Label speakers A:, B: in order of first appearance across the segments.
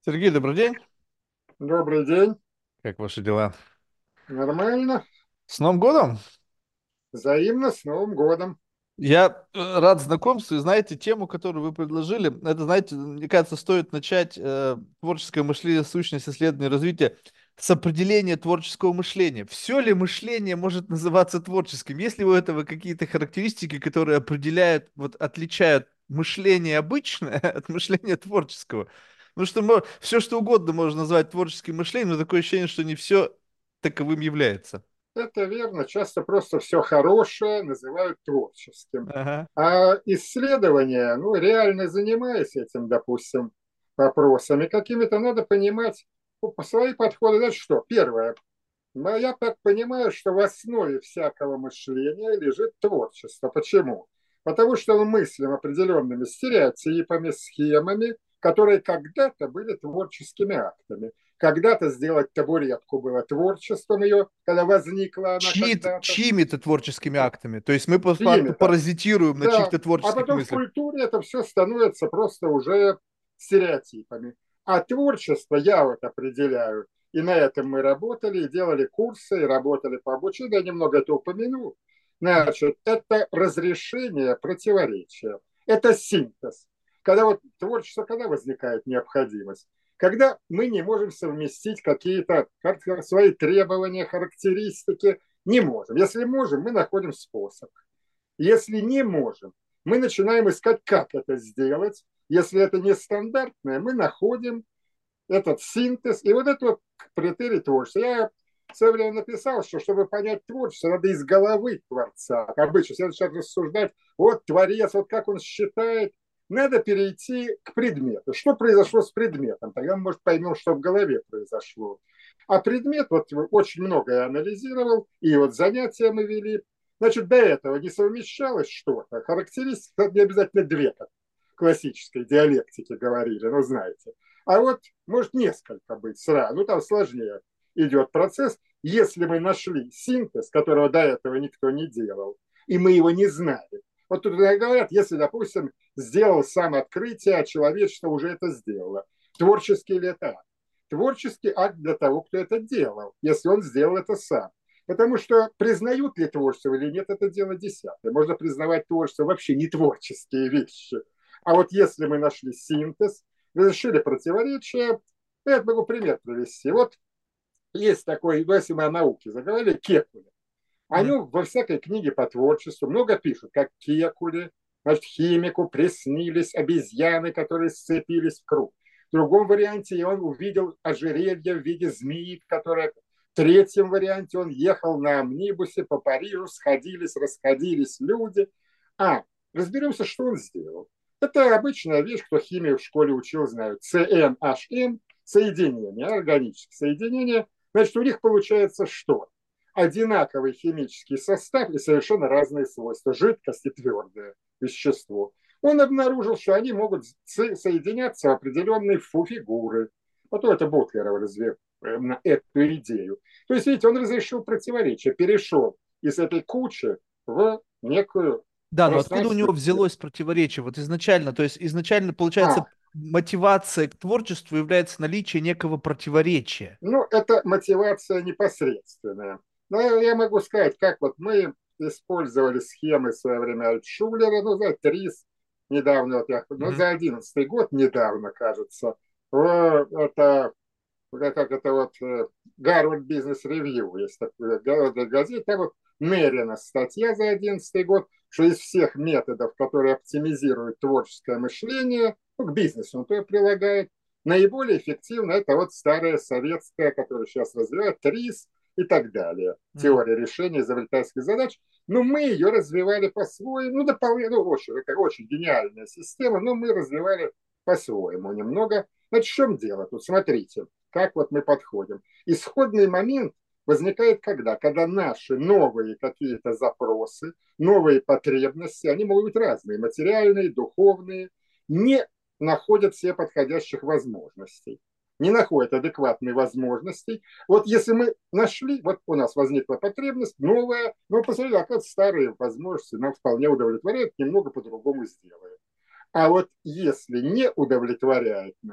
A: Сергей, добрый день.
B: Добрый день.
A: Как ваши дела?
B: Нормально.
A: С Новым годом!
B: Взаимно с Новым годом.
A: Я рад знакомству. И знаете, тему, которую вы предложили, это, знаете, мне кажется, стоит начать творческое мышление, сущность, исследование, развитие с определения творческого мышления. Все ли мышление может называться творческим? Есть ли у этого какие-то характеристики, которые определяют, вот отличают мышление обычное от мышления творческого? Ну что все, что угодно можно назвать творческим мышлением, но такое ощущение, что не все таковым является.
B: Это верно. Часто просто все хорошее называют творческим.
A: Ага.
B: А исследования, ну, реально занимаясь этим, допустим, вопросами какими-то, надо понимать по свои подходы. Значит, что? Первое. Но я так понимаю, что в основе всякого мышления лежит творчество. Почему? Потому что мы мыслим определенными стереотипами, схемами, которые когда-то были творческими актами. Когда-то сделать табуретку было творчеством ее, когда возникла она когда-то.
A: Чьими-то творческими актами. То есть мы по факту
B: Чьими-то.
A: паразитируем на
B: Да.
A: чьих-то
B: А
A: творческих
B: потом в
A: мыслях.
B: культуре это все становится просто уже стереотипами. А творчество я вот определяю. И на этом мы работали, и делали курсы, и работали по обучению. Я немного это упомянул. Значит, это разрешение противоречия. Это синтез. Когда вот творчество, когда возникает необходимость? Когда мы не можем совместить какие-то свои требования, характеристики. Не можем. Если можем, мы находим способ. Если не можем, мы начинаем искать, как это сделать. Если это нестандартное, мы находим этот синтез. И вот это вот критерий творчества. Я в свое время написал, что чтобы понять творчество, надо из головы творца. Обычно, если начать рассуждать, вот творец, вот как он считает, надо перейти к предмету. Что произошло с предметом? Тогда мы, может, поймем, что в голове произошло. А предмет, вот очень много я анализировал, и вот занятия мы вели. Значит, до этого не совмещалось что-то. Характеристики не обязательно две, как в классической диалектике говорили, ну, знаете. А вот может несколько быть сразу. Ну, там сложнее идет процесс. Если мы нашли синтез, которого до этого никто не делал, и мы его не знали. Вот тут говорят, если, допустим, сделал сам открытие, а человечество уже это сделало. Творческий ли это акт? Творческий акт для того, кто это делал, если он сделал это сам. Потому что признают ли творчество или нет, это дело десятое. Можно признавать творчество вообще не творческие вещи. А вот если мы нашли синтез, разрешили противоречия, я могу пример привести. Вот есть такой, ну, если мы о науке заговорили, Кекуля. О
A: М.
B: нем во всякой книге по творчеству много пишут, как Кекуле, значит, химику приснились обезьяны, которые сцепились в круг. В другом варианте он увидел ожерелье в виде змеи, которая... В третьем варианте он ехал на амнибусе по Парижу, сходились, расходились люди. А, разберемся, что он сделал. Это обычная вещь, кто химию в школе учил, знают. CNHM, соединение, органическое соединение. Значит, у них получается что? Одинаковый химический состав и совершенно разные свойства. Жидкость и твердое вещество. Он обнаружил, что они могут соединяться в определенные фигуры. Вот это Бутлеров развил на эту идею. То есть, видите, он разрешил противоречие, перешел из этой кучи в некую
A: Да, но откуда у него
B: пространственную.
A: взялось противоречие? Вот изначально, то есть изначально, получается,
B: А,
A: мотивация к творчеству является наличие некого противоречия.
B: ну, это мотивация непосредственная. Но я могу сказать, как вот мы использовали схемы в свое время Альтшулера, ну, за ТРИС недавно, вот я, ну,
A: Мгм.
B: за 11 год недавно, кажется, это, как это вот, Гарвард Бизнес Ревью, есть такая газета, там вот Мерина статья за 11 год, что из всех методов, которые оптимизируют творческое мышление, ну, к бизнесу, он то и прилагает, наиболее эффективно это вот старая советская, которая сейчас развивает, ТРИС и так далее.
A: Мгм.
B: Теория решения изобретательских задач. Но мы ее развивали по-своему. Ну, дополнительно, ну, очень, это очень гениальная система, но мы развивали по-своему немного. Значит, в чем дело тут? Смотрите, как вот мы подходим. Исходный момент возникает когда? Когда наши новые какие-то запросы, новые потребности, они могут быть разные, материальные, духовные, не находят себе подходящих возможностей, не находят адекватной возможностей. Вот если мы нашли, вот у нас возникла потребность новая, но посмотрели, оказывается, старые возможности нам вполне удовлетворяют, немного по-другому сделаем. А вот если не удовлетворяет нас,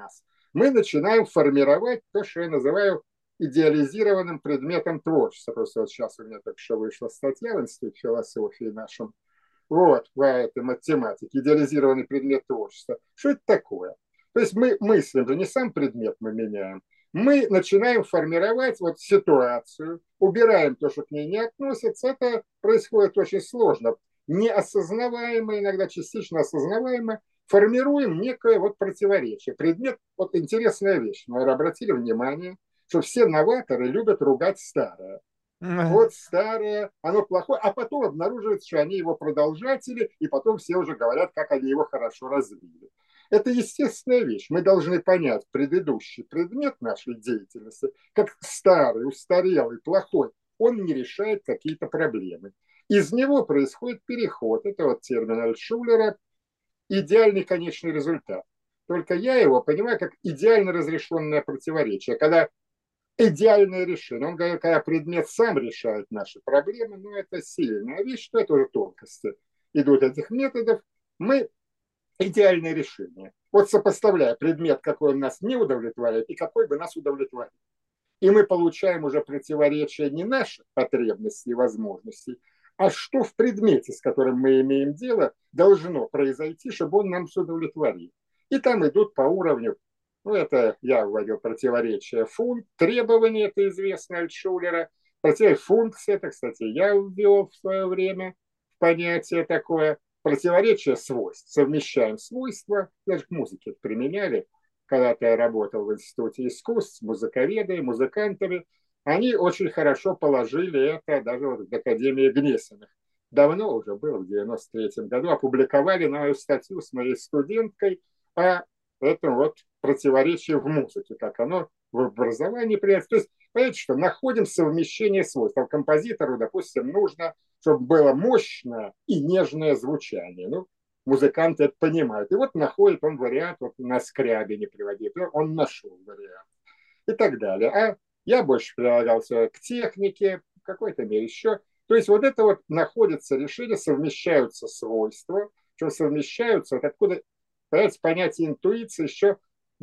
B: мы начинаем формировать то, что я называю идеализированным предметом творчества. Просто вот сейчас у меня только что вышла статья в Институте философии нашем, вот, по этой математике, идеализированный предмет творчества. Что это такое? То есть мы мыслим, же не сам предмет мы меняем, мы начинаем формировать вот ситуацию, убираем то, что к ней не относится. Это происходит очень сложно, неосознаваемо, иногда частично осознаваемо, формируем некое вот противоречие. Предмет, вот интересная вещь, наверное, обратили внимание, что все новаторы любят ругать старое. Вот старое, оно плохое, а потом обнаруживается, что они его продолжатели, и потом все уже говорят, как они его хорошо развили. Это естественная вещь. Мы должны понять предыдущий предмет нашей деятельности, как старый, устарелый, плохой. Он не решает какие-то проблемы. Из него происходит переход. Это вот термин Альтшулера, идеальный конечный результат. Только я его понимаю как идеально разрешенное противоречие, когда идеальное решение. Он говорит, когда предмет сам решает наши проблемы, но это сильная вещь, что это уже тонкости идут этих методов. Мы идеальное решение. Вот сопоставляя предмет, какой нас не удовлетворяет, и какой бы нас удовлетворил. И мы получаем уже противоречие не наших потребностей и возможностей, а что в предмете, с которым мы имеем дело, должно произойти, чтобы он нам удовлетворил. И там идут по уровню, ну это я вводил противоречие функт, требования, это известно Альтшулера, противоречие функции, это, кстати, я ввел в свое время понятие такое, противоречие свойств. Совмещаем свойства, даже к музыке применяли, когда-то я работал в Институте искусств с музыковедами, музыкантами, они очень хорошо положили это даже вот в Академии Гнесиных. Давно уже было, в 93-м году, опубликовали мою статью с моей студенткой о этом вот противоречии в музыке, как оно в образовании приятно. То есть, понимаете, что находим совмещение свойств. Композитору, допустим, нужно, чтобы было мощное и нежное звучание. Ну, музыканты это понимают. И вот находит он вариант, вот на скрябе не приводит, он нашел вариант и так далее. А я больше прилагался к технике, в какой-то мере еще. То есть вот это вот находится решение, совмещаются свойства, что совмещаются, вот откуда, понимаете, понятие интуиции еще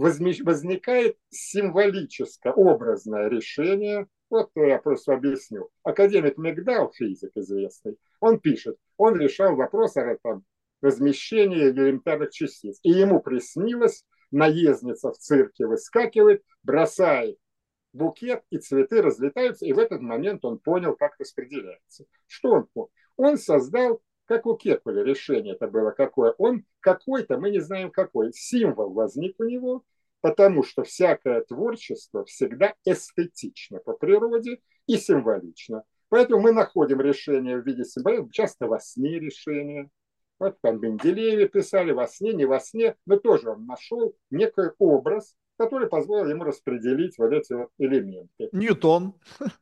B: возникает символическое, образное решение. Вот я просто объясню. Академик Мигдал, физик известный, он пишет, он решал вопрос о там, размещении элементарных частиц. И ему приснилось, наездница в цирке выскакивает, бросает букет, и цветы разлетаются, и в этот момент он понял, как распределяется. Что он понял? Он создал, как у Кекуля решение это было какое, он какой-то, мы не знаем какой, символ возник у него, потому что всякое творчество всегда эстетично по природе и символично. Поэтому мы находим решение в виде символа, часто во сне решение. Вот там Менделееве писали во сне, не во сне, но тоже он нашел некий образ, который позволил ему распределить вот эти вот элементы.
A: Ньютон.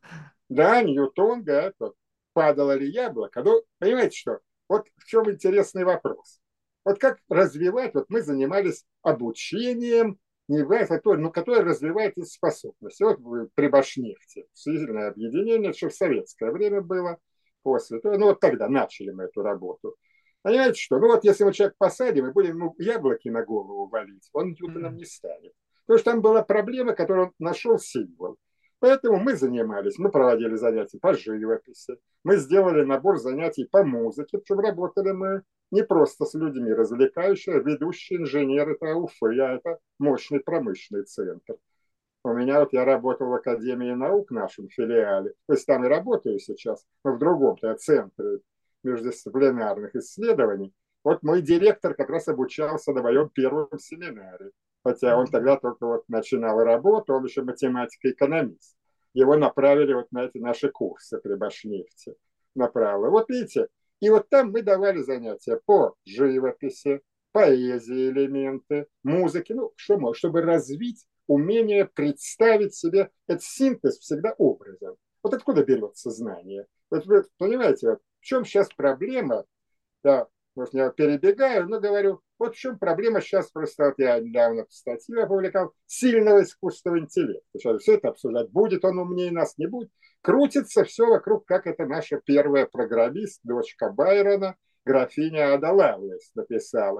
B: Да, Ньютон, да, вот, падало ли яблоко. Ну, понимаете что? Вот в чем интересный вопрос. Вот как развивать, вот мы занимались обучением, не который, но который развивает эти способности. Вот при Башнефти, сильное объединение, что в советское время было, после того, ну вот тогда начали мы эту работу. Понимаете что? Ну вот если мы человек посадим и будем ему яблоки на голову валить, он Ньютоном не станет. Потому что там была проблема, которую он нашел символ. Поэтому мы занимались, мы проводили занятия по живописи, мы сделали набор занятий по музыке, причем работали мы не просто с людьми развлекающие, ведущие инженеры это Уфы, а это мощный промышленный центр. У меня вот я работал в Академии наук, нашем филиале, то есть там и работаю сейчас, но в другом-то центре междисциплинарных исследований. Вот мой директор как раз обучался на моем первом семинаре, хотя он тогда только вот начинал работу, он еще математик-экономист. Его направили вот на эти наши курсы при Башнефти. Направили. Вот видите, и вот там мы давали занятия по живописи, поэзии элементы, музыке, ну, что, чтобы развить умение представить себе этот синтез всегда образом. Вот откуда берется знание? Вот вы понимаете, вот в чем сейчас проблема, да, может, я перебегаю, но говорю, вот в чем проблема сейчас, просто вот я недавно статью опубликовал, сильного искусственного интеллекта. Сейчас все это обсуждать, будет он умнее нас, не будет. Крутится все вокруг, как это наша первая программист, дочка Байрона, графиня Ада Лавлес написала.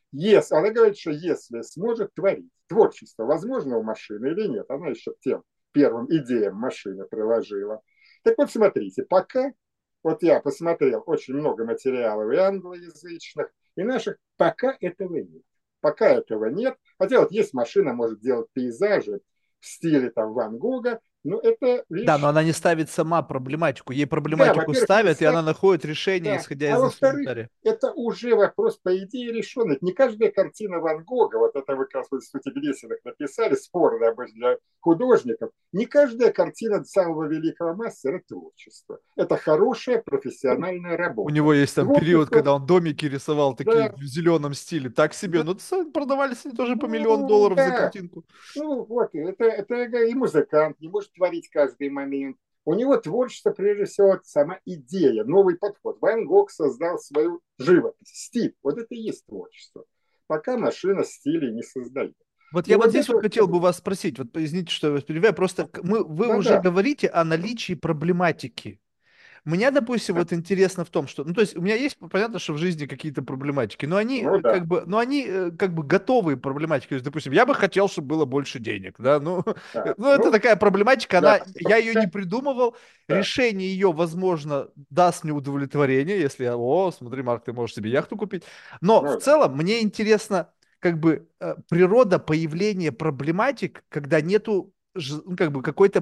B: Если, она говорит, что если сможет творить, творчество возможно у машины или нет, она еще к тем первым идеям машины приложила. Так вот, смотрите, пока, вот я посмотрел очень много материалов и англоязычных, и наших, пока этого нет. Пока этого нет. Хотя вот есть машина, может делать пейзажи в стиле там Ван Гога, но это
A: Да, но
B: вещь,
A: она не ставит сама проблематику. Ей
B: да,
A: проблематику
B: во-первых, не
A: ставят, и
B: ставь.
A: она находит решение,
B: Да.
A: исходя
B: А
A: из
B: во-вторых,
A: инструментария.
B: это уже вопрос, по идее, решенный. Не каждая картина Ван Гога, вот это вы как раз в Институте Гнесиных написали, спор да, для художников, не каждая картина самого великого мастера творчества. Это хорошая профессиональная
A: У
B: работа.
A: него есть там период,
B: Творчество,
A: когда он домики рисовал такие
B: да,
A: в зеленом стиле. Так себе.
B: да,
A: Ну, продавались они тоже по миллион
B: ну,
A: долларов за
B: да,
A: картинку.
B: ну вот, это и музыкант, не может творить каждый момент. У него творчество, прежде всего, вот сама идея, новый подход. Ван Гог создал свою живопись, стиль. Вот это и есть творчество. Пока машина стилей не создает.
A: Вот
B: И
A: я вот
B: вот
A: здесь
B: это
A: вот
B: вот,
A: хотел бы вас спросить, вот извините, что я вас перебиваю, просто вы уже
B: да-да,
A: говорите о наличии проблематики. Меня, допустим, вот интересно в том, что, ну, то есть у меня есть, понятно, что в жизни какие-то проблематики, но они
B: ну да,
A: как бы готовые проблематики. То есть, допустим, я бы хотел, чтобы было больше денег, да, ну,
B: да.
A: ну, это
B: Ну,
A: такая проблематика,
B: да,
A: я ее не придумывал,
B: да,
A: решение ее, возможно, даст мне удовлетворение, если я, о, смотри, Марк, ты можешь себе яхту купить, но в
B: ну да,
A: целом мне интересно, как бы, природа появления проблематик, когда нету, ну, как бы, какой-то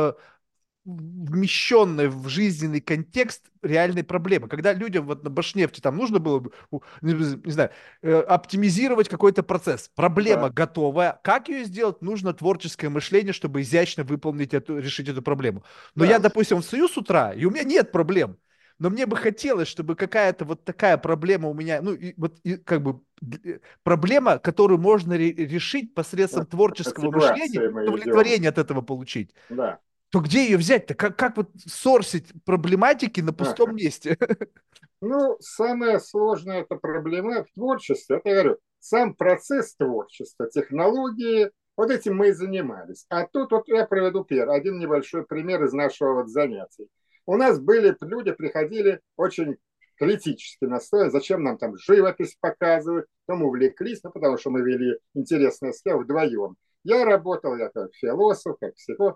A: вмещенной в жизненный контекст реальной проблемы. Когда людям вот на Башнефти там нужно было бы, не знаю, оптимизировать какой-то процесс. Проблема
B: да,
A: готовая. Как ее сделать? Нужно творческое мышление, чтобы изящно выполнить решить эту проблему. Но я,
B: да,
A: допустим, встаю с утра, и у меня нет проблем. Но мне бы хотелось, чтобы какая-то вот такая проблема у меня, ну, как бы проблема, которую можно решить
B: да.
A: посредством
B: От
A: творческого мышления,
B: ситуации мы идем,
A: удовлетворение от этого получить,
B: да.
A: то где ее взять-то? Как вот сорсить проблематики на пустом
B: Ага.
A: месте?
B: Ну, самое сложное это проблема в творчестве. Это, я говорю, сам процесс творчества, технологии, вот этим мы и занимались. А тут вот я приведу один небольшой пример из нашего вот занятий. У нас были люди, приходили очень критически настроены, зачем нам там живопись показывают, потом увлеклись, ну, потому что мы вели интересное схему вдвоем. Я работал, я как философ, как психолог,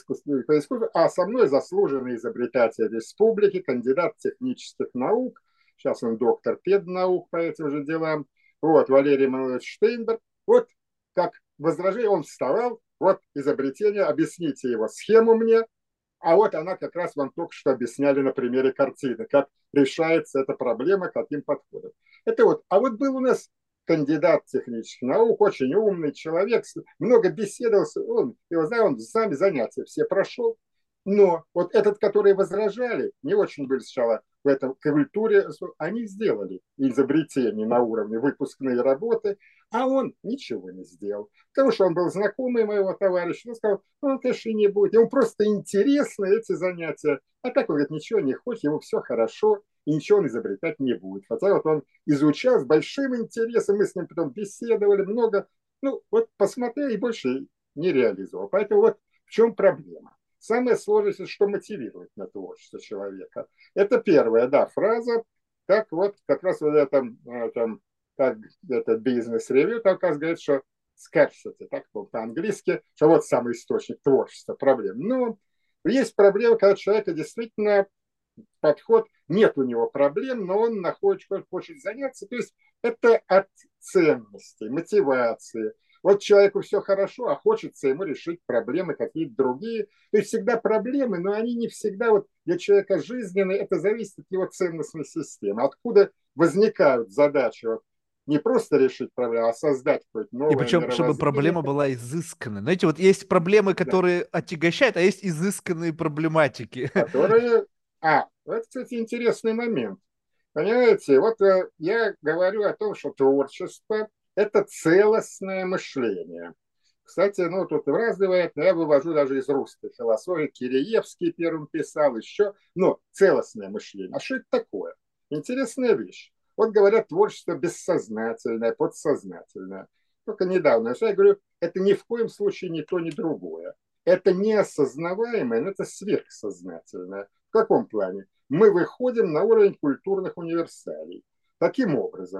B: по искусству, а со мной заслуженный изобретатель республики, кандидат технических наук, сейчас он доктор педнаук по этим же делам, вот, Валерий Манович Штейнберг, вот как возражение, он вставал, вот изобретение, объясните его схему мне, а вот она как раз вам только что объясняли на примере картины, как решается эта проблема, каким подходом. Это вот. А вот был у нас кандидат технических наук, очень умный человек, много беседовал, он, его знаю, он сами занятия все прошел, но вот этот, которые возражали, не очень были сначала в этом культуре, они сделали изобретение на уровне выпускной работы, а он ничего не сделал. Потому что он был знакомый моего товарища, он сказал, ну, он, конечно, не будет. Ему просто интересны эти занятия. А так он говорит, ничего не хочет, ему все хорошо, и ничего он изобретать не будет. Хотя вот он изучал с большим интересом, мы с ним потом беседовали много. Ну, вот посмотрел и больше не реализовал. Поэтому вот в чем проблема. Самое сложное, что мотивирует на творчество человека. Это первая, да, фраза. Так вот, как раз вот этом как этот бизнес-ревью, там как раз говорит, что scarcity, так по-английски, что вот самый источник творчества, проблем. Но есть проблема, когда у человека действительно подход, нет у него проблем, но он находит, хочет заняться. То есть это от ценностей, мотивации. Вот человеку все хорошо, а хочется ему решить проблемы какие-то другие. То есть всегда проблемы, но они не всегда вот для человека жизненные. Это зависит от его ценностной системы. Откуда возникают задачи вот, не просто решить проблему, а создать какое-то
A: И
B: новое
A: причем, чтобы
B: мировоззрение,
A: проблема была изысканной. Знаете, вот есть проблемы,
B: да,
A: которые отягощают, а есть изысканные проблематики.
B: которые... это, кстати, интересный момент. Понимаете, вот я говорю о том, что творчество – это целостное мышление. Кстати, ну, тут разные варианты, но я вывожу даже из русской философии. Киреевский первым писал еще. Но целостное мышление. А что это такое? Интересная вещь. Вот говорят, творчество бессознательное, подсознательное. Только недавно. Я говорю, это ни в коем случае ни то, ни другое. Это неосознаваемое, но это сверхсознательное. В каком плане? Мы выходим на уровень культурных универсалей. Таким образом,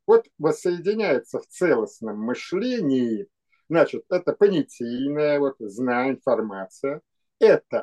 B: Вот воссоединяется в целостном мышлении, значит, это понятийная, вот, знание, информация, это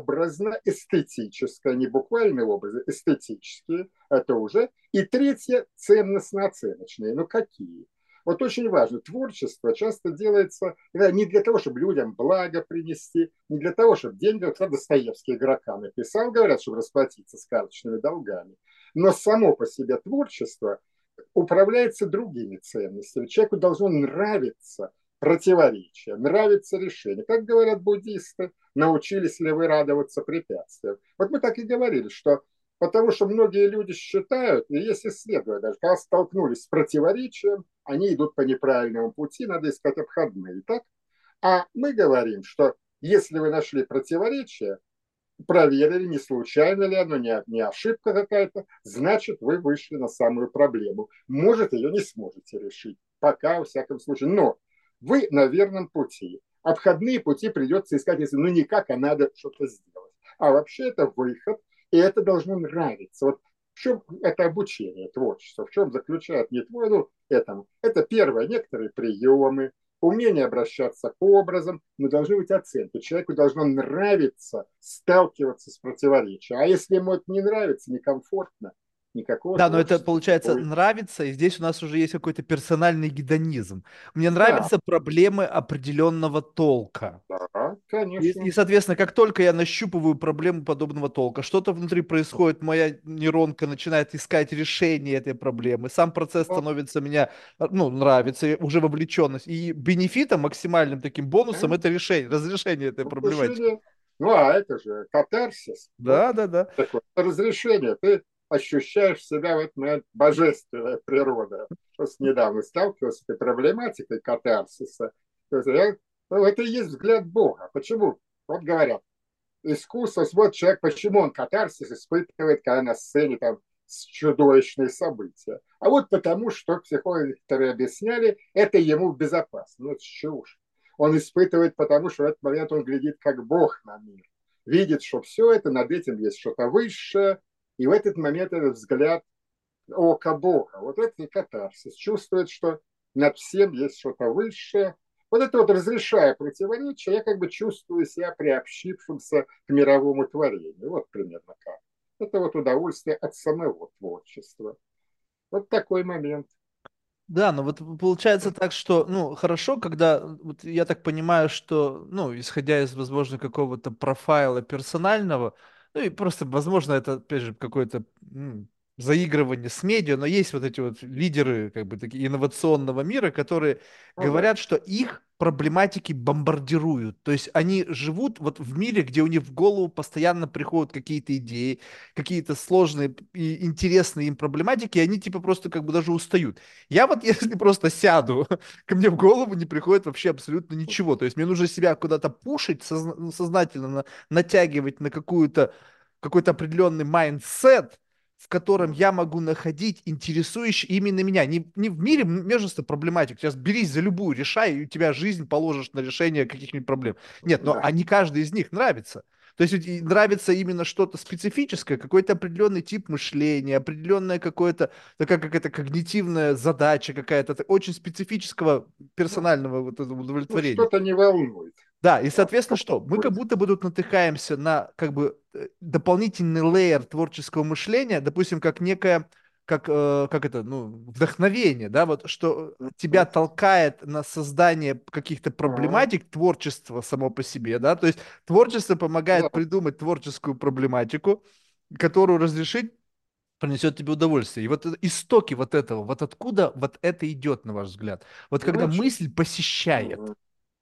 B: образно-эстетическое, не буквальные образы, эстетические, это уже. И третье, ценностно-оценочные. Ну, какие? Вот очень важно, творчество часто делается не для того, чтобы людям благо принести, не для того, чтобы деньги, вот Достоевский игрока написал, говорят, чтобы расплатиться с карточными долгами. Но само по себе творчество управляется другими ценностями. Человеку должно нравиться противоречия, нравится решение. Как говорят буддисты, научились ли вы радоваться препятствиям? Вот мы так и говорили, что потому что многие люди считают, и есть исследования, даже когда столкнулись с противоречием, они идут по неправильному пути, надо искать обходные. Так? А мы говорим, что если вы нашли противоречие, проверили, не случайно ли оно, не ошибка какая-то, значит, вы вышли на самую проблему. Может, ее не сможете решить, пока, во всяком случае. Но вы на верном пути. Обходные пути придется искать, если ну никак, а надо что-то сделать. А вообще это выход, и это должно нравиться. Вот в чем это обучение, творчество, в чем заключает не твой, ну, этому. Это первое, некоторые приемы, умение обращаться к образам, но должны быть оценки. Человеку должно нравиться сталкиваться с противоречием. А если ему это не нравится, некомфортно, никакого
A: Да, но это
B: творчества не
A: получается
B: будет.
A: нравится, и здесь у нас уже есть какой-то персональный гедонизм. Мне
B: Да,
A: нравятся проблемы определенного толка.
B: да,
A: И,
B: конечно.
A: соответственно, как только я нащупываю проблему подобного толка, что-то внутри происходит, моя нейронка начинает искать решение этой проблемы, сам процесс
B: Да,
A: становится мне, ну, нравится, и уже вовлеченность. И бенефитом, максимальным таким бонусом, это решение, разрешение этой
B: вот
A: проблематики.
B: решение. Ну, а это же катарсис. Вот
A: Да, да, да.
B: такое разрешение. Ты ощущаешь себя в этот момент божественная природа. Просто недавно сталкивался с этой проблематикой катарсиса. То есть ну, это и есть взгляд Бога. Почему? Вот говорят, искусство, вот человек, почему он катарсис испытывает, когда на сцене там чудовищные события. А вот потому, что психологи объясняли, это ему безопасно. Ну, это чушь. Он испытывает, потому что в этот момент он глядит как Бог на мир. Видит, что все это, над этим есть что-то высшее, и в этот момент этот взгляд око Бога. Вот это и катарсис. Чувствует, что над всем есть что-то высшее. Вот это вот разрешая противоречия, я как бы чувствую себя приобщившимся к мировому творению. Вот примерно как. Это вот удовольствие от самого творчества. Вот такой момент.
A: Да, но вот получается так, что, ну, хорошо, когда, вот я так понимаю, что, ну, исходя из, возможно, какого-то профайла персонального, ну, и просто, возможно, это, опять же, какое-то заигрывание с медиа, но есть вот эти вот лидеры, как бы, такие инновационного мира, которые
B: Ну да.
A: говорят, что их проблематики бомбардируют. То есть они живут вот в мире, где у них в голову постоянно приходят какие-то идеи, какие-то сложные и интересные им проблематики, и они типа просто как бы даже устают. Я вот если просто сяду, ко мне в голову не приходит вообще абсолютно ничего. То есть мне нужно себя куда-то пушить, ну, сознательно натягивать на какой-то определенный майндсет, в котором я могу находить интересующий именно меня. Не в мире множество проблематик. Сейчас берись за любую, решай, и у тебя жизнь положишь на решение каких-нибудь проблем. Нет, но
B: Да.
A: а не каждый из них нравится. То есть ведь нравится именно что-то специфическое, какой-то определенный тип мышления, определенное какое-то, такая какая-то когнитивная задача какая-то, очень специфического
B: Ну,
A: персонального вот этого
B: ну,
A: удовлетворения.
B: что-то не волнует.
A: Да, и,
B: Вот.
A: соответственно, что? Мы как будто бы тут натыкаемся на как бы дополнительный лейер творческого мышления, допустим, как некое, как это, ну, вдохновение, да, вот что тебя толкает на создание каких-то проблематик, творчество само по себе, да, то есть творчество
B: Да.
A: помогает придумать творческую проблематику, которую разрешить принесет тебе удовольствие. И вот истоки вот этого, вот откуда вот это идет, на ваш взгляд? Вот когда
B: Значит,
A: мысль посещает.
B: мгм.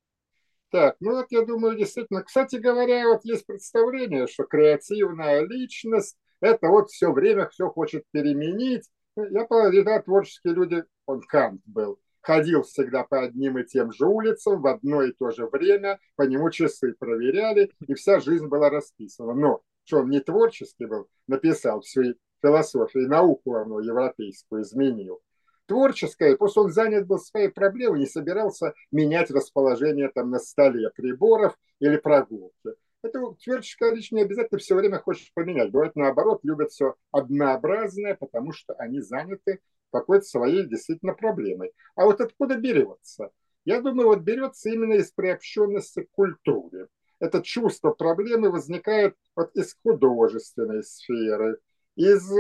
B: Так, ну вот я думаю, действительно, кстати говоря, вот есть представление, что креативная личность – это вот все время все хочет переменить. Я полагаю, да, творческие люди, он Кант был, ходил всегда по одним и тем же улицам в одно и то же время, по нему часы проверяли, и вся жизнь была расписана. Но что он не творческий был, написал всю философию и науку равно европейскую изменил творческое, просто он занят был своей проблемой, не собирался менять расположение там на столе приборов или прогулки. Это творческая личность не обязательно все время хочет поменять. Бывает наоборот, любят все однообразное, потому что они заняты какой-то своей действительно проблемой. А вот откуда берется? Я думаю, вот берется именно из приобщенности к культуре. Это чувство проблемы возникает вот из художественной сферы, из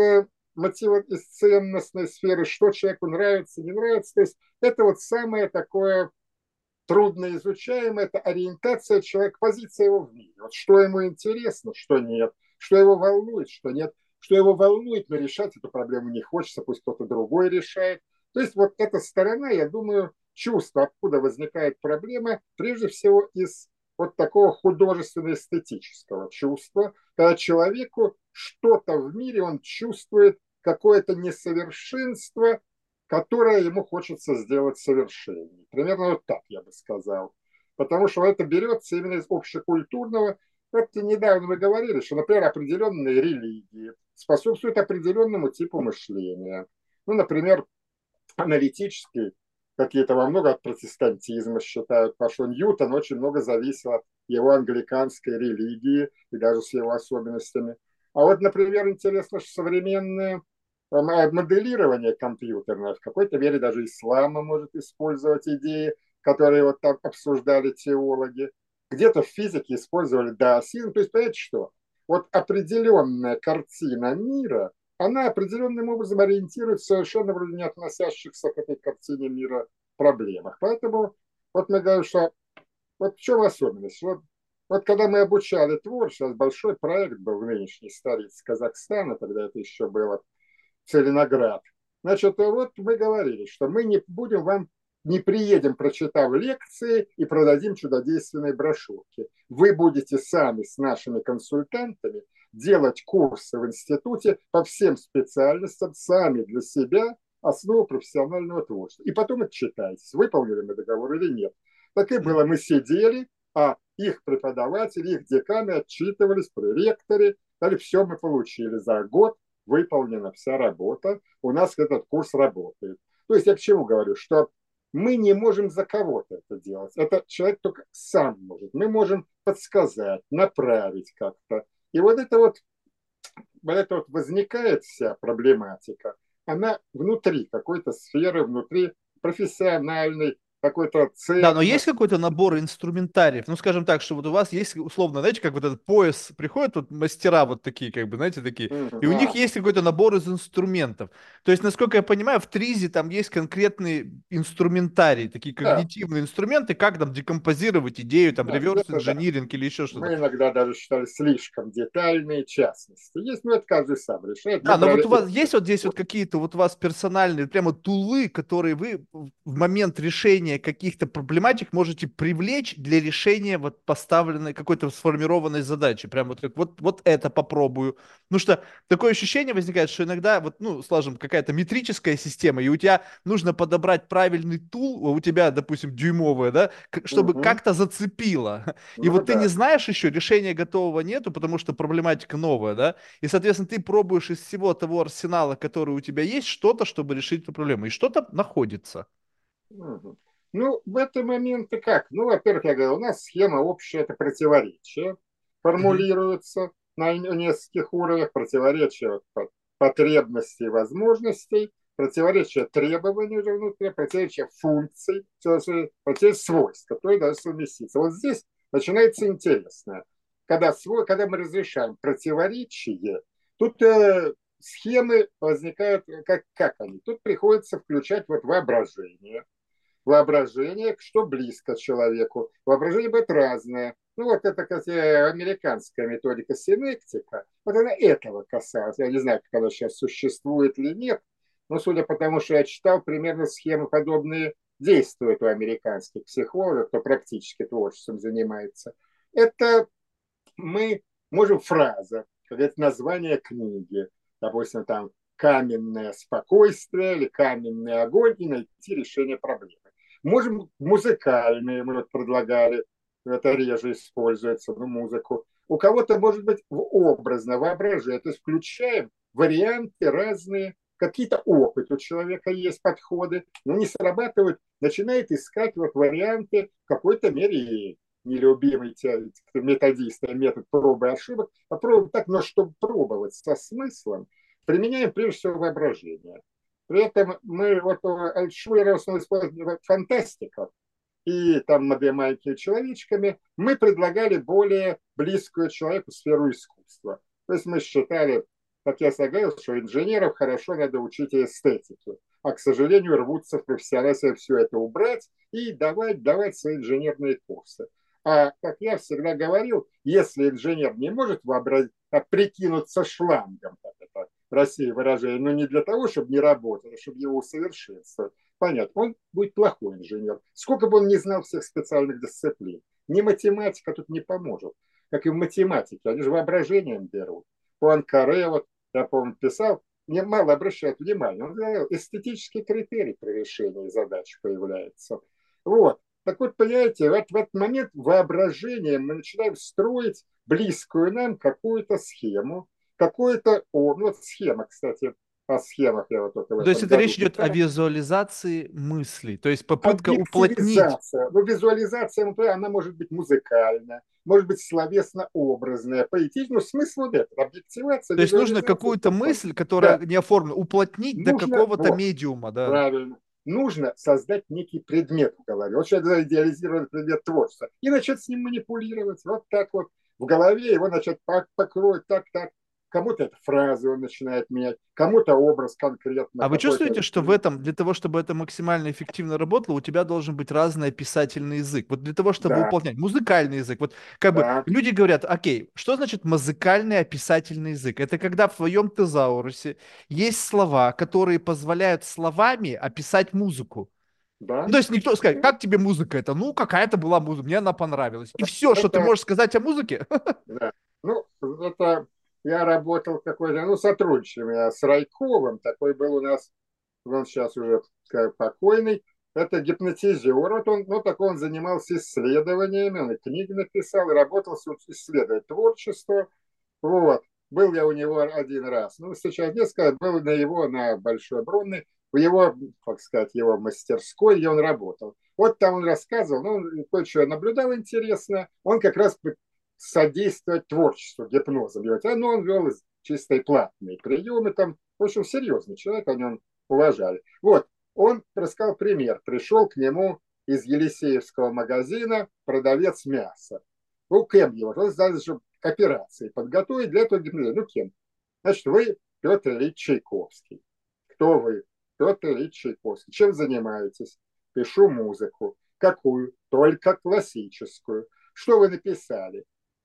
B: из ценностной сферы, что человеку нравится, не нравится. То есть это вот самое такое трудно изучаемое, это ориентация человека, позиция его в мире. Вот что ему интересно, что нет, что его волнует, что нет, что его волнует, но решать эту проблему не хочется, пусть кто-то другой решает. То есть вот эта сторона, я думаю, чувство, откуда возникает проблема, прежде всего из вот такого художественно-эстетического чувства, когда человеку что-то в мире, он чувствует какое-то несовершенство, которое ему хочется сделать совершеннее. Примерно вот так я бы сказал. Потому что это берется именно из общекультурного. Вот недавно мы говорили, что, например, определенные религии способствуют определенному типу мышления. Ну, например, аналитический какие-то во много от протестантизма считают, потому что Ньютон очень много зависел от его англиканской религии и даже с его особенностями. А вот, например, интересно, что современное моделирование компьютерное в какой-то мере даже ислама может использовать идеи, которые вот там обсуждали теологи. Где-то в физике использовали даосизм. То есть, понимаете что? Вот определенная картина мира, она определенным образом ориентирует совершенно вроде не относящихся к этой картине мира проблемах. Поэтому вот мы говорим, что вот в чем особенность? Вот когда мы обучали творчество, большой проект был в нынешней столице Казахстана, тогда это еще было Целиноград. Значит, вот мы говорили, что мы не будем вам, не приедем, прочитав лекции и продадим чудодейственные брошюрки. Вы будете сами с нашими консультантами делать курсы в институте по всем специальностям, сами для себя, основу профессионального творчества. И потом отчитайтесь, выполнили мы договор или нет. Так и было, мы сидели, а их преподаватели, их деканы отчитывались при ректоре, дали все мы получили за год, выполнена вся работа, у нас этот курс работает. То есть я к чему говорю, что мы не можем за кого-то это делать. Это человек только сам может. Мы можем подсказать, направить как-то. И вот это вот возникает вся проблематика. Она внутри какой-то сферы, внутри профессиональной, какой-то
A: Да, но есть
B: ценности.
A: какой-то набор инструментариев? Ну, скажем так, что вот у вас есть, условно, знаете, как вот этот пояс, приходят вот мастера вот такие, как бы, знаете, такие, и у них есть какой-то набор из инструментов. То есть, насколько я понимаю, в ТРИЗе там есть конкретный инструментарий, такие
B: Да,
A: когнитивные инструменты, как там декомпозировать идею, там,
B: да, где-то да.
A: реверс-инжиниринг или еще что-то.
B: Мы иногда даже считали слишком детальные частности. Есть, но это каждый сам решает. Мы
A: Да, но
B: брали
A: вот у вас
B: общий
A: есть вот здесь вот
B: подход.
A: какие-то вот у вас персональные прямо тулы, которые вы в момент решения каких-то проблематик можете привлечь для решения вот поставленной какой-то сформированной задачи. Прям вот как вот это попробую. Ну что такое ощущение возникает, что иногда вот, ну, скажем, какая-то метрическая система, и у тебя нужно подобрать правильный тул, а у тебя, допустим, дюймовая, да, чтобы
B: Мгм.
A: как-то зацепило. И
B: Ну
A: вот ты не
B: да.
A: знаешь еще, решения готового нету, потому что проблематика новая, да, и, соответственно, ты пробуешь из всего того арсенала, который у тебя есть, что-то, чтобы решить эту проблему. И что-то находится.
B: Мгм. Ну, в этом моменте как? Ну, во-первых, я говорю, у нас схема общая, это противоречие
A: Мгм.
B: формулируется на нескольких уровнях. Противоречие потребностей и возможностей, противоречие требований уже внутри, противоречие функций, противоречие свойств, которые должны совместиться. Вот здесь начинается интересное. Когда мы разрешаем противоречие, тут схемы возникают, как они? Тут приходится включать вот воображение, что близко человеку. Воображение будет разное. Ну, вот это, кстати, американская методика синектика. Вот она этого касалась. Я не знаю, как она сейчас существует или нет, но судя по тому, что я читал, примерно схемы подобные действуют у американских психологов, кто практически творчеством занимается. Это мы можем фраза, как это название книги, допустим, там каменное спокойствие или каменный огонь и найти решение проблемы. Можем музыкальные, мы вот предлагали, это реже используется, ну, музыку. У кого-то может быть образно, воображение, то есть включаем варианты разные, какие-то опыт у человека есть, подходы, но не срабатывают, начинает искать вот варианты в какой-то мере нелюбимый методиста метод пробы и ошибок, попробуем так, но чтобы пробовать со смыслом, применяем прежде всего воображение. При этом мы вот Альтшулера в основном используем фантастика, и там над маленькими человечками, мы предлагали более близкую человеку сферу искусства. То есть мы считали, как я говорил, что инженеров хорошо надо учить эстетике, а, к сожалению, рвутся в профессиональное все это убрать и давать свои инженерные курсы. А, как я всегда говорил, если инженер не может вообразить, а прикинуться шлангом, как это в России выражение, но не для того, чтобы не работать, а чтобы его усовершенствовать, понятно, он будет плохой инженер. Сколько бы он не знал всех специальных дисциплин. Ни математика тут не поможет, как и в математике. Они же воображением берут. Пуанкаре, вот я, по-моему, писал, мне мало обращают внимания. Он говорил, эстетический критерий при решении задач появляется. Вот. Так вот, понимаете, вот в этот момент воображением мы начинаем строить близкую нам какую-то схему, какую-то, ну вот схема, кстати, о схемах я вот только в
A: То есть
B: этом
A: это
B: году
A: речь идет о
B: писал.
A: визуализации мыслей, то есть попытка уплотнить.
B: Объективизация. Ну, визуализация, например, она может быть музыкальная, может быть словесно-образная, поэтичная. Но смысл вот этот. Объективация,
A: То есть нужно
B: визуализация,
A: какую-то
B: все понятно.
A: мысль, которая
B: Да,
A: не оформлена, уплотнить до
B: нужно,
A: какого-то
B: вот,
A: медиума, да.
B: правильно, нужно создать некий предмет в голове. Вот сейчас идеализированный предмет творчества. И начать с ним манипулировать. Вот так вот. В голове его начать покроить так. Кому-то это фразы он начинает менять, кому-то образ конкретно
A: А вы
B: какой-то.
A: чувствуете, что в этом, для того, чтобы это максимально эффективно работало, у тебя должен быть разный описательный язык? Вот для того, чтобы
B: Да,
A: уплотнять. Музыкальный язык. Вот как бы
B: да,
A: люди говорят, окей, что значит музыкальный описательный язык? Это когда в твоем тезаурусе есть слова, которые позволяют словами описать музыку. Ну,
B: да.
A: то есть никто скажет, как тебе музыка это? Ну, какая-то была музыка, мне она понравилась. И все, что ты
B: Это
A: можешь сказать о музыке.
B: Да. Ну, это я работал какой-то, ну, сотрудничаем я с Райковым, такой был у нас, он сейчас уже покойный, это гипнотизер, вот он, ну, такой он занимался исследованиями, он и книги написал, и работал с исследовать творчество, вот. Был я у него один раз, ну, сейчас несколько, был на его, на Большой Бронной, в его, как сказать, его мастерской, где он работал. Вот там он рассказывал, ну, кое-что я наблюдал интересно, он как раз содействовать творчеству гипнозом. Ну, он вел чисто платные приемы, там, в общем, серьезный человек, о нем уважали. Вот, он рассказал пример. Пришел к нему из Елисеевского магазина продавец мяса. Ну, кем его? Он знал, что операции подготовить для этого гипноза. Ну, кем? Значит, вы Петр Ильич Чайковский. Кто вы? Петр Ильич Чайковский. Чем занимаетесь? Пишу музыку. Какую? Только классическую. Что вы написали?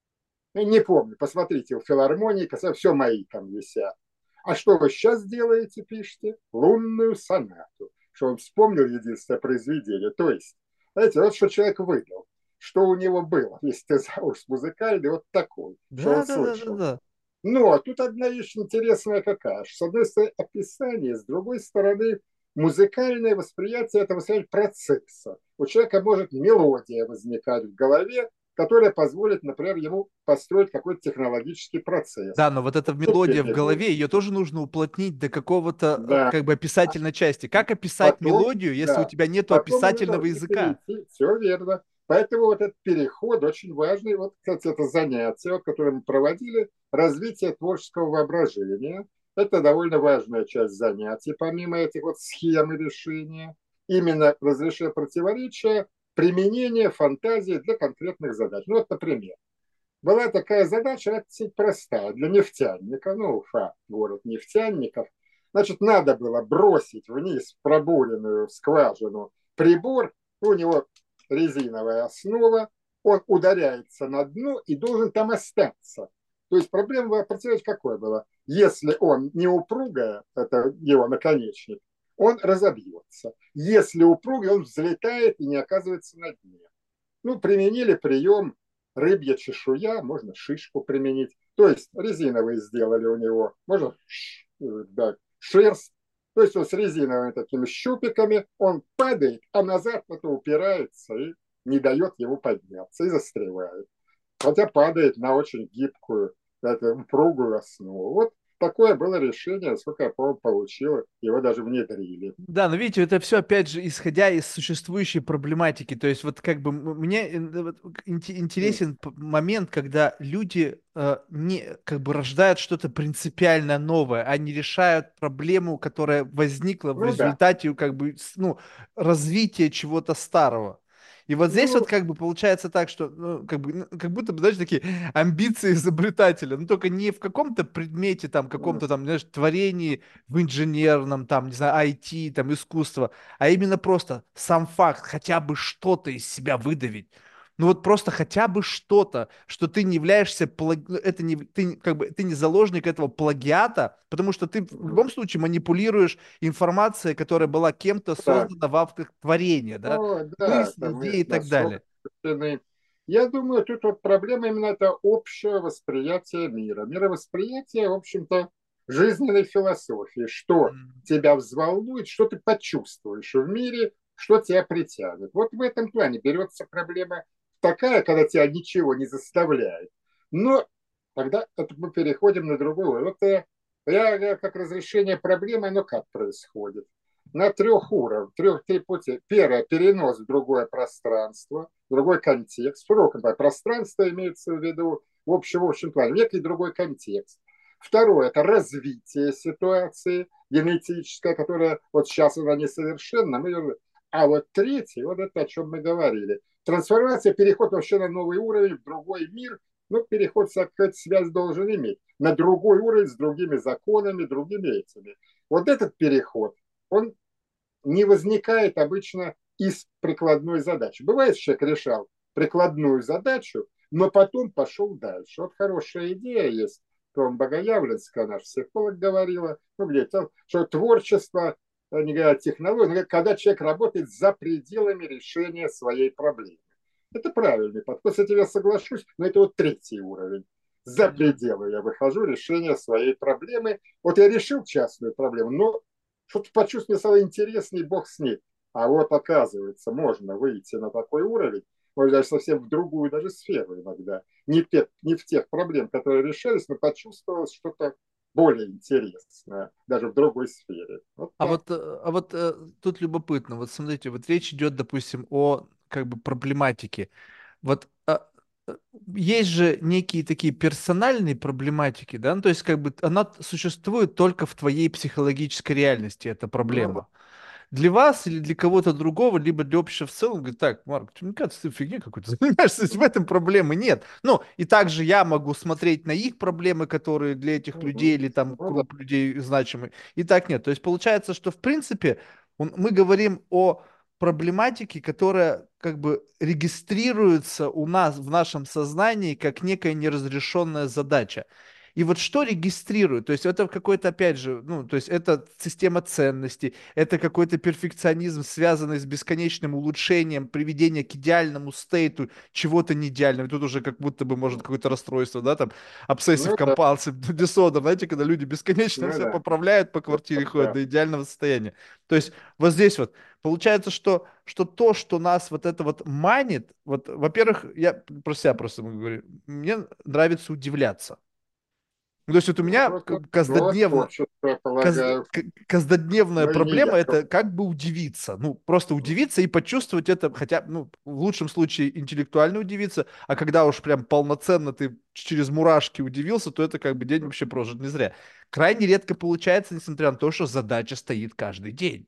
B: Не помню, посмотрите, в филармонии, все мои там висят. А что вы сейчас делаете, пишете? Лунную сонату. Что он вспомнил единственное произведение. То есть, знаете, вот что человек выдал, что у него было. Есть тезаурус музыкальный, вот такой, что он
A: Да, да, да, да,
B: слышал.
A: да.
B: Но тут одна вещь интересная какая. С одной стороны, описание, с другой стороны, музыкальное восприятие этого процесса. У человека может мелодия возникать в голове, которая позволит, например, ему построить какой-то технологический процесс.
A: Да, но вот эта
B: Крупные
A: мелодия в голове,
B: мелодии.
A: ее тоже нужно уплотнить до какого-то,
B: Да.
A: как бы, описательной части. Как описать
B: Потом,
A: мелодию, если у
B: да,
A: тебя нету
B: потом он это
A: описательного
B: и
A: языка?
B: перейти. Все верно. Поэтому вот этот переход очень важный. Вот, кстати, это занятие, вот, которое мы проводили, развитие творческого воображения. Это довольно важная часть занятий, помимо этих вот схем и решения. Именно разрешение противоречия, применение фантазии для конкретных задач. Ну вот, например, была такая задача, очень простая, для нефтяника, ну, Уфа, город нефтяников. Значит, надо было бросить вниз в пробуренную скважину прибор, у него резиновая основа, он ударяется на дно и должен там остаться. То есть проблема противоречия какое было? Если он не упругая, это его наконечник, он разобьется. Если упругий, он взлетает и не оказывается на дне. Ну, применили прием рыбья чешуя, можно шишку применить. То есть резиновые сделали у него, можно да, шерсть. То есть он с резиновыми такими щупиками, он падает, а назад это упирается и не дает ему подняться и застревает. Хотя падает на очень гибкую, упругую основу. Вот такое было решение, сколько я получил, его даже внедрили.
A: Да, но видите, это все, опять же, исходя из существующей проблематики. То есть вот как бы мне вот интересен момент, когда люди не как бы рождают что-то принципиально новое, а не решают проблему, которая возникла в
B: Ну да.
A: результате как бы ну, развития чего-то старого. И вот здесь вот
B: Ну,
A: как бы получается так, что ну, как бы, ну, как будто бы, знаешь, такие амбиции изобретателя, но только не в каком-то предмете, там, каком-то там, знаешь, творении, в инженерном, там, не знаю, IT, там, искусство, а именно просто сам факт, хотя бы что-то из себя выдавить. Ну вот просто хотя бы что-то, что ты не являешься, ну, это не, ты как бы, ты не заложник этого плагиата, потому что ты в любом случае манипулируешь информацией, которая была кем-то
B: да.
A: создана в авторах творения, да,
B: О, да,
A: мысли,
B: там
A: идеи и так
B: настолько
A: далее.
B: цены. Я думаю, тут вот проблема именно это общее восприятие мира. Мировосприятие, в общем-то, жизненной философии. Что
A: М.
B: тебя взволнует, что ты почувствуешь в мире, что тебя притянет. Вот в этом плане берется проблема такая, когда тебя ничего не заставляет. Но тогда это мы переходим на другой уровень. Вот я как разрешение проблемы, оно как происходит? На трех уровнях, три пути. Первое, перенос в другое пространство, другой контекст. Широкое пространство имеется в виду в общем плане, некий другой контекст. Второе, это развитие ситуации генетическое, которое вот сейчас она несовершенна. А вот третье, вот это о чем мы говорили. Трансформация, переход вообще на новый уровень, в другой мир. Ну, переход, какая-то связь должен иметь. На другой уровень с другими законами, другими этими. Вот этот переход, он не возникает обычно из прикладной задачи. Бывает, что человек решал прикладную задачу, но потом пошел дальше. Вот хорошая идея есть. Том Богоявленская, наш психолог, говорила, ну, где-то, что творчество, не говоря технологии, но когда человек работает за пределами решения своей проблемы. Это правильный подход, с этим я соглашусь, но это вот третий уровень. За
A: Мгм.
B: пределы я выхожу решения своей проблемы. Вот я решил частную проблему, но что-то почувствовал, стало интереснее, бог с ней. А вот оказывается, можно выйти на такой уровень, может даже совсем в другую даже сферу иногда. Не в тех проблем, которые решались, но почувствовалось что-то более интересное, даже в другой сфере. Вот
A: А
B: так.
A: вот, тут любопытно, вот смотрите, вот речь идет, допустим, о как бы проблематике. Вот есть же некие такие персональные проблематики, да, ну, то есть как бы она существует только в твоей психологической реальности, эта
B: Ну,
A: проблема. Для вас или для кого-то другого, либо для общества в целом, говорит, так, Марк, мне кажется, ты фигней какой-то занимаешься, то есть в этом проблемы нет. Ну, и также я могу смотреть на их проблемы, которые для этих людей или там
B: ну да.
A: групп людей значимы, и так нет. То есть получается, что в принципе мы говорим о проблематике, которая как бы регистрируется у нас в нашем сознании как некая неразрешенная задача. И вот что регистрирует? То есть это какой-то, опять же, ну, то есть это система ценностей, это какой-то перфекционизм, связанный с бесконечным улучшением, приведение к идеальному стейту чего-то не идеального. Тут уже как будто бы может какое-то расстройство, да, там, obsessive
B: Ну да.
A: compulsive disorder, знаете, когда люди бесконечно
B: Ну
A: все
B: да.
A: поправляют по
B: Вот,
A: квартире, ходят
B: да.
A: до идеального состояния. То есть вот здесь вот получается, что то, что нас вот это вот манит, вот, во-первых, я про себя просто говорю, мне нравится удивляться. Ну, то есть вот у
B: Ну,
A: меня
B: это
A: каждодневно,
B: творчество, я полагаю.
A: каждодневная
B: Ну и не
A: проблема
B: я.
A: это как бы удивиться. Ну, просто удивиться и почувствовать это, хотя, ну, в лучшем случае интеллектуально удивиться, а когда уж прям полноценно ты через мурашки удивился, то это как бы день вообще прожит не зря. Крайне редко получается, несмотря на то, что задача стоит каждый день.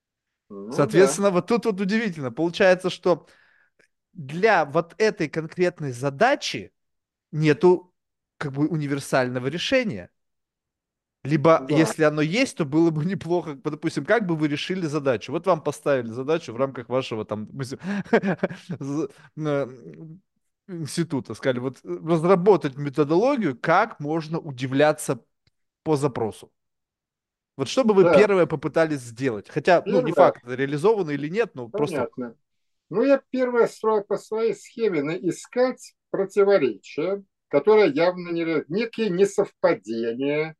B: Ну да.
A: Соответственно, вот тут вот удивительно. Получается, что для вот этой конкретной задачи нету как бы универсального решения. Либо,
B: Да.
A: если оно есть, то было бы неплохо. Допустим, как бы вы решили задачу? Вот вам поставили задачу в рамках вашего там, допустим, э, института. Сказали, вот разработать методологию, как можно удивляться по запросу. Вот что бы вы
B: Да.
A: первое попытались сделать? Хотя, ну, не
B: Первое,
A: факт, реализовано или нет, но просто...
B: понятно. Ну, я первое строил по своей схеме искать противоречия, которые явно некие несовпадения,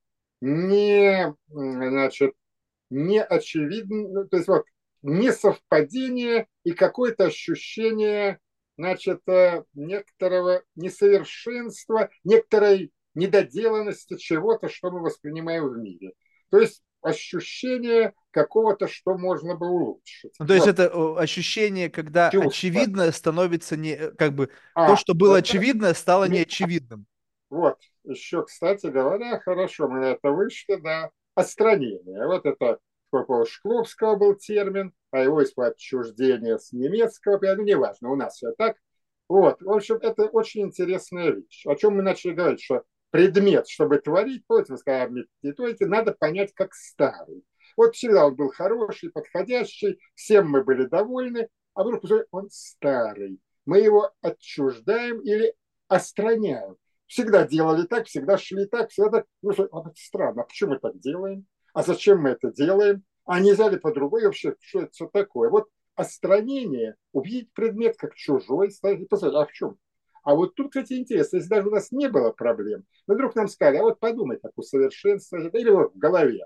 B: значит, не очевидно, ну, то есть вот несовпадение и какое-то ощущение, значит, некоторого несовершенства, некоторой недоделанности чего-то, что мы воспринимаем в мире. То есть ощущение какого-то, что можно бы улучшить.
A: Ну, то есть
B: Вот
A: это ощущение, когда
B: чувство.
A: очевидное становится не, как бы, то,
B: А,
A: что было
B: это
A: очевидное, стало неочевидным.
B: вот, еще, кстати говоря, хорошо, мы на это вышли, да, отстранение. Вот это такой Шкловского был термин, а его из отчуждения с немецкого, ну, неважно, у нас все так. Вот, в общем, это очень интересная вещь. О чем мы начали говорить, что предмет, чтобы творить, помните, мы сказали, методики, надо понять как старый. Вот всегда он был хороший, подходящий, всем мы были довольны, а вдруг он старый. Мы его отчуждаем или отстраняем. Всегда делали так, всегда шли так, всегда так. Ну, что, это странно, а почему мы так делаем? А зачем мы это делаем? А нельзя ли по-другому? Вообще, что это все такое? Вот отстранение, увидеть предмет как чужой, и посмотреть, а в чем? А вот тут, кстати, интересно, если даже у нас не было проблем, но вдруг нам сказали, а вот подумай, как усовершенствовать, или вот в голове,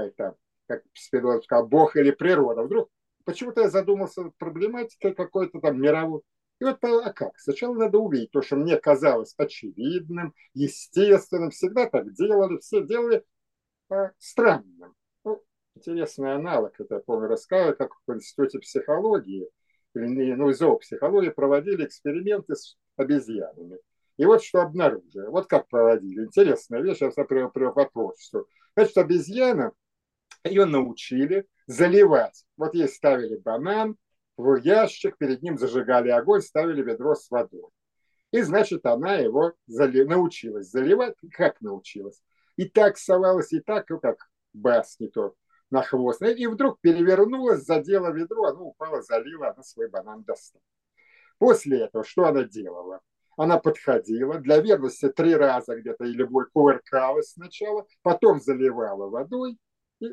B: как Спидоза сказал, Бог или природа. Вдруг почему-то я задумался над проблематикой какой-то там мировой. И вот а как? Сначала надо увидеть то, что мне казалось очевидным, естественным. Всегда так делали, все делали странным. Ну, интересный аналог. Это, я помню, рассказывали, как в Институте психологии, или ну, зоопсихологии проводили эксперименты с обезьянами. И вот что обнаружили. Вот как проводили. Интересная вещь, я например, по творчеству. Значит, обезьяна, ее научили заливать. Вот ей ставили банан в ящик, перед ним зажигали огонь, ставили ведро с водой. И, значит, она его научилась заливать. Как научилась? И так совалась, и так, ну, как басни то на хвост. И вдруг перевернулась, задела ведро, оно упало, залила, она свой банан достала. После этого что она делала? Она подходила, для верности 3 раза где-то или больше кувыркалась сначала, потом заливала водой, и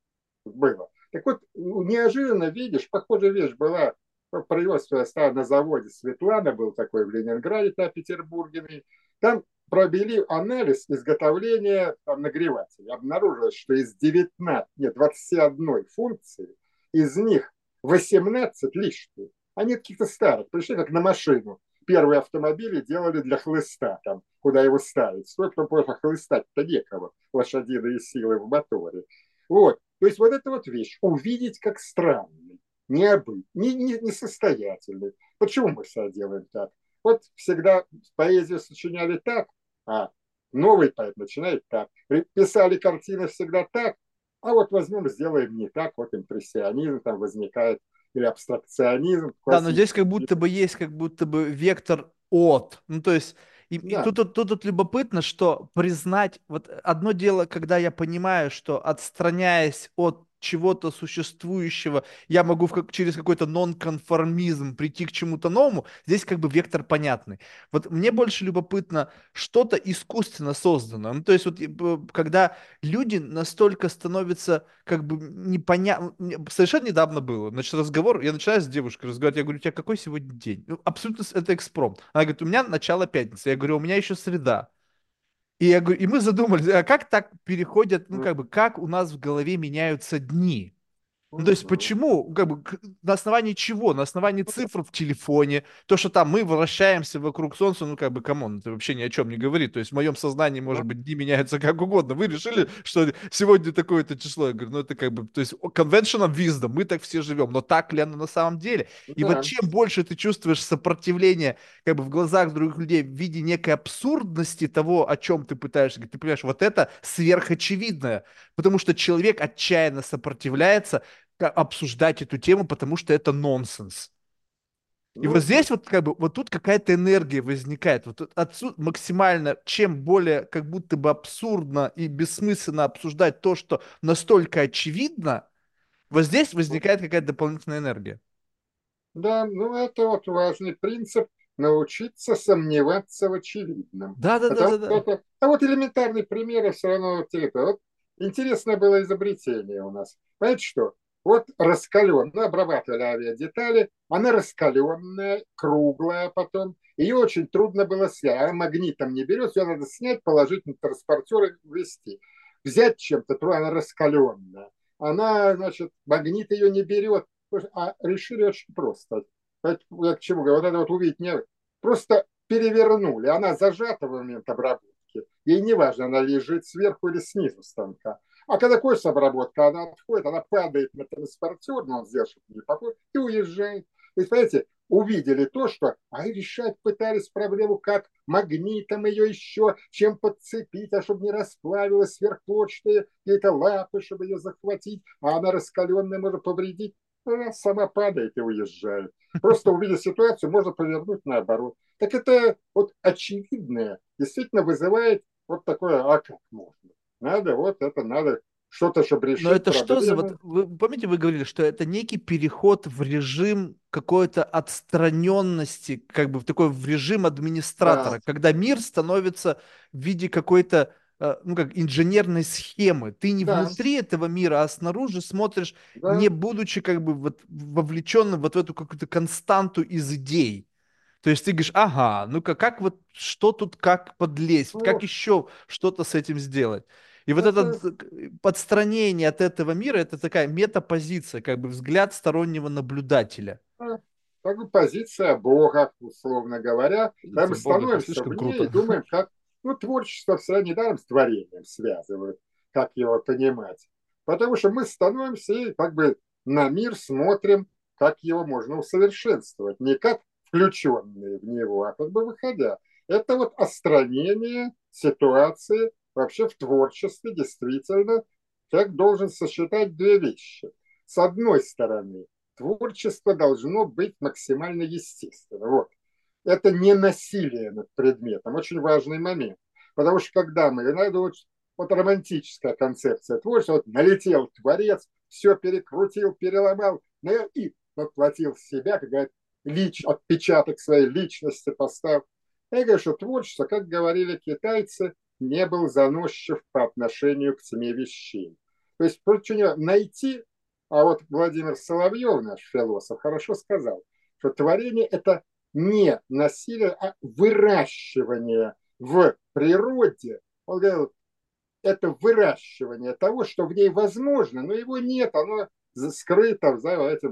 B: было. Так вот, неожиданно видишь, похожая вещь была в производстве на заводе Светлана, был такой в Ленинграде, на Петербурге. Там провели анализ изготовления там, нагревателей. Обнаружилось, что из 19, нет, 21 функции, из них 18 лишние. Они каких-то старых, пришли как на машину. Первые автомобили делали для хлыста, там, куда его ставить. Стоит, потом просто хлыстать-то некого, лошадиные силы в моторе. Вот. То есть вот эта вот вещь, увидеть как странный, несостоятельный. Почему мы все делаем так? Вот всегда поэзию сочиняли так, а новый поэт начинает так. Писали картины всегда так, а вот возьмем, сделаем не так. Вот импрессионизм там возникает, или абстракционизм
A: Да, но здесь как
B: классический.
A: будто бы есть как будто бы вектор от. Ну, то есть, и
B: Да,
A: тут любопытно, что признать, вот одно дело, когда я понимаю, что отстраняясь от чего-то существующего, я могу через какой-то нонконформизм прийти к чему-то новому, здесь как бы вектор понятный. Вот мне больше любопытно что-то искусственно созданное. Ну, то есть вот когда люди настолько становятся как бы непонятно. Совершенно недавно было. Значит, разговор, я начинаю с девушкой разговаривать, я говорю, у тебя какой сегодня день? Ну, абсолютно это экспромт. Она говорит, у меня начало пятницы. Я говорю, у меня еще среда. И я говорю, и мы задумались, а как так переходят, ну, как бы, как у нас в голове меняются дни? Ну, то есть почему, как бы, на основании чего? На основании цифр в телефоне, то, что там мы вращаемся вокруг Солнца, ну, как бы, камон, это вообще ни о чем не говорит. То есть в моем сознании, может быть, дни меняются как угодно. Вы решили, что сегодня такое-то число? Я говорю, ну, это как бы, то есть conventional wisdom, мы так все живем, но так ли оно на самом деле? И вот
B: да,
A: чем больше ты чувствуешь сопротивление, как бы, в глазах других людей в виде некой абсурдности того, о чем ты пытаешься говорить, ты понимаешь, вот это сверхочевидное, потому что человек отчаянно сопротивляется, обсуждать эту тему, потому что это нонсенс. И вот
B: ну,
A: здесь вот как бы вот тут какая-то энергия возникает. Вот максимально, чем более как будто бы абсурдно и бессмысленно обсуждать то, что настолько очевидно, вот здесь возникает какая-то дополнительная энергия.
B: да, ну это вот важный принцип научиться сомневаться в очевидном.
A: Да, да, да, да, да.
B: А вот элементарный пример я все равно вот это. Вот интересное было изобретение у нас. Понимаете что? Вот раскаленная, обрабатывали авиадетали, она раскаленная, круглая потом. Ее очень трудно было снять. Она магнитом не берется, ее надо снять, положить на транспортер и везти. Взять чем-то, то она раскаленная. Она, значит, магнит ее не берет, а решили очень просто. Я к чему говорю? Вот это вот увидеть не... Просто перевернули. Она зажата в момент обработки. обработки. Ей не важно, она лежит сверху или снизу станка. А когда кончится обработка, она отходит, она падает на транспортер, но он сделал, чтобы не попал, и уезжает. То есть, понимаете, увидели то, что решать пытались проблему, как магнитом ее еще, чем подцепить, а чтобы не расплавилась сверхпрочные какие-то лапы, чтобы ее захватить, а она раскаленная может повредить. Она сама падает и уезжает. Просто увидев ситуацию, можно повернуть наоборот. Так это вот очевидное действительно вызывает вот такое, а как можно? Надо вот это, надо что-то, чтобы
A: Но
B: решить
A: это что за вот,
B: проблему.
A: вы помните, вы говорили, что это некий переход в режим какой-то отстраненности, как бы в такой в режим
B: Да,
A: администратора, когда мир становится в виде какой-то, ну как инженерной схемы. Ты не
B: да,
A: внутри этого мира, а снаружи смотришь, не
B: да.
A: будучи как бы вот вовлеченным вот в эту какую-то константу из идей. То есть ты говоришь, ага, ну-ка, как вот, что тут, как подлезть, как
B: Ну,
A: еще что-то с этим сделать. И вот это
B: это
A: подстранение от этого мира, это такая метапозиция, как бы взгляд стороннего наблюдателя.
B: как бы позиция Бога, условно говоря, когда мы
A: Позиция Бога, это
B: становимся в
A: слишком
B: ней и
A: круто.
B: думаем, как творчество все недаром с творением связывают, как его понимать. Потому что мы становимся и как бы на мир смотрим, как его можно усовершенствовать. Не как включенные в него, а как бы выходя. Это вот остранение ситуации вообще в творчестве действительно человек должен сочетать две вещи. С одной стороны, творчество должно быть максимально естественно. Вот. Это не насилие над предметом. Очень важный момент. Потому что когда мы, иногда вот романтическая концепция творчества, вот налетел творец, все перекрутил, переломал, и воплотил в себя, как говорят, отпечаток своей личности поставил. Я говорю, что творчество, как говорили китайцы, не был заносчив по отношению к тьме вещей. То есть, найти, а вот Владимир Соловьев, наш философ, хорошо сказал, что творение – это не насилие, а выращивание в природе. Он говорил, это выращивание того, что в ней возможно, но его нет, оно скрыто за этим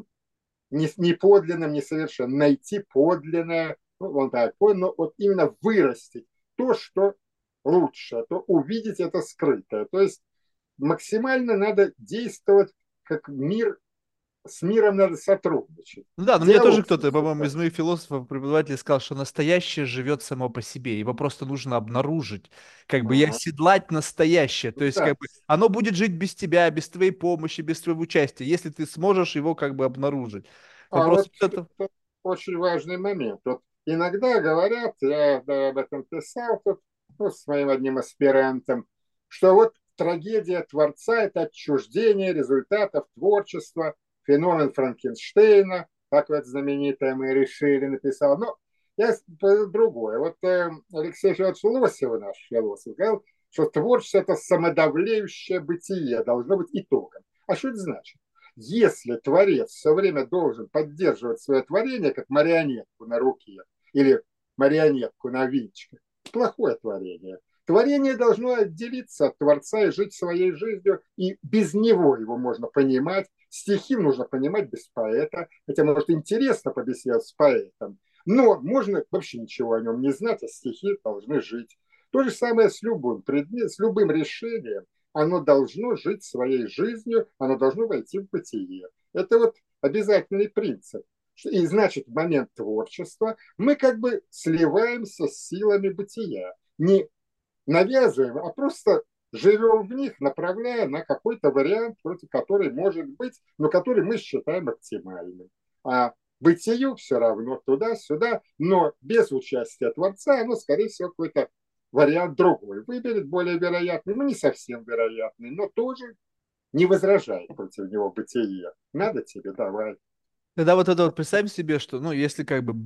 B: не подлинным, несовершенным. Найти подлинное, ну, он так, но вот именно вырастить то, что лучше, то увидеть это скрытое. То есть максимально надо действовать как мир, с миром надо сотрудничать.
A: Ну да, но мне тоже
B: Диалог с
A: кто-то,
B: ним
A: по-моему, из
B: создать.
A: моих философов, преподавателей сказал, что настоящее живет само по себе, его просто нужно обнаружить, как бы и
B: Ага.
A: оседлать настоящее, то есть
B: Да,
A: как бы оно будет жить без тебя, без твоей помощи, без твоего участия, если ты сможешь его как бы обнаружить.
B: а
A: Вопрос
B: вот
A: вот это.
B: тут очень важный момент. Вот иногда говорят, я да, об этом писал тут, ну, с моим одним аспирантом, что вот трагедия Творца – это отчуждение результатов творчества, феномен Франкенштейна, как вот знаменитое мы решили, написал. Но я другое. Вот Алексей Федорович Лосев, наш философ, сказал, что творчество – это самодавлеющее бытие, должно быть итогом. А что это значит? Если творец все время должен поддерживать свое творение, как марионетку на руке или марионетку на винчиках, плохое творение. Творение должно отделиться от Творца и жить своей жизнью, и без него его можно понимать. Стихи нужно понимать без поэта, хотя, может, интересно побеседовать с поэтом, но можно вообще ничего о нем не знать, а стихи должны жить. То же самое с любым предметом, с любым решением оно должно жить своей жизнью, оно должно войти в бытие. Это вот обязательный принцип. И значит, в момент творчества мы как бы сливаемся с силами бытия. Не навязываем, а просто живем в них, направляя на какой-то вариант, против который может быть, но который мы считаем оптимальным. А бытию все равно туда-сюда, но без участия Творца оно, скорее всего, какой-то вариант другой выберет, более вероятный, ну не совсем вероятный, но тоже не возражает против него бытие. Надо тебе, давай.
A: Тогда вот это вот представим себе, что, ну, если как бы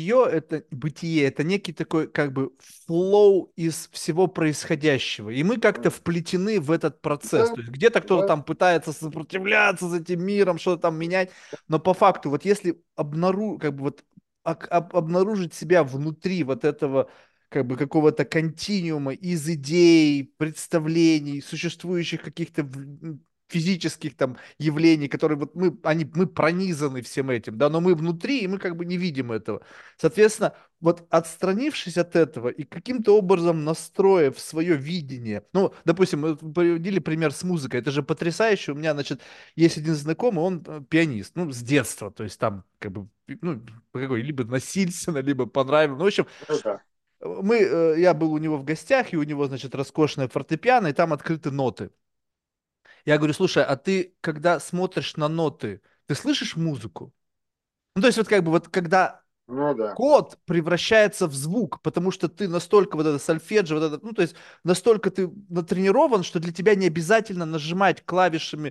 A: бытие, это некий такой как бы флоу из всего происходящего, и мы как-то вплетены в этот процесс,
B: Да,
A: то есть где-то кто-то
B: да,
A: там пытается сопротивляться за этим миром, что-то там менять, но по факту вот если как бы вот обнаружить себя внутри вот этого как бы какого-то континуума из идей, представлений, существующих каких-то физических там явлений, которые вот мы пронизаны всем этим, да, но мы внутри, и мы как бы не видим этого. Соответственно, вот отстранившись от этого и каким-то образом настроив свое видение, ну, допустим, мы приводили пример с музыкой, это же потрясающе, у меня, значит, есть один знакомый, он пианист, ну, с детства, то есть там, как бы, ну, какой, либо насильственно, либо понравилось, ну, в общем,
B: Ну да.
A: я был у него в гостях, и у него, значит, роскошная фортепиано, и там открыты ноты. Я говорю, слушай, а ты, когда смотришь на ноты, ты слышишь музыку? Ну, то есть вот как бы вот когда
B: Ну да.
A: код превращается в звук, потому что ты настолько вот это сольфеджио, вот это, ну, то есть настолько ты натренирован, что для тебя не обязательно нажимать клавишами,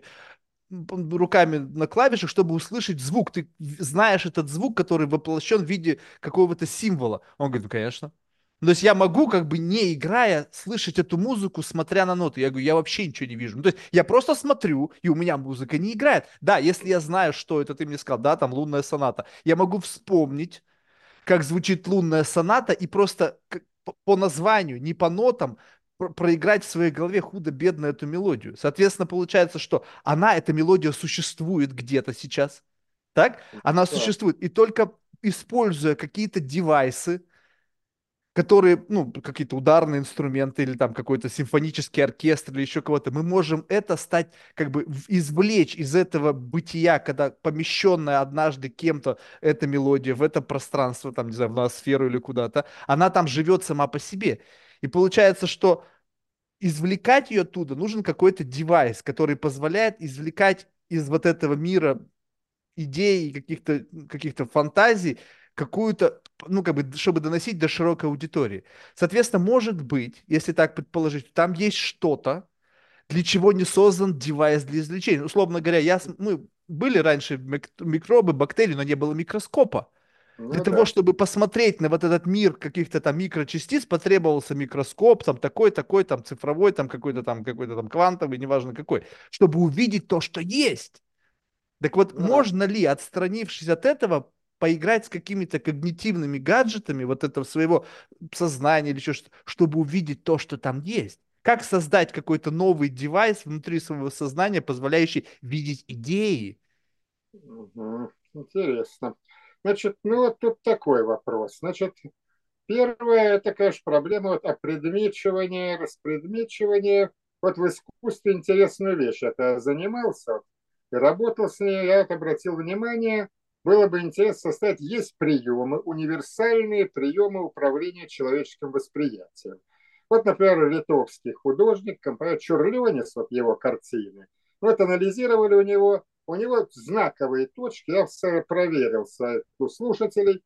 A: руками на клавишах, чтобы услышать звук. Ты знаешь этот звук, который воплощен в виде какого-то символа. Он говорит, ну, конечно. Ну, то есть я могу, как бы не играя, слышать эту музыку, смотря на ноты. Я говорю, я вообще ничего не вижу. Ну, то есть я просто смотрю, и у меня музыка не играет. Да, если я знаю, что это, ты мне сказал, да, там лунная соната, я могу вспомнить, как звучит лунная соната, и просто по названию, не по нотам, проиграть в своей голове худо-бедно эту мелодию. Соответственно, получается, что эта мелодия существует где-то сейчас, так? Она
B: Да.
A: существует, и только используя какие-то девайсы, которые, ну, какие-то ударные инструменты или там какой-то симфонический оркестр или еще кого-то, мы можем это стать, как бы извлечь из этого бытия, когда помещенная однажды кем-то эта мелодия в это пространство, там, не знаю, в ноосферу или куда-то, она там живет сама по себе. И получается, что извлекать ее оттуда нужен какой-то девайс, который позволяет извлекать из вот этого мира идей, каких-то фантазий, какую-то, ну, как бы, чтобы доносить до широкой аудитории. Соответственно, может быть, если так предположить, там есть что-то, для чего не создан девайс для извлечения. Условно говоря, мы были раньше микробы, бактерии, но не было микроскопа. Для
B: Ну
A: того,
B: да.
A: чтобы посмотреть на вот этот мир каких-то там микрочастиц, потребовался микроскоп, там такой, там цифровой, там какой-то там квантовый, неважно какой, чтобы увидеть то, что есть. Так вот,
B: Да.
A: можно ли, отстранившись от этого, поиграть с какими-то когнитивными гаджетами вот этого своего сознания или еще что, чтобы увидеть то, что там есть? Как создать какой-то новый девайс внутри своего сознания, позволяющий видеть идеи?
B: Мгм. Интересно. Значит, ну вот тут такой вопрос. Значит, первое, это, конечно, проблема вот опредмечивания, распредмечивания. Вот в искусстве интересную вещь. Это занимался вот, и работал с ней. Я вот обратил внимание, было бы интересно составить, есть приемы, универсальные приемы управления человеческим восприятием. Вот, например, литовский художник, композитор Чурлёнис, вот его картины. Вот анализировали у него знаковые точки, я проверил у слушателей,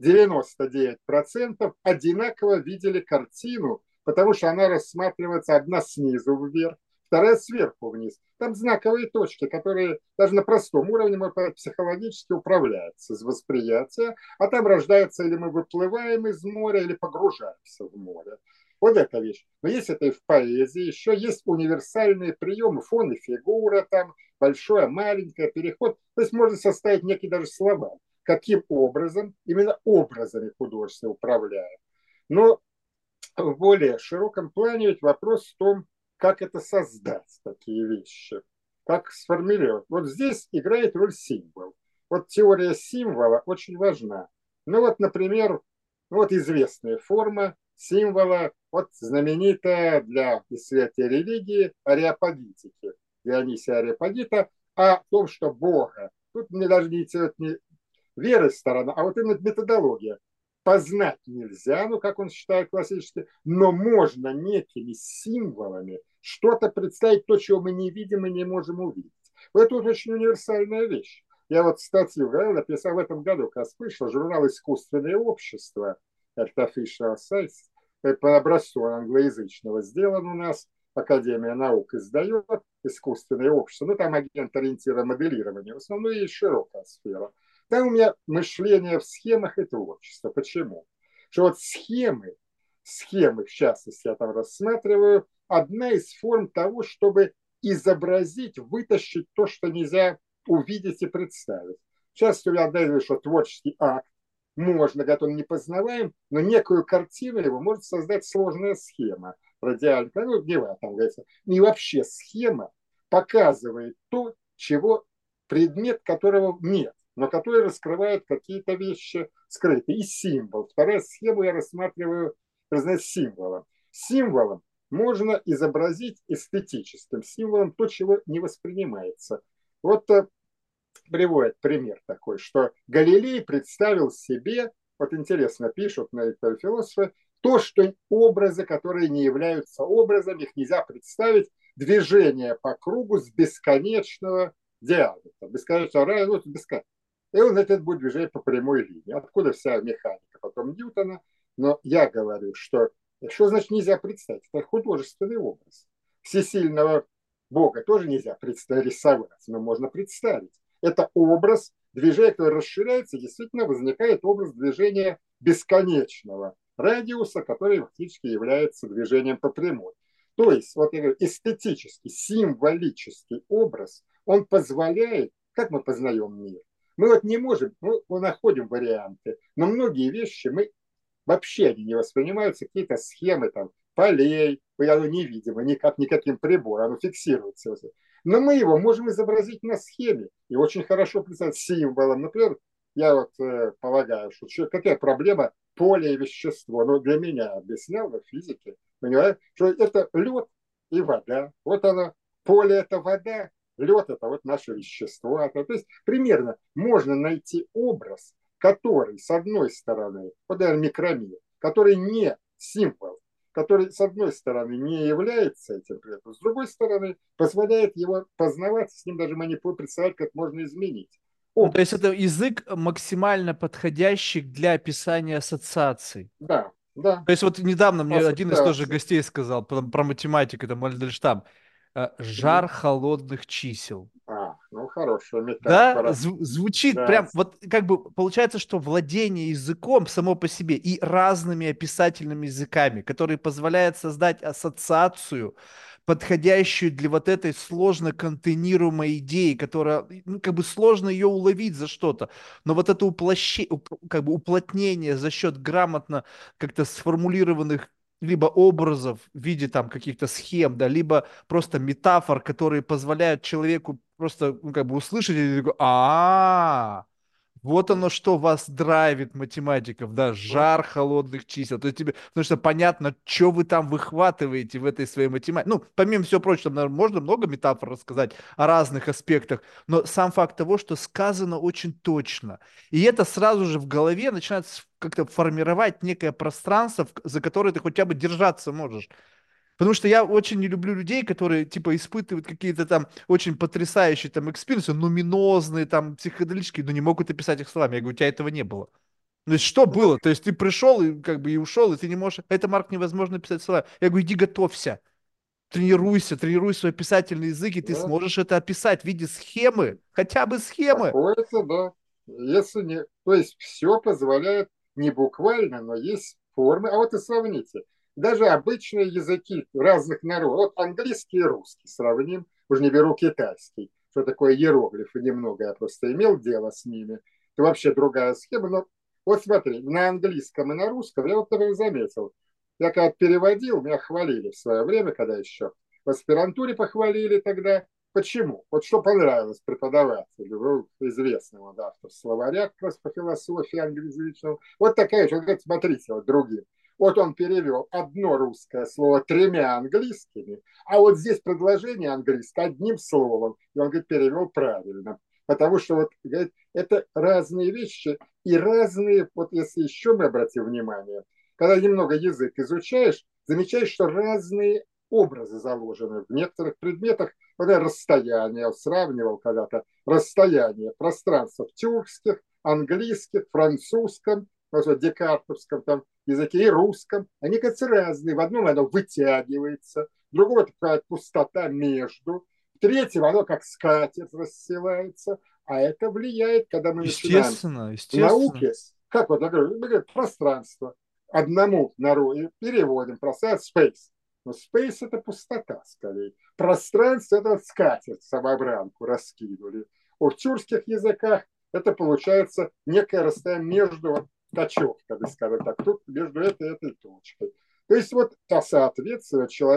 B: 99% одинаково видели картину, потому что она рассматривается одна снизу вверх, вторая сверху вниз. Там знаковые точки, которые даже на простом уровне, можно сказать, психологически управляются из восприятия, а там рождается или мы выплываем из моря, или погружаемся в море. Вот эта вещь. Но есть это и в поэзии, еще есть универсальные приемы, фон и фигура, там большое, маленькое, переход. То есть можно составить некий даже словарь, каким образом, именно образами художества управляют. Но в более широком плане ведь вопрос в том, как это создать, такие вещи, как сформулировать. Вот здесь играет роль символ. Вот теория символа очень важна. Ну вот, например, ну вот известная форма символа, вот знаменитая для исследователей религии ареопагитики, Дионисия Ареопагита, о том, что Бога, тут мне даже не интересует не веры сторона, а вот именно методология. Познать нельзя, ну, как он считает классически, но можно некими символами что-то представить, то, чего мы не видим и не можем увидеть. Это вот очень универсальная вещь. Я вот статью написал в этом году, как раз вышел журнал «Искусственное общество», Artificial Science, по образцу англоязычного сделан у нас, Академия наук издает искусственное общество, ну там агент-ориентированное моделирование, в основном и широкая сфера. Там у меня мышление в схемах и творчество. Почему? Что вот схемы, в частности, я там рассматриваю, одна из форм того, чтобы изобразить, вытащить то, что нельзя увидеть и представить. Сейчас я отдаю, что творческий акт можно, говорят, он непознаваем, но некую картину его может создать сложная схема радиальная, ну, не там говорится, и вообще схема показывает то, чего предмет которого нет, но который раскрывает какие-то вещи скрытые. И символ. Вторая схема я рассматриваю, знаете, символом. Символом можно изобразить эстетическим символом то, чего не воспринимается. Вот приводит пример такой, что Галилей представил себе, вот интересно пишут на это философы, то, что образы, которые не являются образами, их нельзя представить, движение по кругу с бесконечного диаметра, бесконечного радиуса, бесконечно. И он это будет движение по прямой линии. Откуда вся механика потом Ньютона? Но я говорю, что значит нельзя представить? Это художественный образ. Всесильного Бога тоже нельзя представить, рисовать, но можно представить. Это образ движения, который расширяется, действительно возникает образ движения бесконечного радиуса, который фактически является движением по прямой. То есть, вот я говорю, эстетический, символический образ, он позволяет, как мы познаем мир? Мы вот не можем, мы находим варианты, но многие вещи мы вообще они не воспринимаются, какие-то схемы там, полей, оно невидимо, никак, никаким прибором, оно фиксируется. Но мы его можем изобразить на схеме и очень хорошо представить символом. Например, я вот полагаю, что какая проблема поле и вещество. Но для меня объяснял в физике, понимаю, что это лед и вода. Вот оно, поле это вода, лед это вот наше вещество. То есть примерно можно найти образ, который, с одной стороны, вот, наверное, микромир, который не символ, который, с одной стороны, не является этим предметом, с другой стороны, позволяет его познавать, с ним даже манипулировать, представить, как можно изменить.
A: Ну, то есть
B: Образ.
A: это язык максимально подходящий для описания ассоциаций.
B: Да, да,
A: То есть вот недавно мне один из тоже
B: ассоциация.
A: гостей сказал про математику, это Мальдельштам, жар холодных чисел.
B: Ну, хорошая
A: Да,
B: метафора.
A: звучит
B: Да,
A: прям, вот как бы получается, что владение языком само по себе и разными описательными языками, которые позволяют создать ассоциацию, подходящую для вот этой сложно контейнируемой идеи, которая, ну, как бы сложно ее уловить за что-то, но вот это как бы уплотнение за счет грамотно как-то сформулированных либо образов в виде там каких-то схем, да, либо просто метафор, которые позволяют человеку просто, ну, как бы услышать и такой, вот оно, что вас драйвит, математиков, да, жар холодных чисел. То есть тебе, потому что понятно, что вы там выхватываете в этой своей математике. Ну, помимо всего прочего, там, наверное, можно много метафор рассказать о разных аспектах, но сам факт того, что сказано очень точно. И это сразу же в голове начинает как-то формировать некое пространство, за которое ты хотя бы держаться можешь. Потому что я очень не люблю людей, которые, типа, испытывают какие-то там очень потрясающие там экспириенсы, нуминозные, там, психоделические, но не могут описать их словами. Я говорю, у тебя этого не было. То есть что
B: ну,
A: было? То есть ты пришел и как бы и ушел, и ты не можешь... Это, Марк, невозможно писать слова. Я говорю, иди готовься, тренируйся, тренируй свой писательный язык, и ты
B: да,
A: сможешь это описать в виде схемы, хотя бы схемы.
B: какое-то, да. Если не, то есть все позволяет не буквально, но есть формы. А вот и сравните. Даже обычные языки разных народов, вот английский и русский сравним, уже не беру китайский, что такое иероглифы, немного я просто имел дело с ними. Это вообще другая схема, но вот смотри, на английском и на русском я вот тоже заметил. Я когда переводил, меня хвалили в свое время, когда еще в аспирантуре похвалили тогда. Почему? Вот что понравилось преподавателю, известному, да, автор словаря как раз по философии англоязычного. Вот такая же, он говорит, смотрите, вот другим. Вот он перевел одно русское слово тремя английскими, а вот здесь предложение английское одним словом. И он, говорит, перевел правильно. Потому что, вот, говорит, это разные вещи и разные, вот если еще мы обратим внимание, когда немного язык изучаешь, замечаешь, что разные образы заложены в некоторых предметах, расстояние, сравнивал когда-то расстояние пространства в тюркских, английских, французском, декартовском там, языке и русском. Они, кажется, разные. В одном оно вытягивается, в другом это какая-то пустота между, в третьем оно как скатерть расстилается, а это влияет, когда мы начинаем
A: Естественно,
B: в
A: естественно.
B: науке, как вот я говорю, мы говорим, пространство, одному народу переводим пространство space. Но space это пустота скорее. Пространство это вот скатерть самобранку раскинули. В тюркских языках это получается некое расстояние между вот точевками, скажем так, тут между этой и этой точкой. То есть вот, соответственно, человек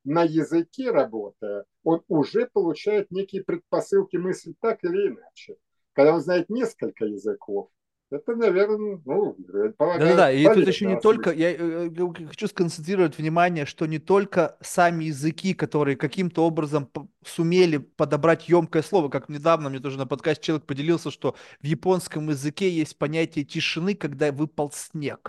B: на языке работая, он уже получает некие предпосылки мысли так или иначе. Когда он знает несколько языков, это, наверное, ну, полагаю,
A: Да-да-да, и тут еще
B: полезно
A: не только,
B: осмыслить.
A: я хочу сконцентрировать внимание, что не только сами языки, которые каким-то образом сумели подобрать емкое слово, как недавно мне тоже на подкасте человек поделился, что в японском языке есть понятие тишины, когда выпал снег.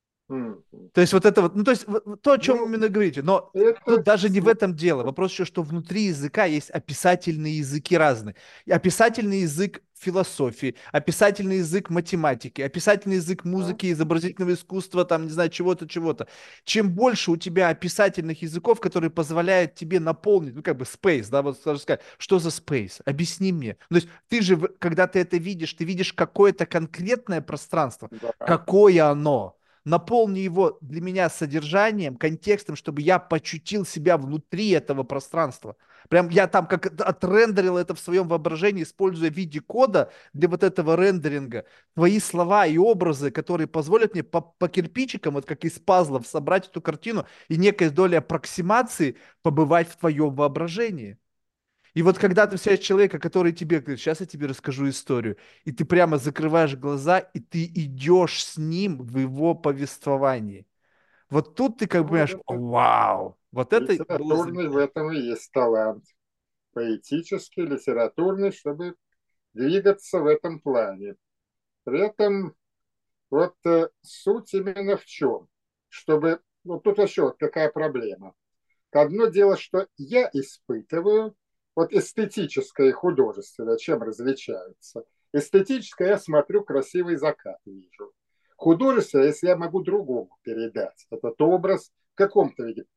B: Мгм.
A: То есть вот это вот, ну то есть то, о чем
B: Ну,
A: именно говорите, но тут
B: это
A: даже не в этом дело. Вопрос еще, что внутри языка есть описательные языки разные. И описательный язык философии, описательный язык математики, описательный язык
B: да,
A: музыки, изобразительного искусства, там, не знаю, чего-то, чего-то. Чем больше у тебя описательных языков, которые позволяют тебе наполнить, ну, как бы, space, да, вот сразу сказать, что за space? Объясни мне. То есть ты же, когда ты это видишь, ты видишь какое-то конкретное пространство.
B: да,
A: Какое оно? Наполни его для меня содержанием, контекстом, чтобы я почутил себя внутри этого пространства. Прям я там как отрендерил это в своем воображении, используя в виде кода для вот этого рендеринга. Твои слова и образы, которые позволят мне по кирпичикам, вот как из пазлов, собрать эту картину и некой долей аппроксимации побывать в твоем воображении. И вот когда ты встречаешь человека, который тебе говорит, сейчас я тебе расскажу историю, и ты прямо закрываешь глаза, и ты идешь с ним в его повествовании. Вот тут ты как бы
B: ну,
A: понимаешь,
B: это
A: вау, вот это было
B: литературный в
A: замечательно.
B: этом и есть талант. Поэтический, литературный, чтобы двигаться в этом плане. При этом вот суть именно в чем? Чтобы, ну тут еще вот какая проблема. Одно дело, что я испытываю, вот эстетическое и художественное, чем различаются. Эстетическое я смотрю, красивый закат вижу. Художественное, если я могу другому передать этот образ в каком-то виде,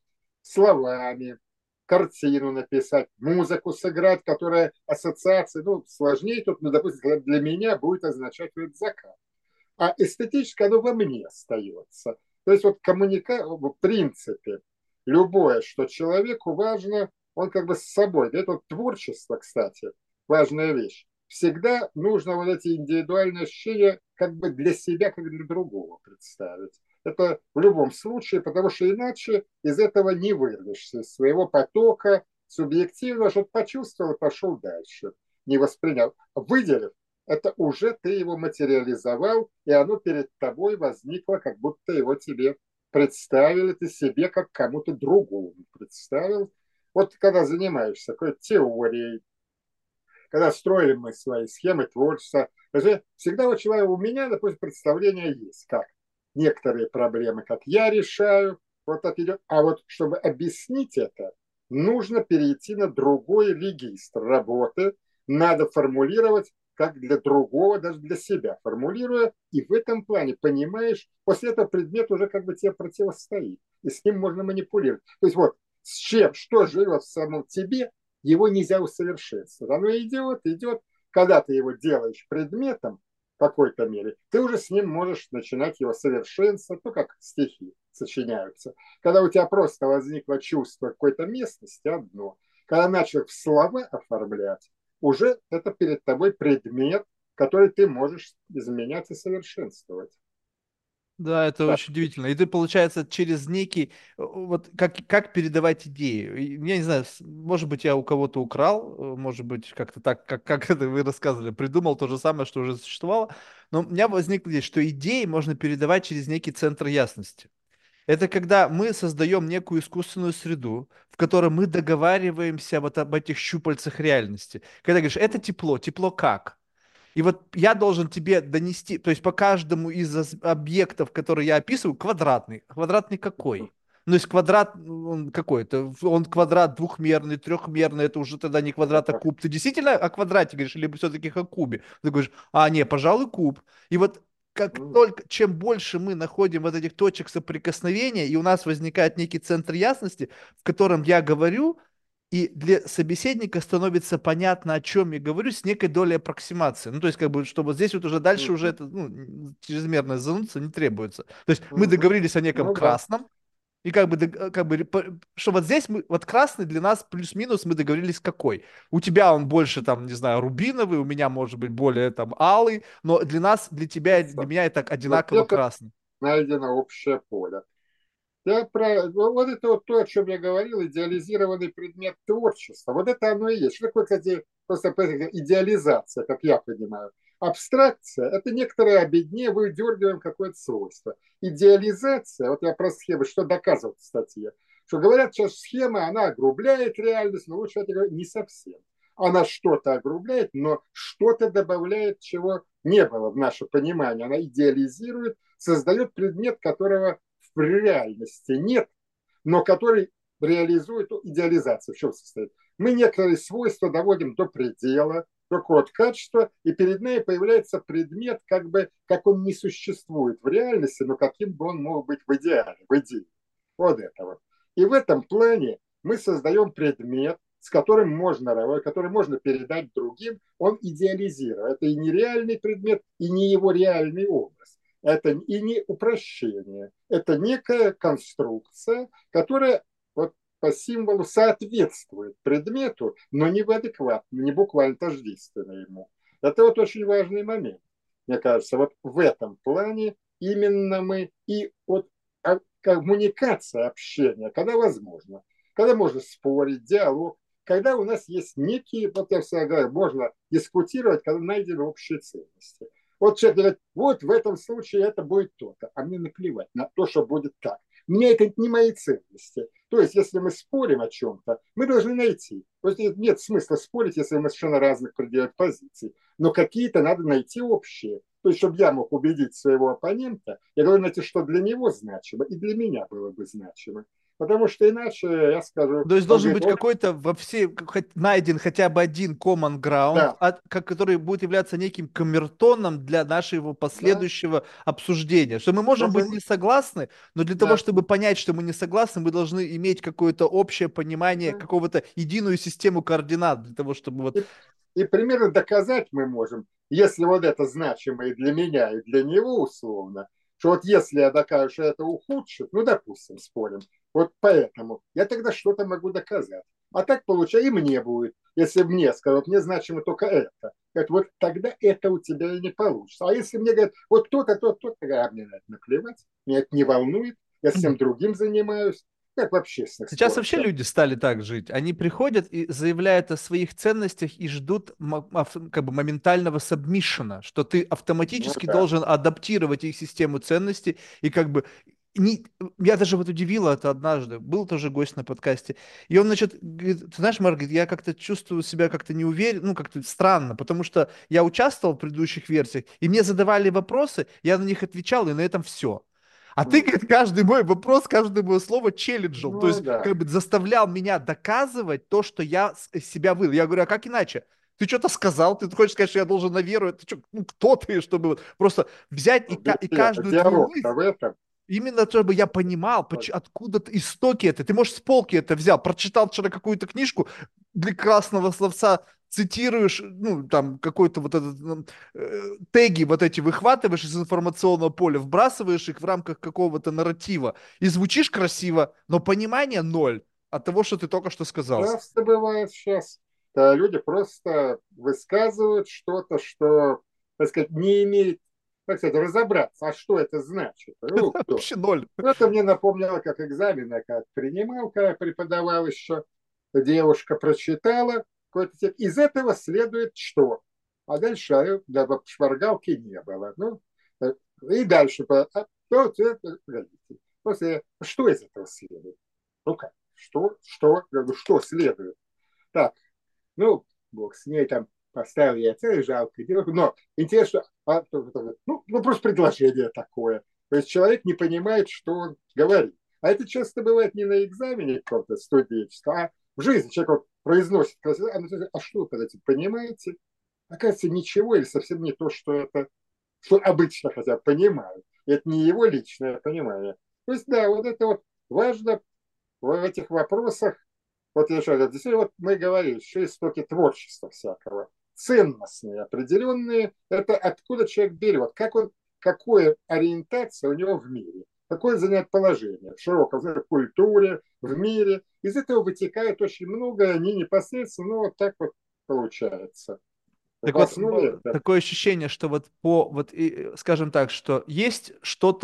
B: словами, картину написать, музыку сыграть, которая ассоциации, ну, сложнее тут, ну, допустим, для меня будет означать этот закат. А эстетическое, оно во мне остается. То есть вот в принципе, любое, что человеку важно, он как бы с собой. Это вот творчество, кстати, важная вещь. Всегда нужно вот эти индивидуальные ощущения как бы для себя, как для другого представить. Это в любом случае, потому что иначе из этого не вырвешься, из своего потока субъективно, что почувствовал и пошел дальше, не воспринял. Выделив, это уже ты его материализовал, и оно перед тобой возникло, как будто его тебе представили, ты себе как кому-то другому представил. Вот когда занимаешься какой-то теорией, когда строили мы свои схемы творчества, всегда у меня, допустим, представление есть, как некоторые проблемы, как я решаю, вот так идет. А вот чтобы объяснить это, нужно перейти на другой регистр работы, надо формулировать как для другого, даже для себя формулируя, и в этом плане понимаешь, после этого предмет уже как бы тебе противостоит, и с ним можно манипулировать. То есть вот с чем, что живет в самом тебе, его нельзя усовершенствовать. Оно идет, идет. Когда ты его делаешь предметом в какой-то мере, ты уже с ним можешь начинать его совершенствовать, ну, как стихи сочиняются. Когда у тебя просто возникло чувство какой-то местности, одно. Когда начал в слова оформлять, уже это перед тобой предмет, который ты можешь изменять и совершенствовать.
A: Да, это
B: Так.
A: очень удивительно. И ты, получается, через некий, вот как передавать идею. И, я не знаю, может быть, я у кого-то украл, может быть, как-то так, как это вы рассказывали, придумал то же самое, что уже существовало. Но у меня возникла идея, что идеи можно передавать через некий центр ясности. Это когда мы создаем некую искусственную среду, в которой мы договариваемся вот об этих щупальцах реальности. Когда говоришь, это тепло, тепло как? И вот я должен тебе донести, то есть по каждому из объектов, которые я описываю, квадратный. Квадратный какой? Ну, есть квадрат, он какой-то, он квадрат двухмерный, трехмерный, это уже тогда не квадрат, а куб. Ты действительно о квадрате говоришь, или все-таки о кубе? Ты говоришь, а, не, пожалуй, куб. И вот как только, чем больше мы находим вот этих точек соприкосновения, и у нас возникает некий центр ясности, в котором я говорю, и для собеседника становится понятно, о чем я говорю, с некой долей аппроксимации. Ну, то есть, как бы, чтобы здесь вот уже дальше уже это, ну, чрезмерное занудство не требуется. То есть мы договорились о неком
B: Ну да.
A: красном, и как бы, как бы, что вот здесь мы, вот красный для нас плюс-минус мы договорились какой. У тебя он больше там, не знаю, рубиновый, у меня может быть более там алый, но для нас, для тебя, для меня это
B: Вот
A: одинаково
B: это
A: красный.
B: найдено общее поле. Вот это вот то, о чем я говорил, идеализированный предмет творчества. Вот это оно и есть. Что такое, кстати, просто идеализация, как я понимаю? Абстракция– это некоторое обеднение, выдергиваем какое-то свойство. Идеализация, вот я про схемы, что доказывал в статье, что говорят, что схема, она огрубляет реальность, но лучше это говорить не совсем. Она что-то огрубляет, но что-то добавляет, чего не было в наше понимание. Она идеализирует, создает предмет, которого в реальности нет, но который реализует идеализацию. В чем состоит? Мы некоторые свойства доводим до предела, до какого-то качества, и перед ней появляется предмет, как бы, как он не существует в реальности, но каким бы он мог быть в идеале, в идее. Вот это вот. И в этом плане мы создаем предмет, с которым можно работать, который можно передать другим, он идеализирует. Это и не реальный предмет, и не его реальный образ. Это и не упрощение. Это некая конструкция, которая вот по символу соответствует предмету, но не в адекватно, не буквально тождественно ему. Это вот очень важный момент. Мне кажется, вот в этом плане именно мы и вот коммуникация, общение, когда возможно, когда можно спорить, диалог, когда у нас есть некие, вот я всегда говорю, можно дискутировать, когда найдены общие ценности. Вот человек говорит, вот в этом случае это будет то-то, а мне наплевать на то, что будет так. Мне это не мои ценности. То есть, если мы спорим о чем-то, мы должны найти. То есть, нет смысла спорить, если мы совершенно разных придерживаем позиций. Но какие-то надо найти общие. То есть, чтобы я мог убедить своего оппонента, я должен найти, что для него значимо, и для меня было бы значимо. Потому что иначе я скажу,
A: То есть
B: он
A: должен
B: говорит,
A: быть какой-то во все найден хотя бы один common ground,
B: да,
A: который будет являться неким камертоном для нашего
B: да,
A: последующего обсуждения. Что мы можем быть
B: чтобы,
A: не согласны, но для того,
B: да,
A: чтобы понять, что мы не согласны, мы должны иметь какое-то общее понимание,
B: да.
A: какого-то единую систему координат для того, чтобы вот...
B: И примерно доказать мы можем, если вот это значимо и для меня, и для него условно, что вот если я докажу, что это ухудшит, ну, допустим, спорим, вот поэтому я тогда что-то могу доказать. А так получается, и мне будет, если мне скажут, мне значимо только это. Говорят, вот тогда это у тебя и не получится. А если мне говорят, вот то-то, то-то, а мне на это наплевать, меня это не волнует, я всем другим занимаюсь, как в общественных
A: Сейчас
B: спорах.
A: вообще люди стали так жить. Они приходят и заявляют о своих ценностях и ждут как бы моментального сабмишена, что ты
B: Ну
A: автоматически
B: да.
A: должен адаптировать их систему ценностей и как бы не, я даже вот удивило это однажды. Был тоже гость на подкасте. И он, значит, говорит, ты знаешь, Маргарит, я как-то чувствую себя как-то неуверенно, ну, как-то странно, потому что я участвовал в предыдущих версиях, и мне задавали вопросы, я на них отвечал, и на этом все. А ты, говорит, каждый мой вопрос, каждое мое слово челленджил. То
B: Ну
A: есть,
B: да.
A: как бы заставлял меня доказывать то, что я из себя выдал. Я говорю, а как иначе? Ты что-то сказал, ты хочешь сказать, что я должен на веру? Ты что, ну, кто ты, чтобы вот просто взять и каждую твою
B: Диалог-то
A: мысль,
B: в этом.
A: именно чтобы я понимал, откуда истоки это. Ты, может, с полки это взял, прочитал вчера какую-то книжку для красного словца, цитируешь, ну, там, какой-то вот этот, теги вот эти выхватываешь из информационного поля, вбрасываешь их в рамках какого-то нарратива, и звучишь красиво, но понимания ноль от того, что ты только что сказал.
B: Часто бывает сейчас. Да, люди просто высказывают что-то, что, так сказать, не имеет, так сказать, разобраться, а что это значит. Ну, кто?
A: Вообще ноль.
B: Это мне напомнило, как экзамены, как принимал, когда преподавал еще, девушка прочитала какой-то текст. Из этого следует что? А дальше да, шпаргалки не было. Ну, и дальше, после, что из этого следует? Ну как? Что следует? Так, ну, бог с ней там поставил я целый жалко девушку. Но интересно, ну, просто предложение такое. То есть человек не понимает, что он говорит. А это часто бывает не на экзамене какого-то студенчества, а в жизни человек вот произносит, а что вы под этим понимаете? Оказывается, ничего или совсем не то, что это, что обычно хотя бы понимают. Это не его личное понимание. То есть, да, вот это вот важно в этих вопросах, вот я еще раз, действительно, вот мы говорили, что истоки творчества всякого, ценностные, определенные, это откуда человек берет, как он, какая ориентация у него в мире, какое занять положение в широком в культуре, в мире. Из этого вытекает очень много, они непосредственно, ну, вот так вот получается.
A: Так
B: В
A: вот,
B: основе, да,
A: такое ощущение, что вот скажем так, что есть что-то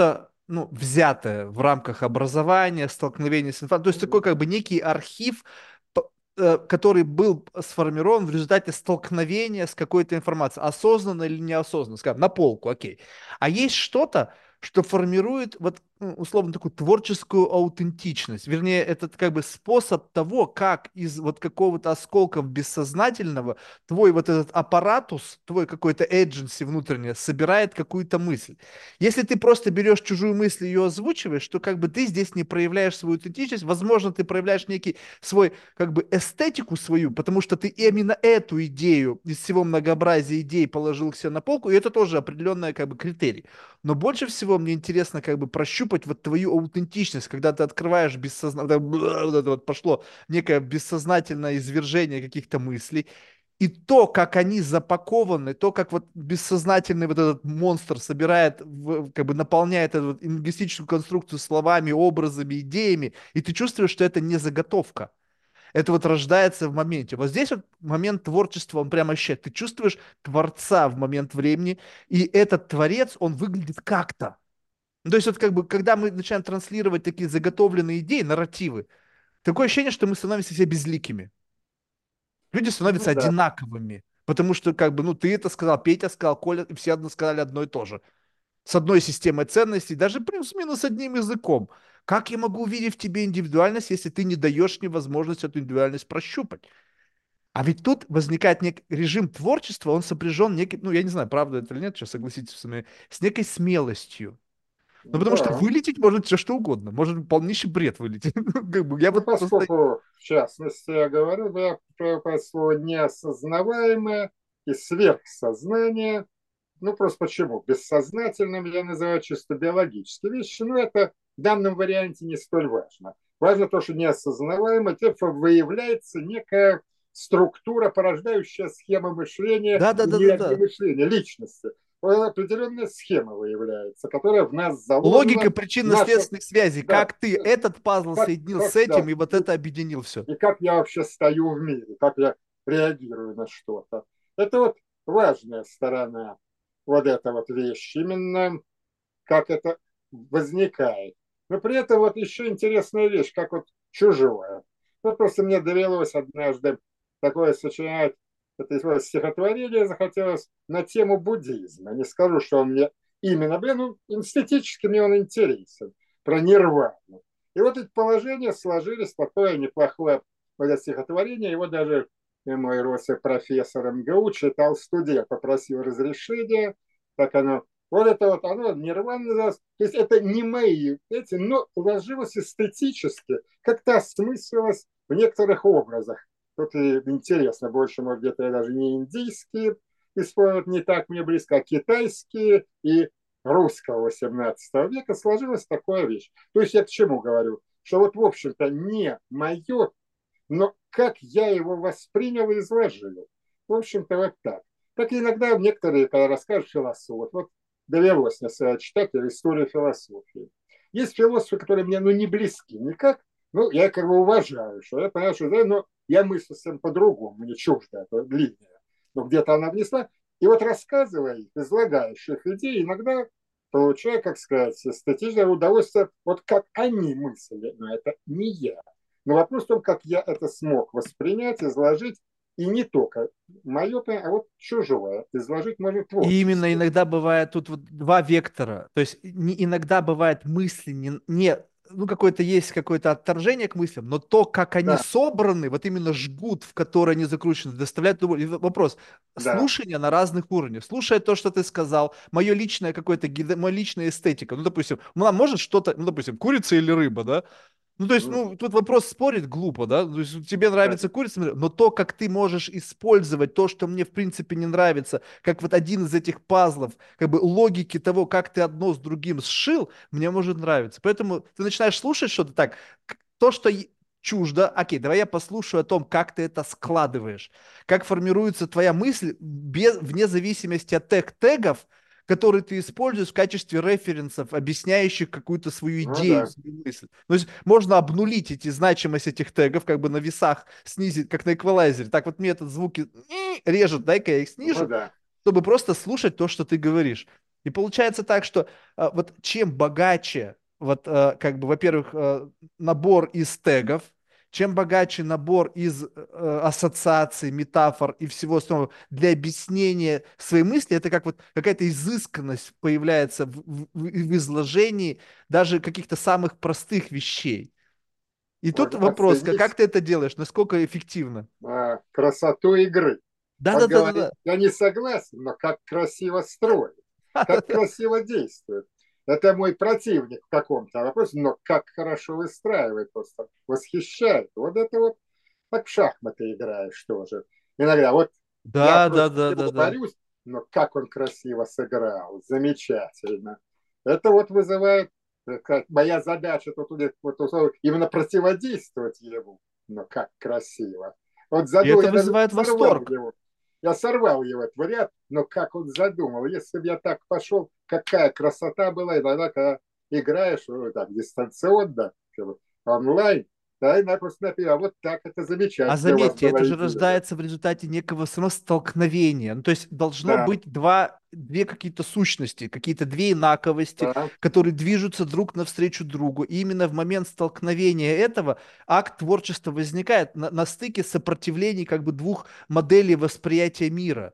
A: ну, взятое в рамках образования, столкновения с информацией. То есть такой как бы некий архив, который был сформирован в результате столкновения с какой-то информацией, осознанно или неосознанно, скажем, на полку, окей. А есть что-то, что формирует вот условно такую творческую аутентичность. Вернее, это как бы способ того, как из вот какого-то осколков бессознательного твой вот этот аппаратус, твой какой-то agency внутреннее собирает какую-то мысль. Если ты просто берешь чужую мысль и ее озвучиваешь, то как бы ты здесь не проявляешь свою аутентичность. Возможно, ты проявляешь некий свой как бы эстетику свою, потому что ты именно эту идею из всего многообразия идей положил к себе на полку, и это тоже определенная как бы критерий. Но больше всего мне интересно как бы прощупать вот твою аутентичность, когда ты открываешь бессознательно, вот это вот пошло некое бессознательное извержение каких-то мыслей, и то, как они запакованы, то, как вот бессознательный вот этот монстр собирает, как бы наполняет эту вот лингвистическую конструкцию словами, образами, идеями, и ты чувствуешь, что это не заготовка. Это вот рождается в моменте. Вот здесь вот момент творчества, он прямо ощущает. Ты чувствуешь творца в момент времени, и этот творец, он выглядит как-то. Ну, то есть вот как бы, когда мы начинаем транслировать такие заготовленные идеи, нарративы, такое ощущение, что мы становимся все безликими. Люди
B: Ну
A: становятся
B: да.
A: одинаковыми. Потому что, как бы, ну, ты это сказал, Петя сказал, Коля, и все сказали одно и то же. С одной системой ценностей, даже плюс-минус одним языком. Как я могу увидеть в тебе индивидуальность, если ты не даешь мне возможность эту индивидуальность прощупать? А ведь тут возникает некий режим творчества, он сопряжен неким, ну, я не знаю, правда это или нет, сейчас согласитесь со мной, с некой смелостью. Ну, потому что
B: Да.
A: вылететь может все что угодно. Может полнейший бред вылететь. Ну, как бы, я
B: Ну,
A: вот просто...
B: поскольку, в частности, я говорю, я про слово неосознаваемое и сверхсознание. Ну, просто почему? Бессознательным я называю чисто биологические вещи, но это в данном варианте не столь важно. Важно то, что неосознаваемо, типа выявляется некая структура, порождающая схемы мышления и не
A: Да-да-да-да-да.
B: мышления, личности. Определенная схема выявляется, которая в нас
A: Логика
B: заложена, наша,
A: причинно-следственных связей.
B: да,
A: Как ты этот пазл соединил с
B: да,
A: этим, и вот это объединил все.
B: и как я вообще стою в мире, как я реагирую на что-то. Это вот важная сторона вот эта вот вещь, именно как это возникает. Но при этом вот еще интересная вещь, как вот чужое. Вот просто мне довелось однажды такое сочинять, это стихотворение захотелось на тему буддизма. Не скажу, что он мне именно, блин, ну, эстетически мне он интересен, про нирвану. И вот эти положения сложились, такое неплохое вот это стихотворение, его даже мой родственник профессор МГУ читал студент, попросил разрешения, так оно вот это вот оно, нирвана называлось. То есть это не мои эти, но ложилось эстетически, как-то осмыслилось в некоторых образах. Тут и интересно, больше, может, где-то даже не индийские используют, не так мне близко, а китайские и русского 18 века сложилась такая вещь. То есть я к чему говорю? Что вот, в общем-то, не мое, но как я его воспринял и изложил. В общем-то, вот так. Так иногда некоторые, когда расскажут философ, вот довелось мне читать историю философии. Есть философы, которые мне ну, не близки никак, ну, я как бы уважаю, что я понимаю, что да, но я мыслю совсем по-другому, мне чужда эта линия. Но где-то она внесла. И вот рассказывая их, излагаешь их идеи, иногда получаю, как сказать, эстетическое удовольствие, вот как они мыслили, но это не я. Но вопрос в том, как я это смог воспринять, изложить, и не только мое, а вот чужое. Изложить можно
A: И именно
B: творчески.
A: иногда бывает тут вот два вектора. То есть иногда бывает мысли ну какое-то есть какое-то отторжение к мыслям, но то, как они
B: Да,
A: собраны, вот именно жгут, в который они закручены, доставляет вопрос.
B: да.
A: Слушание на разных уровнях. Слушая то, что ты сказал, мое личное какое-то, моя личная эстетика. Ну, допустим, может что-то, ну, допустим, курица или рыба, да? Ну, то есть, ну, тут вопрос спорить глупо, да? То есть, тебе нравится курица, но то, как ты можешь использовать то, что мне, в принципе, не нравится, как вот один из этих пазлов, как бы логики того, как ты одно с другим сшил, мне может нравиться. Поэтому ты начинаешь слушать что-то так, то, что чуждо, окей, давай я послушаю о том, как ты это складываешь, как формируется твоя мысль вне зависимости от тег-тегов, которые ты используешь в качестве референсов, объясняющих какую-то свою
B: Ну
A: идею,
B: да,
A: свою мысль. То есть можно обнулить эти значимость этих тегов, как бы на весах снизить, как на эквалайзере. Так вот мне этот звуки режет, дай-ка я их
B: ну
A: снижу,
B: да.
A: чтобы просто слушать то, что ты говоришь. И получается так, что вот чем богаче, вот как бы, во-первых, набор из тегов, чем богаче набор из ассоциаций, метафор и всего остального для объяснения своей мысли, это как вот какая-то изысканность появляется в изложении даже каких-то самых простых вещей. И тут
B: Можно
A: вопрос, как
B: оценить
A: ты это делаешь, насколько эффективно?
B: красоту игры. Он говорит,
A: Да-да-да-да-да.
B: я не согласен, но как красиво строит, как красиво действует. Это мой противник в каком-то вопросе, но как хорошо выстраивает, просто восхищает. Вот это вот как в шахматы играешь тоже. Иногда вот я против него
A: Да-да-да-да-да.
B: борюсь, но как он красиво сыграл, замечательно. Это вот вызывает, моя задача тут вот, именно противодействовать ему, но как красиво. Вот
A: И
B: задул,
A: это
B: я даже
A: вызывает
B: сорвал
A: восторг.
B: его. Я сорвал его этот вариант, но как он задумал. Если бы я так пошел, какая красота была, и тогда, когда играешь так, дистанционно, онлайн, да, и просто например, а вот так это
A: А
B: замечательно у вас
A: заметьте, это
B: была
A: же
B: идея.
A: рождается в результате некого все равно столкновения. Ну, то есть должно
B: Да,
A: быть две какие-то сущности, какие-то две инаковости,
B: да,
A: которые движутся друг навстречу другу. И именно в момент столкновения этого акт творчества возникает на стыке сопротивлений как бы двух моделей восприятия мира.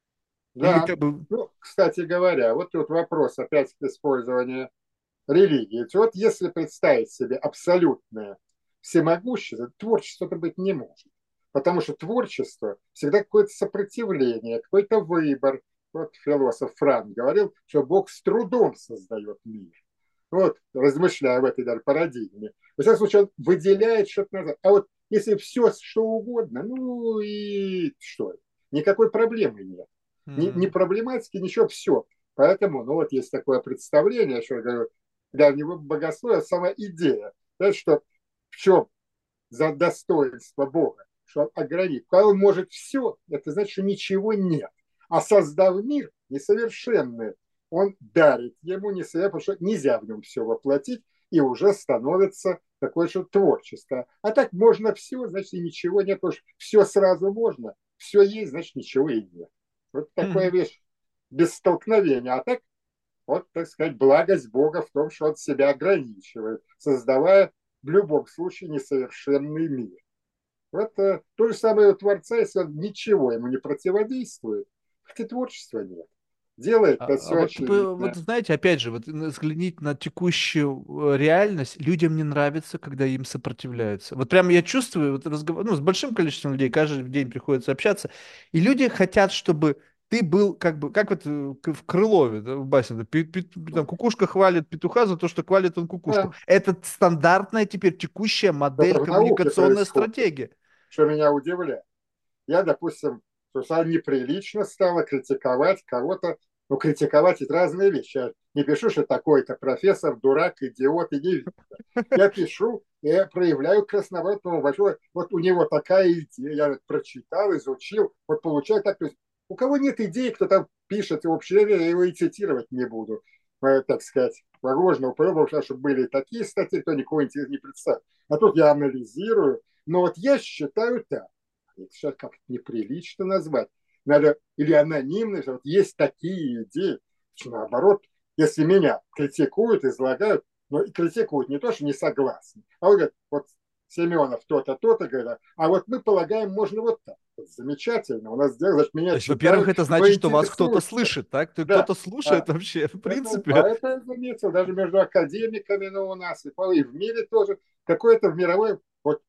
A: Или
B: да.
A: как бы...
B: Ну, кстати говоря, вот тут вопрос опять к использованию религии. Вот если представить себе абсолютное всемогущество, творчество-то быть не может. Потому что творчество всегда какое-то сопротивление, какой-то выбор. Вот философ Франк говорил, что Бог с трудом создает мир. Вот, размышляя в этой даже парадигме. В всяком случае, он выделяет что-то назад. А вот если все, что угодно, ну и что? Никакой проблемы нет. Не
A: М.
B: проблематики, ничего, все. Поэтому, ну вот есть такое представление, что я говорю, для него богословие сама идея, да, что в чем за достоинство Бога, что он огранит. Когда он может все, это значит, что ничего нет. А создав мир несовершенный, он дарит ему несовершенное, потому что нельзя в нем все воплотить, и уже становится такое же творчество. А так можно все, значит, и ничего нет, потому что все сразу можно, все есть, значит, ничего и нет. Вот такая вещь без столкновения. А так вот, так сказать, благость Бога в том, что он себя ограничивает, создавая в любом случае несовершенный мир. Вот то же самое у Творца, если он ничего ему не противодействует, хотя творчества нет. Делает это
A: А
B: все
A: вот, вот
B: очевидно.
A: знаете, опять же, вот взглянуть на текущую реальность, людям не нравится, когда им сопротивляются. Вот прямо я чувствую, вот разговор, ну, с большим количеством людей каждый день приходится общаться, и люди хотят, чтобы ты был как бы, как вот в Крылове, да, в басне, да, там, кукушка хвалит петуха за то, что хвалит он кукушку.
B: Да,
A: Это стандартная теперь текущая модель,
B: это в науке
A: коммуникационная
B: происходит,
A: стратегия.
B: что меня удивляет. Я, допустим, что неприлично стало критиковать кого-то, ну, критиковать это разные вещи. Я не пишу, что такой-то профессор, дурак, идиот и невинно. Я пишу, я проявляю красноватому большого. Вот у него такая идея, я прочитал, изучил, вот получаю так. То есть у кого нет идеи, кто там пишет вообще, я его и цитировать не буду, так сказать. Возможно, потому что были такие статьи, кто никого не представит. А тут я анализирую, но вот я считаю так. Это сейчас как-то неприлично назвать. Надо или анонимно, что вот есть такие идеи. Наоборот, если меня критикуют, излагают, но и критикуют не то, что не согласны, а говорят, вот Семенов то-то, то-то, говорят, а вот мы полагаем, можно вот так. Вот замечательно, у нас дело, значит,
A: То
B: меня
A: есть, во-первых,
B: читают,
A: это
B: но
A: значит, что вас кто-то
B: интересуются.
A: слышит, так?
B: Да,
A: Кто-то слушает
B: а
A: вообще, в
B: а
A: принципе.
B: это я заметил даже между академиками, но у нас и в мире тоже какое-то в мировой, вот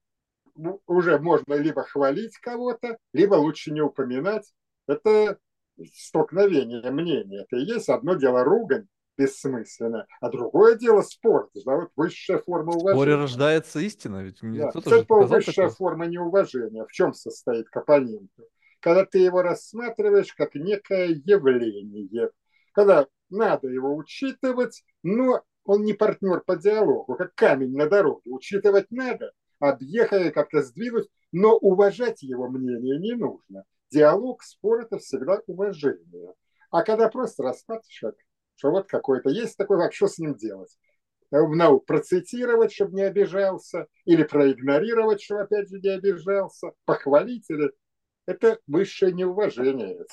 B: уже можно либо хвалить кого-то, либо лучше не упоминать. Это столкновение мнений. Это и есть одно дело ругань бессмысленно, а другое дело спор. Это вот высшая форма
A: В споре
B: уважения.
A: рождается истина, ведь мне
B: Да.
A: кто-то
B: Что
A: же
B: это
A: сказал
B: высшая
A: такое.
B: форма неуважения? В чем состоит к оппоненту? Когда ты его рассматриваешь как некое явление, когда надо его учитывать, но он не партнер по диалогу, как камень на дороге. Учитывать надо, объехать, как-то сдвинуть, но уважать его мнение не нужно. Диалог, спор – это всегда уважение. А когда просто рассматриваешь, что вот какой-то есть такой, как что с ним делать? Процитировать, чтобы не обижался, или проигнорировать, чтобы опять же не обижался, похвалить, или это высшее неуважение.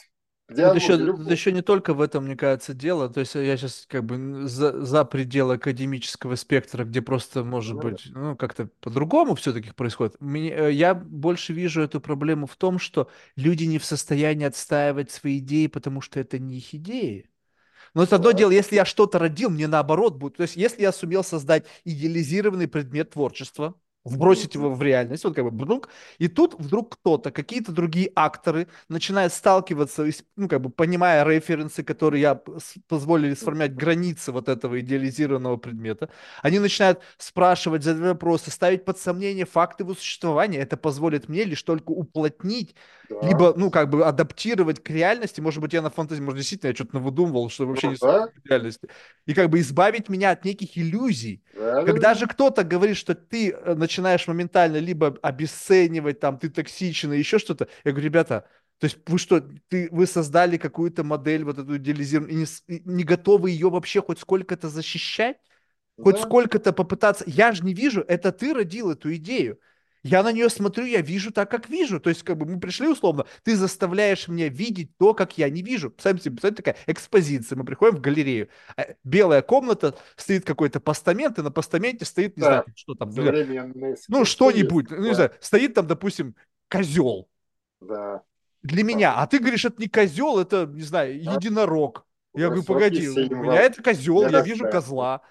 B: в диалоге
A: Тут
B: любом.
A: еще не только в этом, мне кажется, дело. То есть я сейчас как бы за пределы академического спектра, где просто, может
B: Ну, да.
A: быть, ну, как-то по-другому все-таки происходит. Я больше вижу эту проблему в том, что люди не в состоянии отстаивать свои идеи, потому что это не их идеи. Но это одно
B: Да,
A: дело, если я что-то родил, мне наоборот будет. То есть, если я сумел создать идеализированный предмет творчества, вбросить
B: мгм,
A: его в реальность, вот как бы бдунк, и тут вдруг кто-то, какие-то другие акторы начинают сталкиваться, ну, как бы понимая референсы, которые позволили сформировать границы вот этого идеализированного предмета, они начинают спрашивать, задавать вопросы, ставить под сомнение факты его существования. Это позволит мне лишь только уплотнить
B: да,
A: либо, ну, как бы адаптировать к реальности, может быть, я на фантазии, может, действительно я что-то навыдумывал, что вообще
B: ну
A: не
B: да,
A: соответствует реальности, и как бы избавить меня от неких иллюзий. Когда
B: правильно,
A: же кто-то говорит, что ты начинаешь моментально либо обесценивать, там, ты токсичен и еще что-то, я говорю, ребята, то есть вы что, вы создали какую-то модель, вот эту идеализированную, и не готовы ее вообще хоть сколько-то защищать? Хоть
B: да,
A: сколько-то попытаться. Я же не вижу, это ты родил эту идею. Я на нее смотрю, я вижу так, как вижу. То есть, как бы мы пришли условно, ты заставляешь меня видеть то, как я не вижу. Представьте, такая экспозиция. Мы приходим в галерею. Белая комната, стоит какой-то постамент, и на постаменте стоит, не знаю,
B: да,
A: что там,
B: современное
A: ну,
B: искусство есть
A: что-нибудь, ну, не
B: такое,
A: знаю, стоит там, допустим, козел
B: да,
A: для меня.
B: там,
A: А ты говоришь, это не козел, это, не знаю,
B: да,
A: единорог. Я говорю,
B: высокий
A: погоди, у меня
B: символ
A: это козел, я вижу
B: мироздания.
A: козла.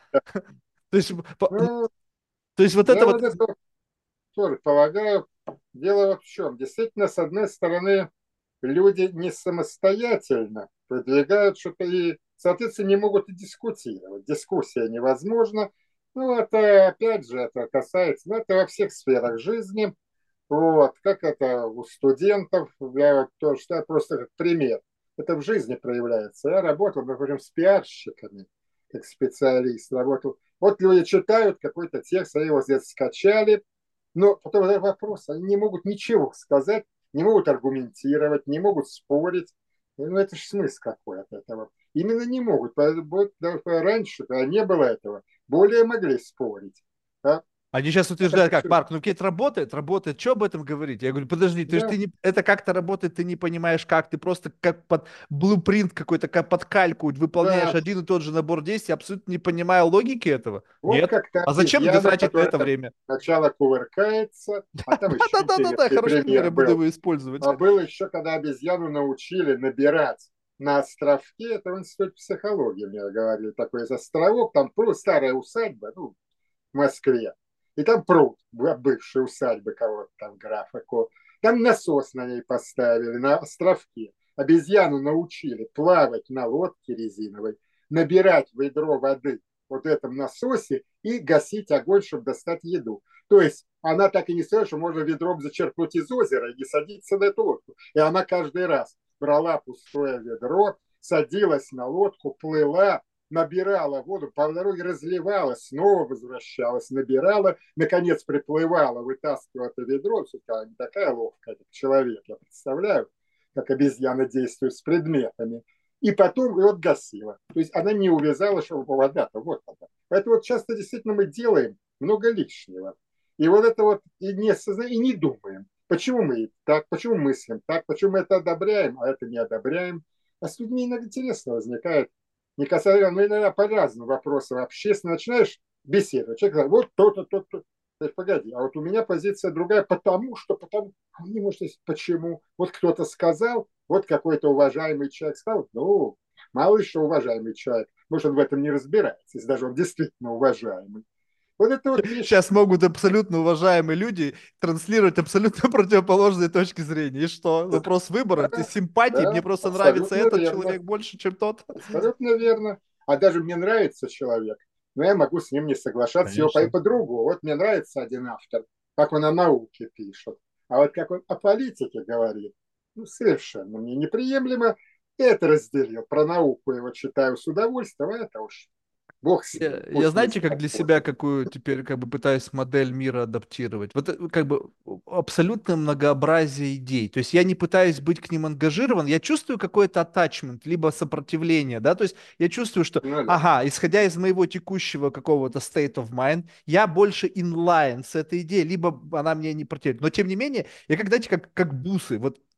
A: То есть,
B: Ну,
A: то есть вот это
B: я
A: вот.
B: вот это тоже полагаю, дело вот в чем. Действительно, с одной стороны, люди не самостоятельно продвигают что-то и, соответственно, не могут и дискутировать. Дискуссия невозможна. Ну, это, опять же, это касается, ну, это во всех сферах жизни. Вот, как это у студентов, я вот тоже считаю просто как пример. Это в жизни проявляется. Я работал, например, с пиарщиками, как специалист, работал. Вот люди читают какой-то текст, они его здесь скачали, но потом этот вопрос, они не могут ничего сказать, не могут аргументировать, не могут спорить. Ну, это же смысл какой от этого. Именно не могут. Вот даже раньше, когда не было этого, более могли спорить. А
A: Они сейчас
B: это
A: утверждают, как,
B: почему?
A: Марк, ну ведь работает, работает, что об этом говорить? Я говорю, подожди, ты
B: Да,
A: не, это как-то работает, ты не понимаешь как, ты просто как под блупринт какой-то, как под кальку выполняешь
B: да,
A: один и тот же набор действий, абсолютно не понимая логики этого.
B: вот
A: Нет.
B: как та
A: А зачем ты
B: обезьяна,
A: тратить на
B: которая
A: это время?
B: сначала кувыркается, а там еще
A: Да-да-да-да-да,
B: интересный
A: хороший пример,
B: пример
A: я буду
B: был.
A: его использовать.
B: А был еще, когда обезьяну научили набирать на островке, это в институте психологии мне говорили, такой из островок, там пруд, старая усадьба, ну, в Москве, и там пруд, бывшей усадьбы кого-то там, графа, там насос на ней поставили, на островке. Обезьяну научили плавать на лодке резиновой, набирать ведро воды вот в этом насосе и гасить огонь, чтобы достать еду. То есть она так и не слышала, что можно ведром зачерпнуть из озера и не садиться на эту лодку. И она каждый раз брала пустое ведро, садилась на лодку, плыла, набирала воду, по дороге разливала, снова возвращалась, набирала, наконец приплывала, вытаскивала это ведро, все-таки она не такая ловкая, как человек, я представляю, как обезьяна действует с предметами. И потом и вот гасила. То есть она не увязала, чтобы вода-то вот она. Поэтому вот часто действительно мы делаем много лишнего. И вот это вот и не осознаем, и не думаем. Почему мы так, почему мыслим так, почему мы это одобряем, а это не одобряем. А с людьми иногда интересно возникает, не касается, ну, иногда по разным вопросам общественно начинаешь беседовать. Человек говорит, вот то-то, то-то. Погоди, а вот у меня позиция другая, потому, а мне может есть почему. Вот кто-то сказал, вот какой-то уважаемый человек сказал, ну, мало ли что уважаемый человек, может, он в этом не разбирается, если даже он действительно уважаемый. Вот это вот вещь,
A: Сейчас могут абсолютно уважаемые люди транслировать абсолютно противоположные точки зрения. И что? Вопрос выбора. Ты
B: да,
A: симпатии, мне
B: да,
A: просто нравится
B: абсолютно
A: этот
B: верно.
A: человек больше, чем тот.
B: Абсолютно верно. А даже мне нравится человек, но я могу с ним не соглашаться, его
A: Конечно.
B: по-другому. Вот мне нравится один автор, как он о науке пишет. А вот как он о политике говорит, ну, совершенно мне неприемлемо. Я это разделил. Про науку его читаю с удовольствием, а это уж бог с
A: Я,
B: ним.
A: я
B: Пусть
A: знаете,
B: мыслит,
A: как
B: как
A: для себя
B: хочет.
A: какую теперь как бы пытаюсь модель мира адаптировать? Вот как бы абсолютное многообразие идей. То есть я не пытаюсь быть к ним ангажирован, я чувствую какой-то attachment, либо сопротивление, да, то есть я чувствую, что,
B: Ну да.
A: ага, исходя из моего текущего какого-то state of mind, я больше inline с этой идеей, либо она мне не противит. Но тем не менее, я как, знаете, как бусы, вот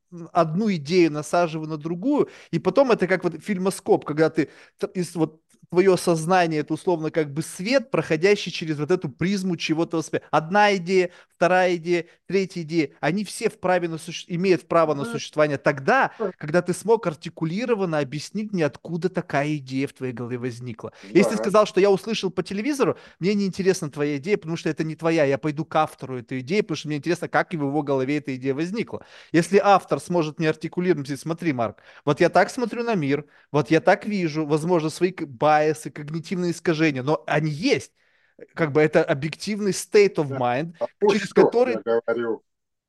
A: одну идею насаживаю на другую, и потом это как вот фильмоскоп, когда ты из вот твое сознание, это условно как бы свет, проходящий через вот эту призму чего-то восприятия. Одна идея, вторая идея, третья идея, они все имеют право на
B: Ну,
A: существование тогда, когда ты смог артикулированно объяснить мне, откуда такая идея в твоей голове возникла. Если ты
B: да,
A: сказал, что я услышал по телевизору, мне не интересна твоя идея, потому что это не твоя, я пойду к автору этой идеи, потому что мне интересно, как в его голове эта идея возникла. Если автор сможет мне артикулировать, смотри, Марк, вот я так смотрю на мир, вот я так вижу, возможно, свои байесы, когнитивные искажения, но они есть. Как бы это объективный state of
B: да.
A: mind,
B: А то,
A: через
B: что я
A: который
B: говорю,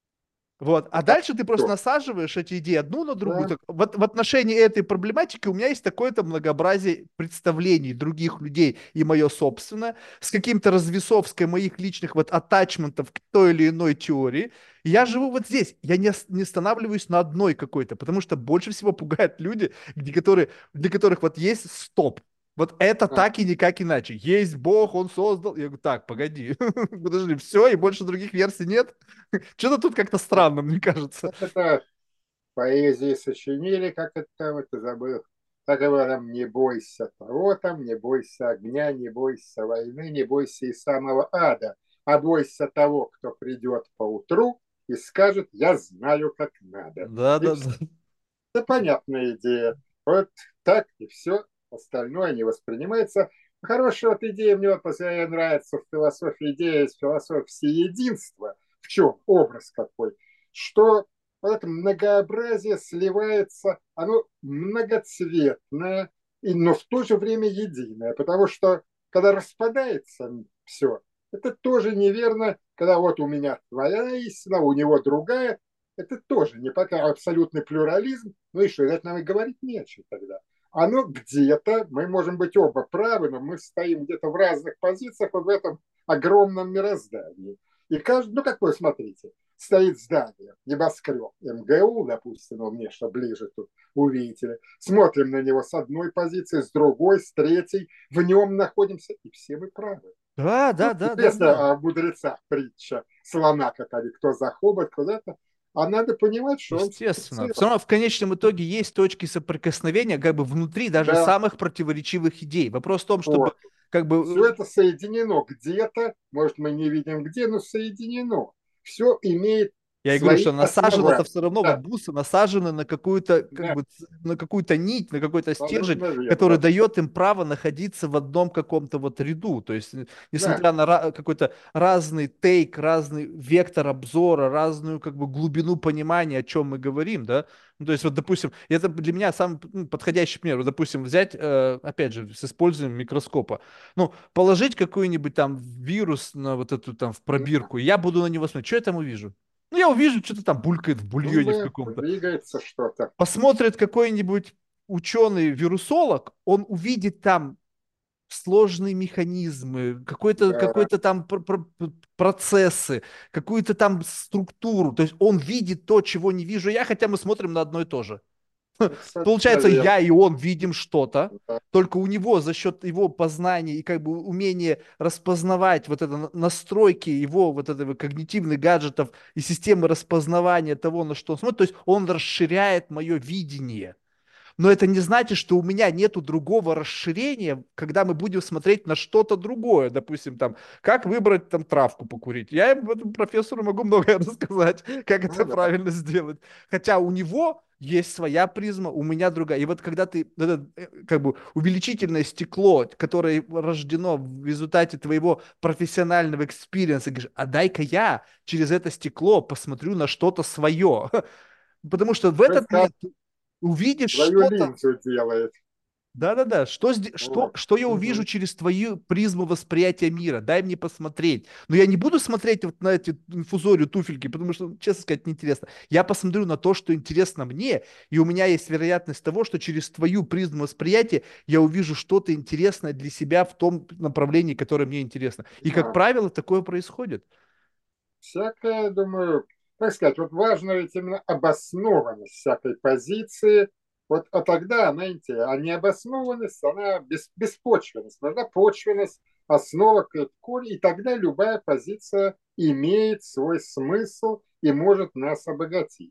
A: вот. А
B: а
A: дальше ты просто
B: то,
A: насаживаешь эти идеи одну на другую.
B: да,
A: Так, вот в отношении этой проблематики у меня есть такое-то многообразие представлений других людей и мое собственное, с каким-то развесовской моих личных вот атачментов к той или иной теории. И я живу вот здесь. Я не останавливаюсь на одной какой-то, потому что больше всего пугают люди, для которых вот есть стоп. Вот это
B: а,
A: так и никак иначе. Есть Бог, Он создал. Я говорю, так, погоди, подожди, все, и больше других версий нет? Что-то тут как-то странно, мне кажется.
B: как это поэзии сочинили, как это, вот ты забыл, так говорим, не бойся того там, не бойся огня, не бойся войны, не бойся и самого ада, а бойся того, кто придет поутру и скажет, я знаю, как надо.
A: Да,
B: И
A: да,
B: все.
A: да.
B: Это понятная идея. Вот так и все остальное не воспринимается. Хорошая вот идея мне вот мне нравится в философии идея из философии всеединства. В чем образ какой? Что вот это многообразие сливается, оно многоцветное, но в то же время единое. Потому что когда распадается все, это тоже неверно, когда вот у меня твоя истина, у него другая, это тоже не пока абсолютный плюрализм, ну и что, это нам и говорить нечего тогда. Оно где-то, мы можем быть оба правы, но мы стоим где-то в разных позициях вот в этом огромном мироздании. И каждый, ну как вы смотрите, стоит здание, небоскреб, МГУ, допустим, ну, мне что ближе тут увидите, смотрим на него с одной позиции, с другой, с третьей, в нем находимся, и все мы правы.
A: Да,
B: Ну,
A: да, да, да, да.
B: известно о мудрецах притча слона, как они, кто за хобот, кто за это. А надо понимать, что он в
A: Естественно. Все
B: целом,
A: равно в конечном итоге есть точки соприкосновения как бы внутри даже
B: да,
A: самых противоречивых идей. Вопрос в том, чтобы
B: вот.
A: как бы
B: Все это соединено где-то, может, мы не видим где, но соединено. Все имеет
A: я и говорю,
B: свои
A: что насажено-то
B: основания.
A: все равно, вот
B: Да,
A: бусы насажены на какую-то, как
B: да,
A: бы, на какую-то нить, на какой-то стержень,
B: абсолютно
A: который
B: верно.
A: дает им право находиться в одном каком-то вот ряду. То есть,
B: Да,
A: несмотря на какой-то разный тейк, разный вектор обзора, разную как бы глубину понимания, о чем мы говорим, да. Ну, то есть, вот, допустим, это для меня самый подходящий пример. Вот, допустим, взять, опять же, с использованием микроскопа. Ну, положить какой-нибудь там вирус на вот эту там в
B: да.
A: пробирку, и я буду на него смотреть. Что я там увижу? Ну, я увижу, что-то там булькает в
B: Ну
A: бульоне в
B: да,
A: каком-то.
B: двигается что-то.
A: Посмотрит какой-нибудь ученый-вирусолог, он увидит там сложные механизмы,
B: Да,
A: какой-то там процессы, какую-то там структуру. То есть он видит то, чего не вижу я, хотя мы смотрим на одно и то же.
B: абсолютно
A: Получается,
B: верно.
A: я и он видим что-то,
B: Да,
A: только у него за счет его познания и как бы умения распознавать вот это настройки его вот этого когнитивных гаджетов и системы распознавания того, на что он смотрит, то есть он расширяет мое видение. Но это не значит, что у меня нету другого расширения, когда мы будем смотреть на что-то другое. Допустим, там, как выбрать там травку покурить. Я этому профессору могу многое рассказать, как это
B: ну да.
A: правильно сделать. Хотя у него есть своя призма, у меня другая. И вот когда ты это, как бы увеличительное стекло, которое рождено в результате твоего профессионального экспириенса, говоришь, а дай-ка я через это стекло посмотрю на что-то свое. Потому что в
B: То
A: этот
B: есть каждый
A: момент увидишь
B: свою
A: что-то.
B: линзу делает.
A: Да-да-да,
B: Вот.
A: что я увижу
B: Мгм.
A: через твою призму восприятия мира? Дай мне посмотреть. Но я не буду смотреть вот на эти инфузорию туфельки, потому что, честно сказать, неинтересно. Я посмотрю на то, что интересно мне, и у меня есть вероятность того, что через твою призму восприятия я увижу что-то интересное для себя в том направлении, которое мне интересно. И, как
B: Да.
A: правило, такое происходит.
B: Всякое, думаю, так сказать, вот важно ведь именно обоснованность всякой позиции, вот, а тогда она интересна. А необоснованность, она беспочвенность. Нужна почвенность, основа, корень, и тогда любая позиция имеет свой смысл и может нас обогатить.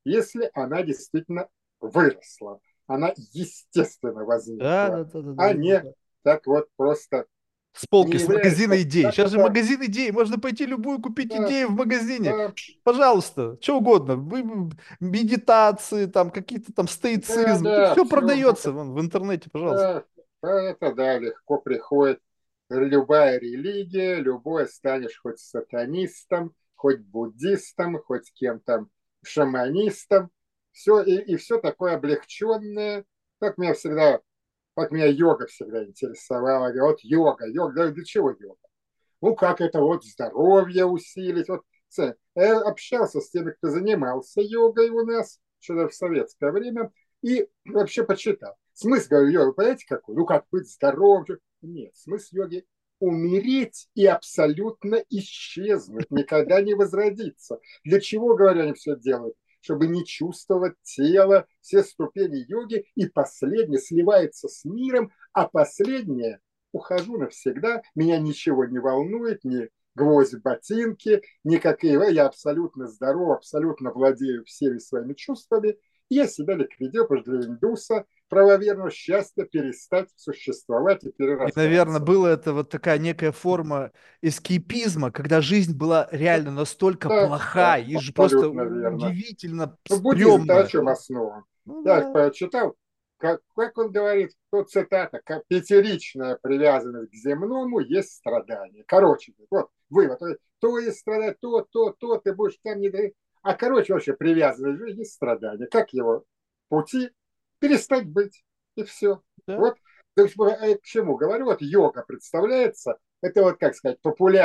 B: если она действительно выросла, она естественно
A: Да,
B: возникла,
A: да, да, да, да,
B: а
A: да, да,
B: не
A: да.
B: так вот просто
A: С
B: не
A: полки, с магазина
B: является,
A: идей.
B: как
A: Сейчас же
B: это,
A: магазин идей. Можно пойти любую купить
B: да,
A: идею в магазине.
B: да,
A: Пожалуйста, что угодно. Медитации, там какие-то там
B: да,
A: стоицизм. Это
B: да,
A: все
B: все,
A: продается вон, в интернете, пожалуйста.
B: да, это, да, легко приходит любая религия, любой станешь хоть сатанистом, хоть буддистом, хоть кем-то шаманистом, все, и все такое облегченное, как меня всегда, как меня йога всегда интересовала. Вот йога, для чего йога? Ну, как это вот здоровье усилить. Вот, я общался с теми, кто занимался йогой у нас, что-то в советское время, и вообще почитал. Смысл, говорю, йоги, понимаете, какой? Ну, как быть здоровым? Нет, смысл йоги умереть и абсолютно исчезнуть, никогда не возродиться. Для чего, говорю, они все делают? Чтобы не чувствовать тело, все ступени йоги, и последнее сливается с миром, а последнее ухожу навсегда, меня ничего не волнует, ни гвоздь в ботинке, никакие, я абсолютно здоров, абсолютно владею всеми своими чувствами, и я себя ликвидирую, потому что для индуса правоверного счастье перестать существовать и
A: И, наверное,
B: перерождаться.
A: было это вот такая некая форма эскейпизма, когда жизнь была реально настолько
B: Да,
A: плоха
B: да,
A: и же просто
B: абсолютно верно.
A: удивительно
B: Ну, буддизм-то о
A: стрёмно.
B: чем основан?
A: Ну
B: Я их
A: да.
B: прочитал, как он говорит, то цитата, как пятеричная привязанность к земному есть страдание. Короче, вот вывод. То есть страдать, то, ты будешь там не... А короче, вообще привязанность к жизни есть страдание. Как его пути? Перестать быть. И все.
A: Да.
B: Вот то есть, к чему говорю, вот йога представляется, это вот, как сказать,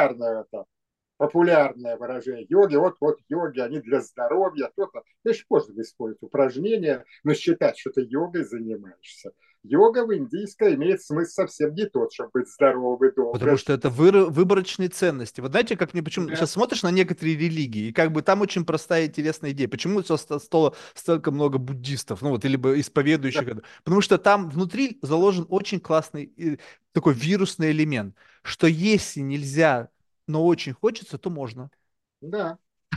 B: популярное выражение йоги. Вот йоги, они для здоровья. То-то. Конечно, можно использовать упражнения, но считать, что ты йогой занимаешься. Йога в индийской имеет смысл совсем не тот, чтобы быть здоровым и
A: Потому
B: долго
A: что это
B: жить.
A: выборочные ценности. Вот знаете, как мне почему
B: Да,
A: сейчас смотришь на некоторые религии, и как бы там очень простая интересная идея. Почему сейчас стало столько много буддистов, ну вот, или бы
B: да,
A: исповедующих это? Потому что там внутри заложен очень классный такой вирусный элемент, что если нельзя, но очень хочется, то можно.
B: да,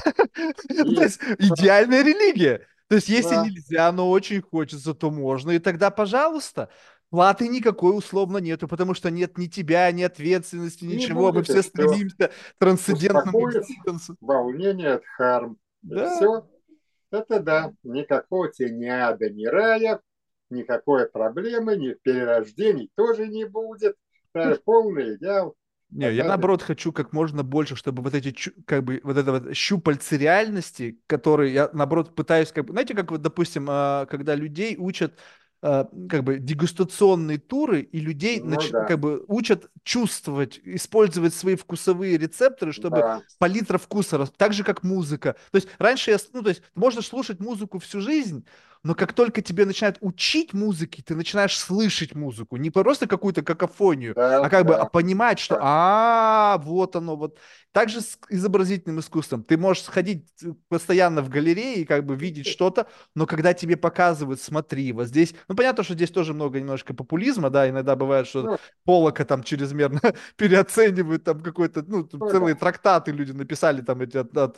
A: То есть
B: есть. Да,
A: идеальная религия. То есть если
B: да.
A: нельзя, но очень хочется, то можно. И тогда, пожалуйста, платы никакой условно нету, потому что нет ни тебя, ни ответственности,
B: Не
A: ничего. Мы
B: будет, и
A: все
B: все.
A: стремимся к трансцендентному
B: Успокоить
A: экзистенсу.
B: волнение, дхарм. И
A: Да.
B: все. Это да, никакого тебе ни ада, ни рая, никакой проблемы, ни перерождений тоже не будет. Полный идеал.
A: Не, я
B: Одна
A: наоборот хочу как можно больше, чтобы вот эти, как бы, вот это вот щупальцы реальности, которые я, наоборот, пытаюсь, как бы, знаете, как вот, допустим, когда людей учат, как бы, дегустационные туры, и людей,
B: ну да,
A: как бы, учат чувствовать, использовать свои вкусовые рецепторы, чтобы
B: да,
A: палитра вкуса, так же, как музыка. То есть раньше ну, то есть можно слушать музыку всю жизнь, но как только тебе начинают учить музыке, ты начинаешь слышать музыку, не просто какую-то какофонию,
B: да,
A: а как бы
B: да,
A: понимать, что
B: да.
A: вот оно, вот. Также с изобразительным искусством. Ты можешь сходить постоянно в галереи и как бы видеть что-то, но когда тебе показывают, смотри, вот здесь, ну понятно, что здесь тоже много немножко популизма, да, иногда бывает, что
B: Ну,
A: Полока там чрезмерно переоценивают там какой-то, ну, там
B: ну
A: целые
B: да.
A: трактаты люди написали там эти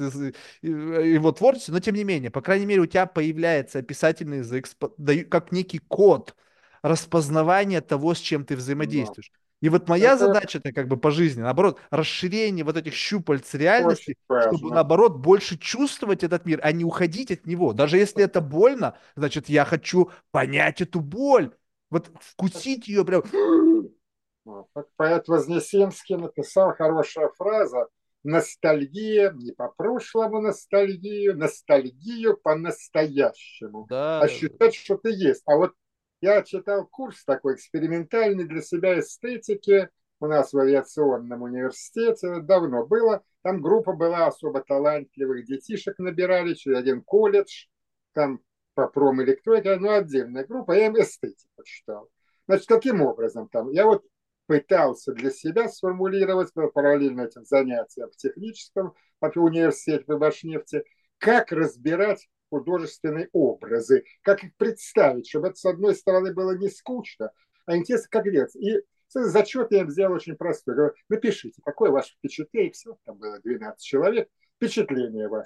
A: его творчество, но тем не менее, по крайней мере, у тебя появляется описательный язык, как некий код распознавания того, с чем ты
B: Да.
A: взаимодействуешь. И вот моя
B: Это
A: задача это как бы по жизни, наоборот, расширение вот этих щупальц
B: очень
A: реальности, чтобы
B: важно.
A: наоборот больше чувствовать этот мир, а не уходить от него. Даже если это больно, значит, я хочу понять эту боль, вот вкусить ее прям.
B: Вот. Как поэт Вознесенский написал хорошая фраза: ностальгия не по прошлому ностальгию, ностальгию по настоящему.
A: Да, да, да.
B: Ощущать, что ты есть. А вот я читал курс такой экспериментальный для себя эстетики у нас в авиационном университете, давно было. Там группа была особо талантливых детишек, набирали через один колледж, там по промэлектронике, ну, отдельная группа, я им эстетику читал. Значит, каким образом там? Я вот пытался для себя сформулировать параллельно этим занятиям в техническом университете в Башнефти, как разбирать художественные образы, как их представить, чтобы это, с одной стороны, было не скучно, а интересно, как делать. И зачет я взял очень простой. Говорю, напишите, какое ваше впечатление, все, там было 12 человек, впечатление ваше.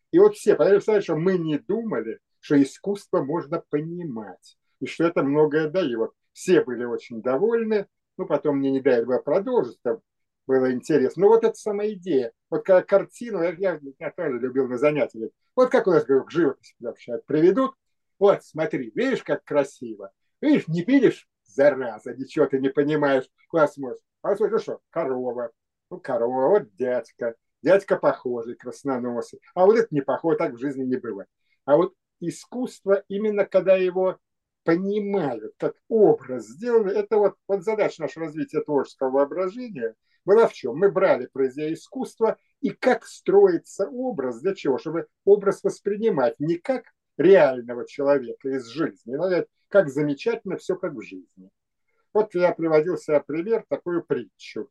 B: И вот все представляют, что мы не думали, что искусство можно понимать, и что это многое дает. Все были очень довольны, ну, потом мне не дали бы продолжить, там было интересно. Ну, вот эта сама идея. Вот когда картину, я тоже любил на занятиях. Вот как у нас, говорю, к живописи вообще приведут. Вот, смотри, видишь, как красиво. Видишь, не видишь, зараза, ничего ты не понимаешь, куда смотришь. А вот смотри, ну что, корова. Ну, корова, вот дядька. Дядька похожий, красноносый. А вот это не похоже, так в жизни не было. А вот искусство, именно когда его понимают, как образ сделан, это вот задача нашего развития творческого воображения была в чем? Мы брали произведение искусства и как строится образ, для чего? Чтобы образ воспринимать не как реального человека из жизни, но как замечательно все как в жизни. Вот я приводил себе пример, такую притчу.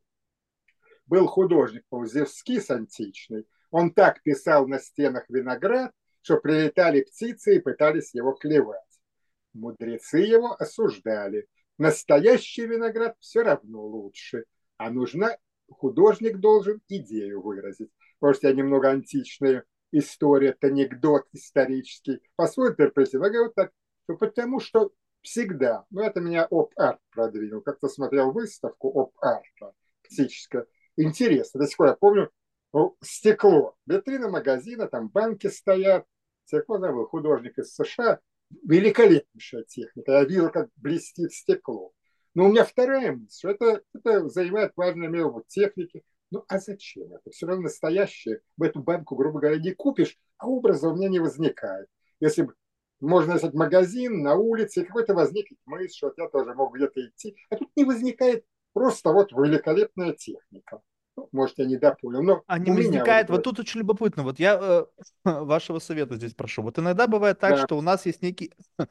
B: Был художник Паузевскис античный. Он так писал на стенах виноград, что прилетали птицы и пытались его клевать. Мудрецы его осуждали. Настоящий виноград все равно лучше. А нужна художник должен идею выразить. Может, я немного античная история, это анекдот исторический. По-своему интерпретирую. Я говорю так, что потому что всегда, ну это меня оп-арт продвинул, как-то смотрел выставку оп-арта птическая. Интересно, до сих пор я помню, ну, стекло, витрина магазина, там банки стоят, стекло, забыл, художник из США, великолепнейшая техника. Я видел, как блестит стекло. Но у меня вторая мысль, что это занимает важное место в технике. Ну а зачем это? Все равно настоящее. В эту банку, грубо говоря, не купишь, а образа у меня не возникает. Если бы можно взять магазин на улице, и какой-то возникнет мысль, что я тоже мог где-то идти. А тут не возникает просто вот великолепная техника. Ну, может, я не допонял, но
A: А не
B: у меня вот
A: возникает, вот
B: это,
A: тут очень любопытно, вот я вашего совета здесь прошу. Вот иногда бывает так,
B: да,
A: что у нас есть некий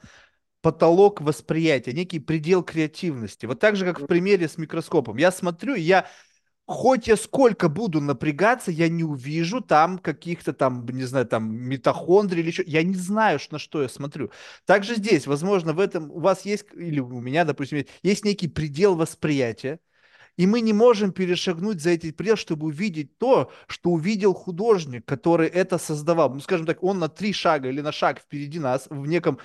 A: потолок восприятия, некий предел креативности. Вот так же, как в примере с микроскопом. Я смотрю, и я, хоть я сколько буду напрягаться, я не увижу там каких-то там, не знаю, там митохондрий или еще. Я не знаю, на что я смотрю. Также здесь, возможно, в этом у вас есть, или у меня, допустим, есть некий предел восприятия, и мы не можем перешагнуть за этот предел, чтобы увидеть то, что увидел художник, который это создавал. Ну, скажем так, он на 3 шага или на шаг впереди нас в неком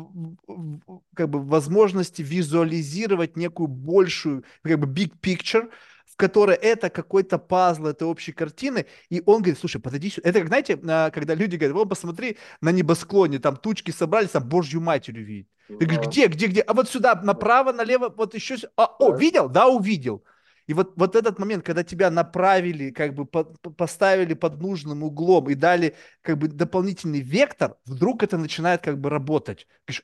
A: как бы возможности визуализировать некую большую, как бы big picture, в которой это какой-то пазл, это общей картины, и он говорит, слушай, подойди сюда. Это как, знаете, когда люди говорят, вот посмотри на небосклоне, там тучки собрались, там Божью Матерь увидеть. Ты говоришь,
B: ну,
A: где? А вот сюда, направо, налево, вот еще.
B: да,
A: Видел? Да, увидел. И вот этот момент, когда тебя направили, как бы поставили под нужным углом и дали как бы дополнительный вектор, вдруг это начинает как бы работать. Говоришь,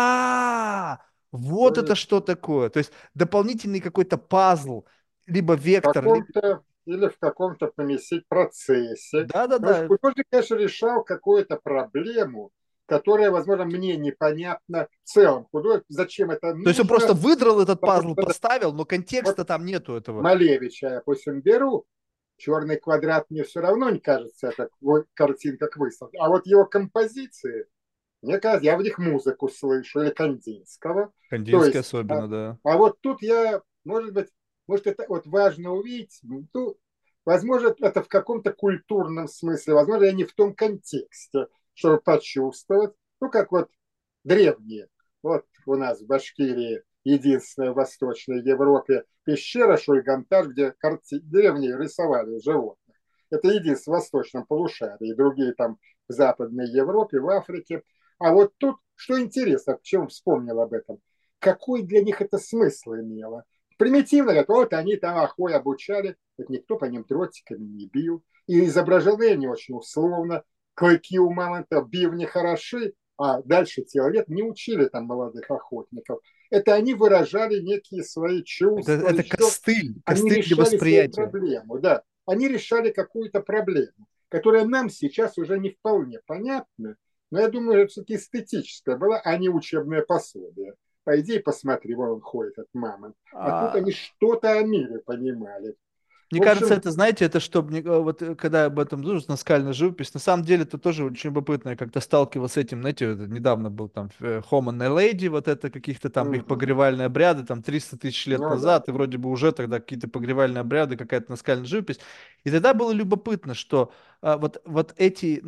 A: вот это что такое. То есть дополнительный какой-то пазл, либо вектор, либо...
B: каком-то или в каком-то поместить процессе. Потому что
A: Да-да-да.
B: художник, конечно, решал какую-то проблему, которая, возможно, мне непонятна в целом. Художник, зачем это
A: То есть он просто
B: нужно?
A: выдрал этот
B: Потому
A: пазл,
B: что да,
A: поставил, но
B: вот
A: контекста там нету этого.
B: Малевича я, допустим, беру, черный квадрат мне все равно не кажется, это картинка к выставке. А вот его композиции, мне кажется, я в них музыку слышу, или Кандинского. То
A: Кандинский
B: есть,
A: особенно, да.
B: вот тут я, может быть, может это вот важно увидеть, ну, возможно, это в каком-то культурном смысле, возможно, я не в том контексте, чтобы почувствовать, ну, как вот древние. Вот у нас в Башкирии единственная в Восточной Европе пещера Шуйганташ, где древние рисовали животных. Это единственное в Восточном полушарии, другие там в Западной Европе, в Африке. А вот тут, что интересно, почему вспомнил об этом, какой для них это смысл имело? Примитивно, говорят, вот они там охой обучали, вот никто по ним дротиками не бил, и изображены они очень условно, клыки у мамонта, бивни хороши, а дальше теловед не учили там молодых охотников. Это они выражали некие свои чувства,
A: Это
B: еще
A: костыль,
B: они
A: костыль для
B: решали свою
A: восприятия.
B: проблему, да. Они решали какую-то проблему, которая нам сейчас уже не вполне понятна, но я думаю, это все-таки эстетическая была, а не учебное пособие. По идее, посмотри, вон он ходит, этот мамонт. А тут
A: А,
B: они что-то о мире понимали.
A: Мне
B: В
A: кажется,
B: общем,
A: это, знаете, это чтобы, вот когда я об этом думаю, наскальная живопись, на самом деле это тоже очень любопытно. Я как-то сталкивался с этим, знаете, вот недавно был там Home and Lady, вот это каких-то там их
B: мгм.
A: погревальные обряды, там 300 тысяч лет
B: Ну да.
A: назад, и вроде бы уже тогда какие-то погревальные обряды, какая-то наскальная живопись. И тогда было любопытно, что вот эти,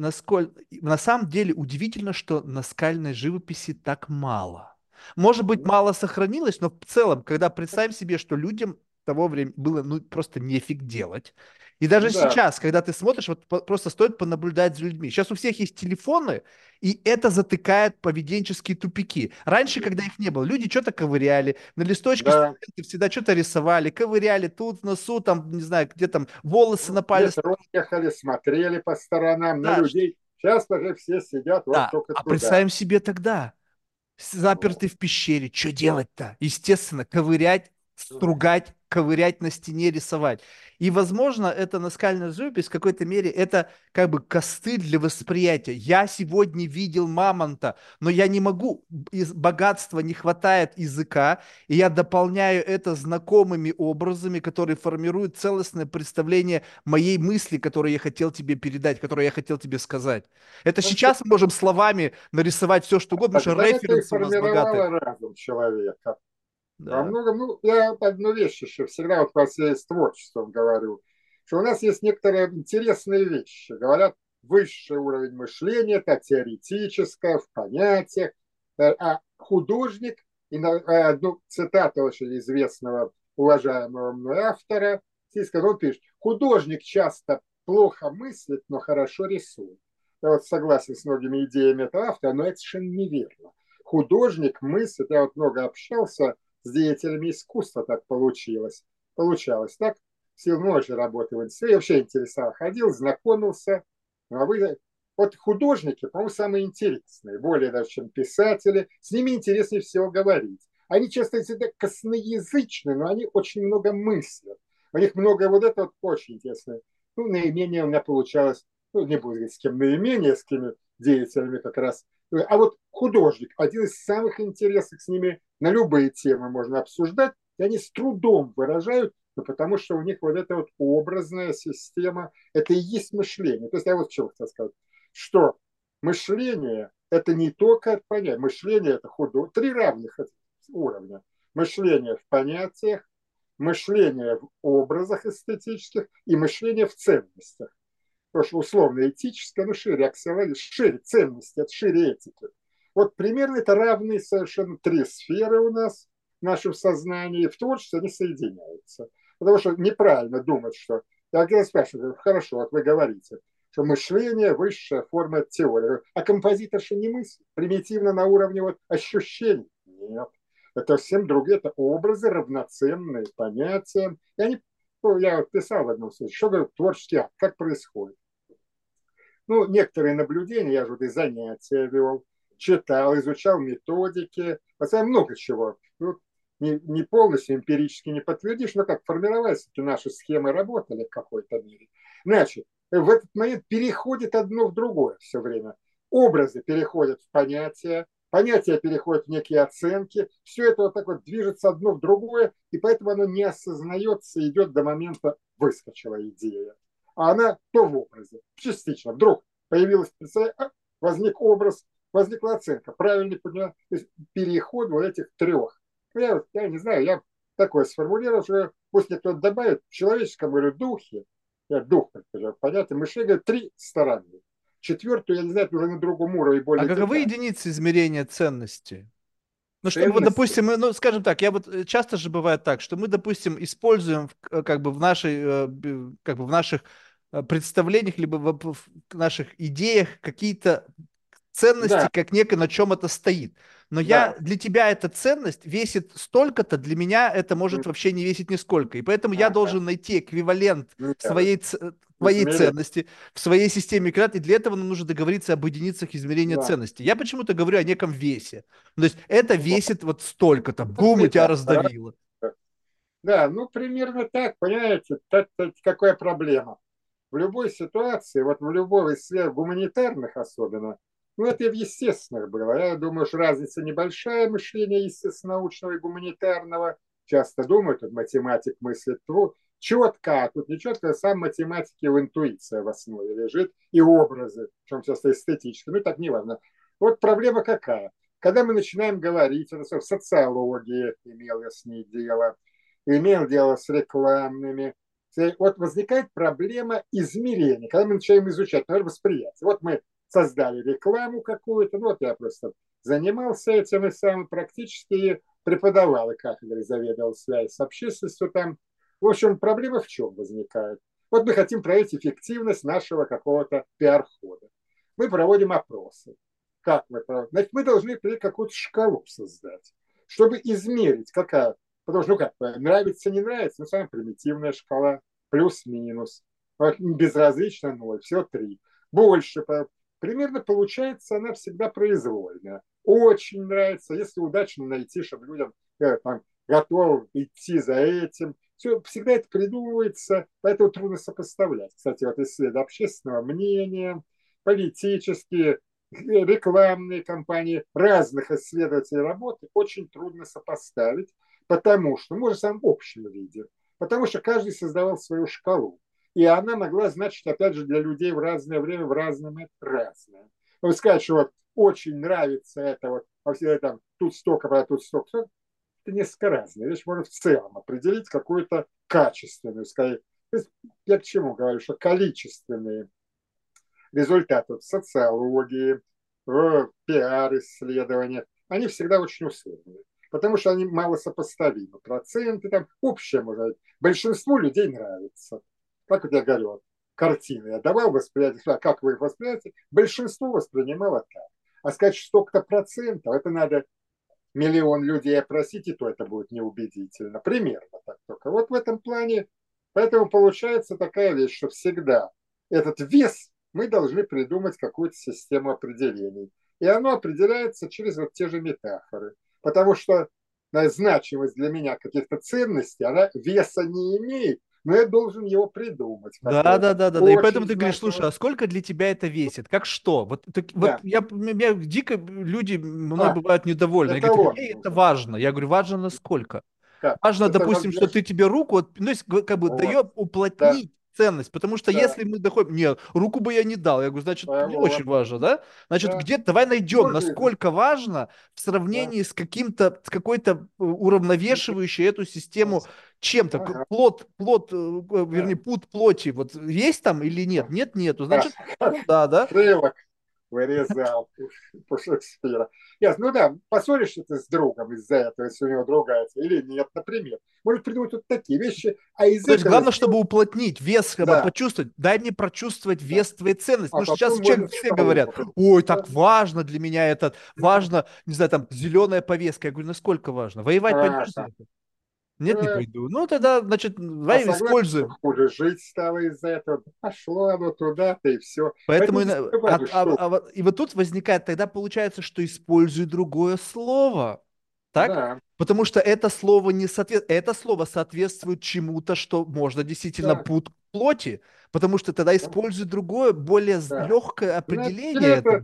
A: на самом деле удивительно, что наскальной живописи так мало. Может быть,
B: Ну,
A: мало сохранилось, но в целом, когда представим себе, что людям того времени было ну просто нефиг делать. И даже
B: да.
A: сейчас, когда ты смотришь, вот просто стоит понаблюдать за людьми. Сейчас у всех есть телефоны, и это затыкает поведенческие тупики. Раньше, когда их не было, люди что-то ковыряли, на листочке
B: Да.
A: студенты всегда что-то рисовали, ковыряли тут в носу, там, не знаю, где там волосы на
B: Ну, в
A: палец.
B: метро ехали, смотрели по сторонам на
A: Да,
B: людей. Сейчас уже все сидят вот
A: да.
B: только
A: А
B: туда.
A: представим себе тогда,
B: Вот.
A: заперты в пещере, что делать-то? Естественно, ковырять, стругать, ковырять на стене, рисовать. И, возможно, это наскальная живопись в какой-то мере это как бы костыль для восприятия. Я сегодня видел мамонта, но я не могу, из богатства не хватает языка, и я дополняю это знакомыми образами, которые формируют целостное представление моей мысли, которую я хотел тебе передать, которую я хотел тебе сказать. Это
B: Ну, всё.
A: сейчас мы можем словами нарисовать все, что угодно, потому что
B: Тогда это и
A: референсы у нас богатые.
B: формировало разум человека. Во
A: Да.
B: многом, ну, я одну вещь еще всегда вот по связи с творчеством говорю, что у нас есть некоторые интересные вещи. Говорят, высший уровень мышления – это теоретическое, в понятиях. А художник, одну цитату очень известного, уважаемого мной автора, он пишет, художник часто плохо мыслит, но хорошо рисует. Я вот согласен с многими идеями этого автора, но это совершенно неверно. Художник мыслит, я вот много общался с деятелями искусства, так получилось. Получалось так. В силу ночи работы в институте. Я вообще интересовал. Ходил, знакомился. Ну, а вы, вот художники, по-моему, самые интересные. Более даже, чем писатели. С ними интереснее всего говорить. Они часто всегда косноязычны, но они очень много мыслят. У них много вот этого вот очень интересно. Ну, наименее у меня получалось, ну, не буду говорить, с кем наименее, с кем деятелями как раз. А вот художник, один из самых интересных, с ними на любые темы можно обсуждать, и они с трудом выражают, ну, потому что у них вот эта вот образная система, это и есть мышление. То есть я вот что хотел сказать, что мышление это не только понятие, мышление это три равных уровня. Мышление в понятиях, мышление в образах эстетических и мышление в ценностях. Потому что условно-этическое, ну, шире аксиология, шире ценности, это шире этики. Вот примерно это равные совершенно три сферы у нас в нашем сознании, и в творчестве они соединяются. Потому что неправильно думать, что... Я когда спрашиваю, хорошо, вот вы говорите, что мышление – высшая форма теории. А композиторша не мыслит, примитивно на уровне вот ощущений. Нет. Это совсем другие, это образы равноценные понятия. И они, ну, я вот писал в одном случае, что говорю, творческий акт, как происходит. Ну, некоторые наблюдения, я же вот и занятия вел, читал, изучал методики, хотя много чего. Ну, не полностью эмпирически не подтвердишь, но как формировались эти наши схемы работали в какой-то мере. Значит, в этот момент переходит одно в другое все время. Образы переходят в понятия, понятия переходят в некие оценки, все это вот так вот движется одно в другое, и поэтому оно не осознается, идет до момента выскочила идея. А она то в образе, частично. Вдруг появилась возник образ, возникла оценка, правильно поняла, то есть переход вот этих трех. Ну, я не знаю, я такое сформулировал, что после кто-то добавит, в человеческом, говорю, духе, я дух, так понятно, мышление, три стороны. Четвертую, я не знаю, это уже на другом уровне,
A: А
B: более
A: каковы
B: детально.
A: единицы измерения ценности? Ну, чтобы, вот,
B: Ценности,
A: допустим, ну, скажем так, я вот часто же бывает так, что мы, допустим, используем как бы в нашей, как бы в наших представлениях, либо в наших идеях какие-то ценности,
B: да,
A: как некое, на чем это стоит. Но
B: да,
A: для тебя эта ценность весит столько-то, для меня это может вообще не весить нисколько. И поэтому я
B: ага,
A: должен найти эквивалент
B: меры,
A: твоей
B: измерение,
A: ценности в своей системе координат, и для этого нам нужно договориться об единицах измерения
B: да.
A: ценности. Я почему-то говорю о неком весе. То есть это
B: Вот.
A: весит вот столько-то, бум, и тебя
B: Размеряется.
A: раздавило.
B: Да, ну примерно так, понимаете, какая проблема. В любой ситуации, вот в любой из сфер гуманитарных особенно, ну это и в естественных было. Я думаю, что разница небольшая мышления естественно-научного и гуманитарного. Часто думают, вот математик мыслит четко, а тут не четко, сам математики в интуиция в основе лежит, и образы, в чем часто эстетические, ну так не важно. Вот проблема какая? Когда мы начинаем говорить, это в социологии имел я с ней дело, имел дело с рекламными, вот возникает проблема измерения, когда мы начинаем изучать, например, восприятие. Вот мы создали рекламу какую-то, ну вот я просто занимался этим и сам практически преподавал и кафедрой, заведовал связь с общественностью там. В общем, проблема в чем возникает? Вот мы хотим проверить эффективность нашего какого-то пиар-хода. Мы проводим опросы. Как мы проводим? Значит, мы должны какую-то шкалу создать, чтобы измерить, какая. Потому что, ну как, нравится, не нравится, ну, самая примитивная шкала, плюс-минус. Безразлично ноль, все три. Больше, примерно получается, она всегда произвольная. Очень нравится, если удачно найти, чтобы людям там, готовы идти за этим. Все, всегда это придумывается, поэтому трудно сопоставлять. Кстати, вот исследования общественного мнения, политические, рекламные кампании разных исследователей работы очень трудно сопоставить, потому что, может, в самом общем виде, потому что каждый создавал свою шкалу. И она могла значить, опять же, для людей в разное время, в разное разное. Вы сказать, что вот очень нравится это, вот, во все там, тут столько, а тут столько, это несколько разные вещи. Можно в целом определить какую-то качественную, сказать. То есть я к чему говорю, что количественные результаты вот, социологии, пиар-исследования, они всегда очень условные. Потому что они мало сопоставимы. Проценты там, общее, может быть. Большинству людей нравится. Как вот я говорю, вот, картины я давал восприятие, а как вы их воспринимаете? Большинство воспринимало так. А сказать, что столько-то процентов, это надо миллион людей опросить, и то это будет неубедительно. Примерно так только. Вот в этом плане, поэтому получается такая вещь, что всегда этот вес мы должны придумать какую-то систему определений. И оно определяется через вот те же метафоры. Потому что значимость для меня каких-то ценностей, она веса не имеет, но я должен его придумать
A: Да, да,
B: какой-то.
A: да, да, да. И поэтому
B: Очень
A: ты говоришь, слушай,
B: значимый.
A: а сколько для тебя это весит? Как что? Вот
B: Да,
A: меня дико люди мной бывают недовольны. Они говорят,
B: эталон
A: мне это
B: нужен.
A: важно. Я говорю, важно насколько?
B: Как?
A: Важно,
B: Это
A: допустим, что
B: различие.
A: ты тебе руку, ну, есть, как бы
B: Вот,
A: даем
B: да,
A: уплотнить ценность, потому что
B: да,
A: если мы доходим, нет, руку бы я не дал, я говорю, значит, не очень
B: вот,
A: важно, да? Значит,
B: да.
A: где давай найдем,
B: Его жизнь,
A: насколько важно в
B: да.
A: сравнении с каким-то, с какой-то уравновешивающей эту систему чем-то.
B: Ага,
A: Вернее,
B: да.
A: пут плоти, вот есть там или нет? Нет, нету.
B: Как,
A: Значит,
B: как
A: ну да, да.
B: Шейлок вырезал по Шекспира. Ясно. Ну да, поссоришься ты с другом из-за этого, если у него другая цель, или нет, например. Может придумать вот такие вещи, а из
A: То есть
B: этого
A: главное, чтобы
B: сделать,
A: уплотнить вес, как бы
B: да,
A: почувствовать. Дай мне прочувствовать
B: да.
A: вес твоей ценности.
B: А
A: Потому что сейчас
B: потом можно
A: человек
B: в
A: все
B: шкалу
A: говорят,
B: попасть.
A: ой,
B: Да,
A: так важно для меня это,
B: да.
A: важно, не знаю, там, зеленая повестка. Я говорю, насколько важно? Воевать пойдешь за
B: Ага.
A: это? Нет, не
B: Да.
A: пойду. Ну, тогда, значит,
B: А
A: давай
B: согласен, что
A: используем.
B: хуже жить стало из-за этого. Пошло оно туда-то и все.
A: Поэтому
B: Поэтому здесь говорю, что
A: и вот тут возникает, тогда получается, что используй другое слово. Так?
B: да,
A: Потому что это слово не соответствует, это слово соответствует чему-то, что можно действительно
B: да,
A: путь к плоти, потому что тогда
B: да,
A: используй другое, более
B: да.
A: легкое
B: Или
A: определение этого.
B: это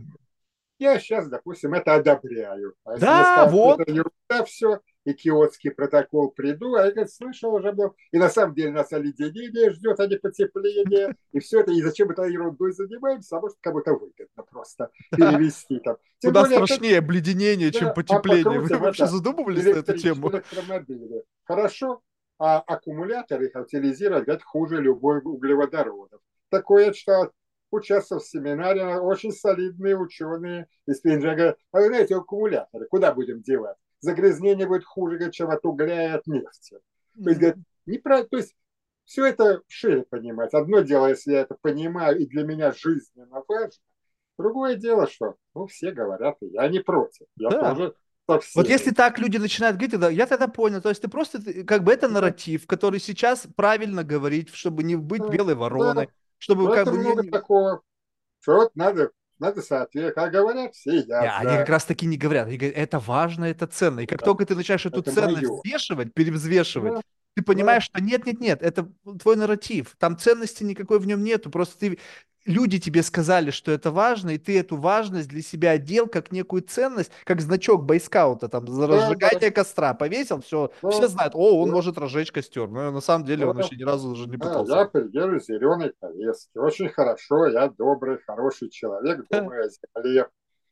B: я сейчас, допустим, это одобряю. А если мне
A: Да,
B: скажут, что
A: вот.
B: это ерунда все, и киотский протокол приду, а я, говорит, слышал уже был. И на самом деле нас оледенение ждет, а не потепление. И все это, и зачем мы этой ерундой занимаемся, а может, кому-то выгодно просто
A: Да.
B: перевести там. Тем
A: Куда
B: более, опять,
A: страшнее обледенение, чем
B: да, а
A: потепление. Вы
B: покрутим
A: вообще
B: это
A: задумывались на эту тему?
B: электромобили. Хорошо, а аккумуляторы их утилизировать, говорят, хуже любой углеводородов. Такое я читал, участвовал в семинаре, очень солидные ученые из Пенджа говорят, а вы знаете, аккумуляторы, куда будем девать? Загрязнение будет хуже, говорит, чем от угля и от нефти. То есть, говорят, неправильно, то есть все это шире понимать. Одно дело, если я это понимаю, и для меня жизненно важно. Другое дело, что ну, все говорят, и я не против. Я
A: Да.
B: тоже со
A: Вот если
B: всеми.
A: так люди начинают говорить, тогда я тогда понял. То есть ты просто, как бы это
B: Да,
A: нарратив, который сейчас правильно говорить, чтобы не быть
B: да,
A: белой
B: да.
A: вороной, чтобы
B: В
A: как
B: этом
A: бы
B: много такого, что вот надо соответствовать. Как говорят, все
A: Не,
B: я
A: они как
B: за.
A: раз таки не говорят. Они говорят, это важно, это ценно. И как
B: Да,
A: только ты начинаешь эту
B: это
A: ценность
B: мое.
A: взвешивать, перевзвешивать,
B: Да,
A: ты
B: да,
A: понимаешь, что нет, нет, нет, это твой нарратив. Там ценности никакой в нем нету. Просто ты люди тебе сказали, что это важно, и ты эту важность для себя одел как некую ценность, как значок бойскаута, там, за
B: Да, да,
A: разжигание костра повесил, все, все
B: да,
A: знают, о, он
B: да,
A: может разжечь костер, но на самом деле он
B: да.
A: вообще ни разу даже не
B: Да,
A: пытался.
B: я придерживаюсь зеленой повестки. Очень хорошо, я добрый, хороший человек, думаю о земле.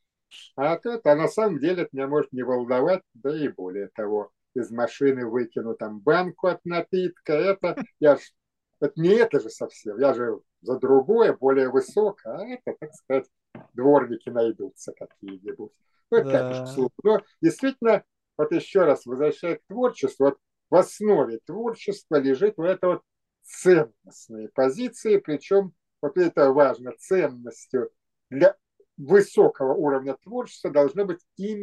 B: А на самом деле это меня может не волновать, да и более того, из машины выкину там банку от напитка, это не это же совсем, я же за другое, более высокое, а это, так сказать, дворники найдутся какие-нибудь. Ну, это как бы к
A: Да,
B: слову. Но действительно, вот еще раз возвращаясь к творчеству, вот в основе творчества лежит вот это вот ценностные позиции, причем вот это важно, ценностью для высокого уровня творчества должно быть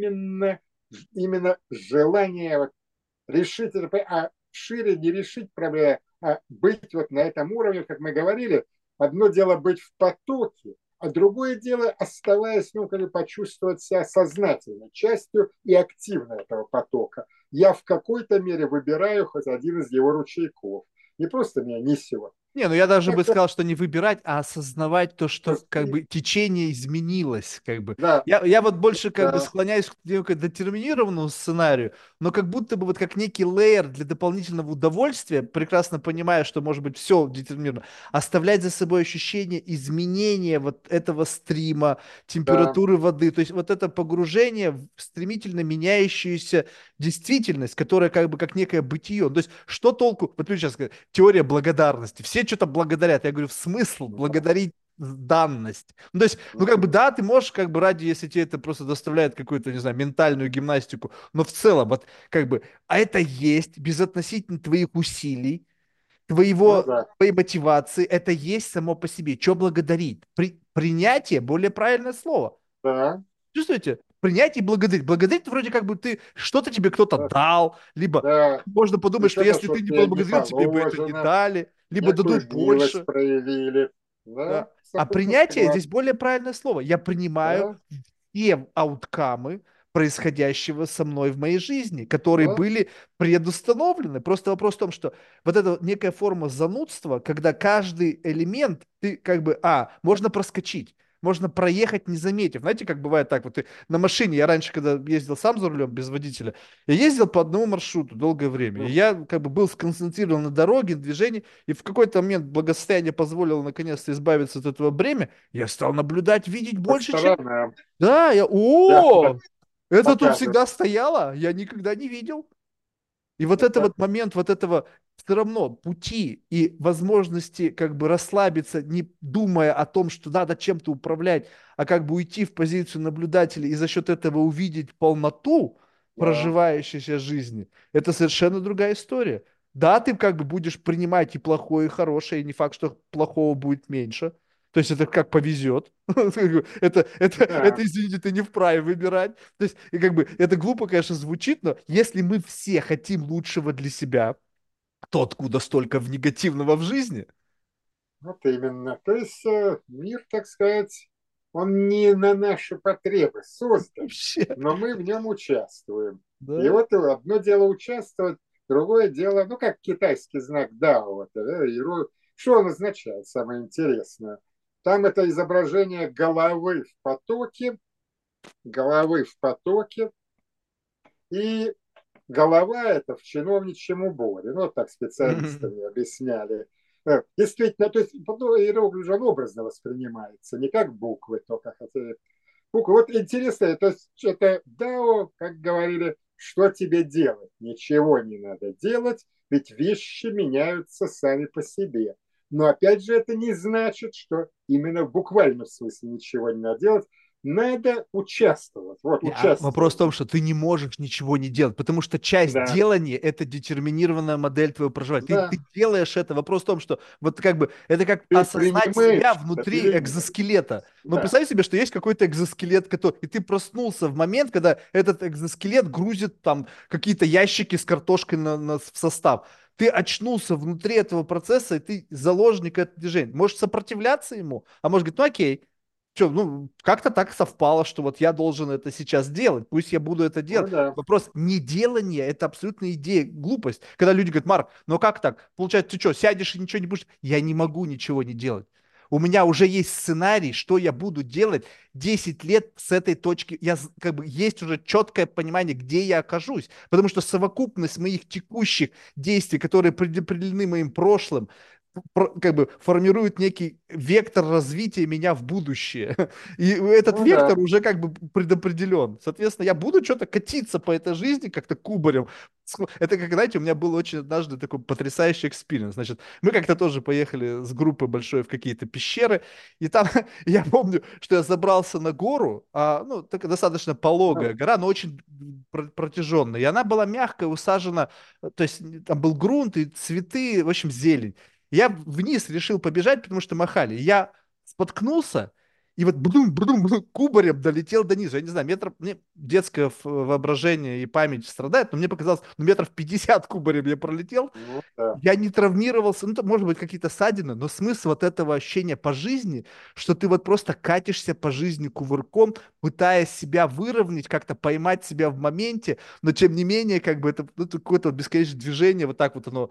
B: именно желание вот решить это, а шире не решить проблему, а быть вот на этом уровне, как мы говорили. Одно дело быть в потоке, а другое дело, оставаясь, ну, как бы почувствовать себя сознательной частью и активно этого потока. Я в какой-то мере выбираю хоть один из его ручейков. Не просто меня несет.
A: не, ну я даже бы
B: Это,
A: сказал, что не выбирать, а осознавать то, что как бы течение изменилось, как бы.
B: да,
A: Я вот больше как бы
B: да,
A: склоняюсь к некому детерминированному сценарию, но как будто бы вот как некий лейер для дополнительного удовольствия, прекрасно понимая, что может быть все детерминировано, оставлять за собой ощущение изменения вот этого стрима,
B: да,
A: температуры воды, то есть вот это погружение в стремительно меняющуюся действительность, которая как бы как некое бытие. То есть что толку, вот люди сейчас говорят, теория благодарности, все что-то благодарят. Я говорю, в смысл благодарить данность. Ну, то есть, ну, как бы, да, ты можешь, как бы, ради, если тебе это просто доставляет какую-то, не знаю, ментальную гимнастику, но в целом, вот, как бы, а это есть безотносительно твоих усилий,
B: ну
A: твоего,
B: да,
A: твоей мотивации, это есть само по себе. Что благодарить? Принятие, более правильное слово.
B: да,
A: Чувствуете? Принять и благодарить. Благодарить вроде как бы ты что-то тебе кто-то
B: да,
A: дал, либо
B: да.
A: можно подумать, что
B: Причем,
A: если
B: что
A: ты не
B: тебе не
A: поблагодарил, тебе бы это не
B: положено,
A: дали, либо
B: некую
A: дадут
B: милость
A: больше.
B: проявили. Да,
A: Да. А
B: абсолютно
A: принятие
B: согласен.
A: здесь более правильное слово. Я принимаю
B: Да,
A: все ауткамы происходящего со мной в моей жизни, которые
B: да,
A: были предустановлены. Просто вопрос в том, что вот эта вот некая форма занудства, когда каждый элемент ты как бы, можно проскочить. Можно проехать, не заметив. Знаете, как бывает так, вот ты на машине, я раньше, когда ездил сам за рулем, без водителя, я ездил по одному маршруту долгое время. И я как бы был сконцентрирован на дороге, на движении, и в какой-то момент благосостояние позволило наконец-то избавиться от этого бремя. Я стал наблюдать, видеть
B: по
A: больше, чем...
B: сторонам.
A: Да,
B: Да, да,
A: это тут
B: показывает.
A: всегда стояло, я никогда не видел. И вот это
B: Это,
A: вот момент вот этого все равно пути и возможности как бы расслабиться, не думая о том, что надо чем-то управлять, а как бы уйти в позицию наблюдателя и за счет этого увидеть полноту
B: да,
A: проживающейся жизни, это совершенно другая история. Да, ты как бы будешь принимать и плохое, и хорошее, и не факт, что плохого будет меньше. То есть это как повезет.
B: да.
A: Извините, ты не вправе выбирать. То есть, и как бы, это глупо, конечно, звучит, но если мы все хотим лучшего для себя, то откуда столько в негативного в жизни?
B: Вот именно. То есть мир, так сказать, он не на наши потребы создан,
A: Вообще,
B: но мы в нем участвуем. И
A: да.
B: вот одно дело участвовать, другое дело, ну, как китайский знак Дао, вот, да, что он означает, самое интересное. Там это изображение головы в потоке, и голова это в чиновничьем уборе. Ну, вот так
A: Мгм.
B: специалистами объясняли. Действительно, то есть иероглиф же он образно воспринимается, не как буквы только, хотя буквы. Вот интересно, то есть это дао, как говорили, что тебе делать? Ничего не надо делать, ведь вещи меняются сами по себе. Но опять же, это не значит, что именно в буквальном смысле ничего не надо делать. Надо участвовать. Вот,
A: Вопрос в
B: участвовать.
A: том, что ты не можешь ничего не делать, потому что часть
B: Да,
A: делания– это детерминированная модель твоего проживания. Ты
B: да.
A: делаешь это. Вопрос в том, что вот как бы это как
B: Ты
A: осознать себя
B: принимаешь это
A: внутри
B: или нет?
A: экзоскелета. Но
B: Да.
A: представь себе, что есть какой-то экзоскелет, который... и ты проснулся в момент, когда этот экзоскелет грузит там какие-то ящики с картошкой в состав. Ты очнулся внутри этого процесса, и ты заложник этого движения. Можешь сопротивляться ему, а может говорить, ну окей, что, ну, как-то так совпало, что вот я должен это сейчас делать, пусть я буду это
B: Ну
A: делать.
B: да.
A: Вопрос неделания– это абсолютно идея, глупость. Когда люди говорят, Марк, ну как так? Получается, ты что, сядешь и ничего не будешь? Я не могу ничего не делать. у меня уже есть сценарий, что я буду делать 10 лет с этой точки. Как бы есть уже четкое понимание, где я окажусь. Потому что совокупность моих текущих действий, которые предопределены моим прошлым, как бы формирует некий вектор развития меня в будущее. И этот
B: Ну да.
A: вектор уже как бы предопределен. Соответственно, я буду что-то катиться по этой жизни как-то кубарем. Это как, знаете, у меня был очень однажды такой потрясающий экспириенс. Значит, мы как-то тоже поехали с группой большой в какие-то пещеры, и там я помню, что я забрался на гору, ну, так, достаточно пологая
B: Ну,
A: гора, но очень протяженная. И она была мягкая, усажена, то есть там был грунт и цветы, в общем, зелень. Я вниз решил побежать, потому что махали. Я споткнулся, и вот кубарем долетел до низа. Я не знаю, мне детское воображение и память страдает, но мне показалось, ну, метров 50 кубарем я пролетел.
B: ну да.
A: Я не травмировался, ну, может быть, какие-то ссадины, но смысл вот этого ощущения по жизни, что ты вот просто катишься по жизни кувырком, пытаясь себя выровнять, как-то поймать себя в моменте, но тем не менее, как бы это, ну, какое-то вот бесконечное движение, вот так вот оно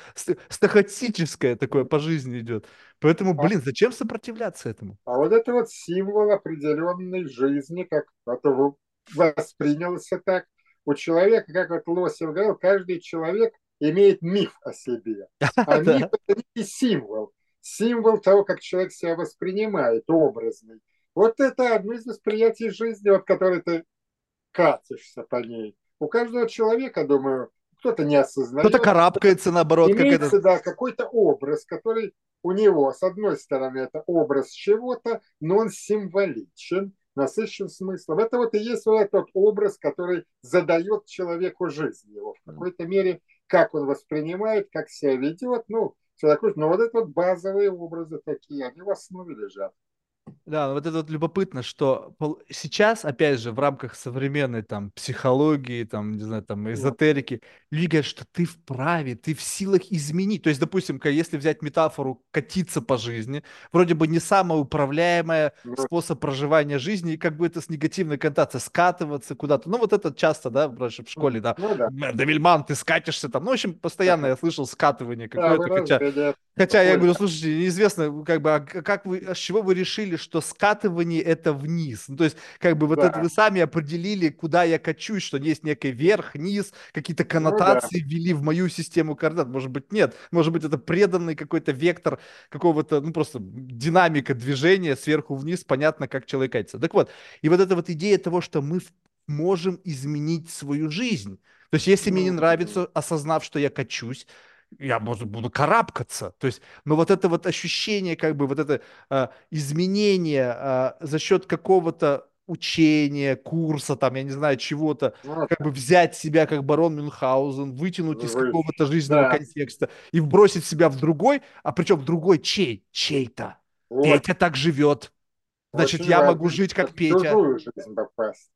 A: стахастическое такое по жизни идет. Поэтому,
B: А,
A: блин, зачем сопротивляться этому?
B: а вот это вот символ определенной жизни, как это воспринялся так. У человека, как вот Лосев говорил, каждый человек имеет миф о себе. А миф–
A: Да.
B: это не символ. Символ того, как человек себя воспринимает, образный. Вот это одно из восприятий жизни, вот который ты катишься по ней. У каждого человека, думаю, кто-то не
A: Кто-то
B: осознает,
A: карабкается, наоборот, как этот.
B: имеется, да, какой-то образ, который у него, с одной стороны, это образ чего-то, но он символичен, насыщен смыслом. Это вот и есть вот этот образ, который задает человеку жизнь его в какой-то мере, как он воспринимает, как себя ведет, ну, все такое. Но вот это вот базовые образы такие, они в основе лежат.
A: Да, ну вот это вот любопытно, что сейчас, опять же, в рамках современной там психологии, там, не знаю, там,
B: Ну,
A: эзотерики, люди говорят, что ты вправе, ты в силах изменить. То есть, допустим, если взять метафору катиться по жизни, вроде бы не самый управляемый
B: ну,
A: способ проживания жизни, и как бы это с негативной коннотацией, скатываться куда-то. Ну, вот это часто, да, раньше в школе, да,
B: ну да,
A: Девильман, ты скатишься там. Ну, в общем, постоянно я слышал скатывание
B: да,
A: какое-то, хотя
B: выражение
A: Хотя я
B: такое.
A: говорю, слушайте, неизвестно, как бы, как вы, с чего вы решили, что скатывание это вниз? Ну, то есть, как бы вот это
B: Да,
A: вы сами определили, куда я качусь, что есть некий верх, низ, какие-то
B: ну да.
A: коннотации ввели в мою систему координат. Может быть, нет. Может быть, это преданный какой-то вектор какого-то, ну, просто динамика движения сверху вниз, понятно, как человек катится. Так вот, и вот эта вот идея того, что мы можем изменить свою жизнь. То есть, если мне не
B: Ну,
A: нравится, осознав, что я качусь, я, может, буду карабкаться. То есть, но вот это вот ощущение, как бы вот это изменение за счет какого-то учения, курса, там, я не знаю, чего-то,
B: ну,
A: как бы взять себя как барон Мюнхгаузен, вытянуть из
B: вы,
A: какого-то жизненного
B: да,
A: контекста и вбросить себя в другой, а причем в другой чей? Чей-то.
B: вот,
A: Петя так живет. Значит,
B: очень
A: я могу
B: важно
A: жить как
B: в
A: Петя.
B: чужую жизнь попасть.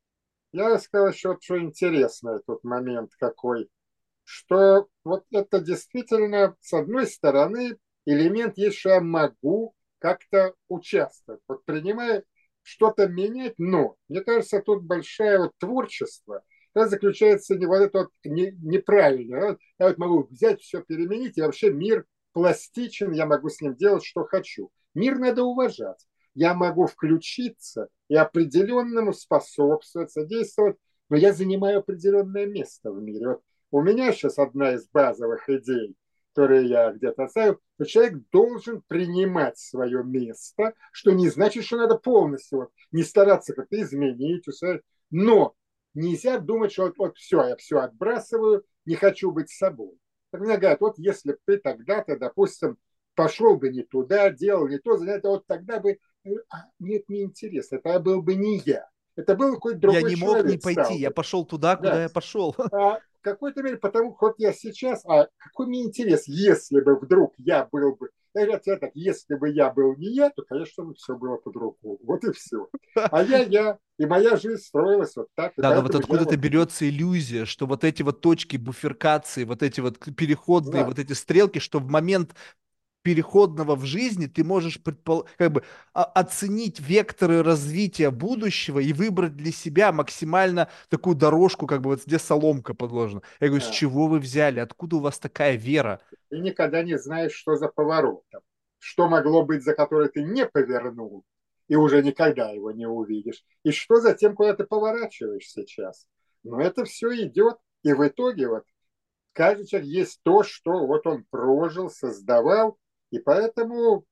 B: Я сказал еще, что интересный тут момент какой, что вот это действительно, с одной стороны, элемент есть, что я могу как-то участвовать, вот принимая что-то менять, но, мне кажется, тут большое вот творчество, это заключается не вот это вот неправильно. Я вот могу взять все, переменить, и вообще мир пластичен, я могу с ним делать, что хочу. Мир надо уважать. Я могу включиться и определенному способствовать, содействовать, но я занимаю определенное место в мире. Вот у меня сейчас одна из базовых идей, которые я где-то оставил, что человек должен принимать свое место, что не значит, что надо полностью вот, не стараться как-то изменить, усвоить, но нельзя думать, что вот все, я все отбрасываю, не хочу быть собой. Так мне говорят, вот если бы ты тогда-то, допустим, пошел бы не туда, делал не то, занятие, вот тогда бы, нет, не интересно, это был бы не я. Это был какой-то
A: Я
B: другой
A: не мог не
B: человек
A: пойти,
B: стал
A: я
B: бы.
A: пошел туда, куда
B: Да.
A: я пошел.
B: В какой-то мере, потому вот я сейчас, какой мне интерес, если бы вдруг я был бы, я говорю тебе так, если бы я был не я, то, конечно, бы все было по-другому. Вот и все. А я, и моя жизнь строилась вот так, и
A: Да, но вот
B: поэтому я
A: откуда-то
B: вот,
A: берется иллюзия, что вот эти вот точки буферкации, вот эти вот переходные,
B: да,
A: вот эти стрелки, что в момент переходного в жизни ты можешь как бы оценить векторы развития будущего и выбрать для себя максимально такую дорожку, как бы вот где соломка подложена. Я говорю, с
B: да.
A: чего вы взяли? Откуда у вас такая вера?
B: И никогда не знаешь, что за поворотом, что могло быть, за которое ты не повернул, и уже никогда его не увидишь, и что за тем, куда ты поворачиваешь сейчас. Но это все идет, и в итоге вот каждый человек есть то, что вот он прожил, создавал, и поэтому,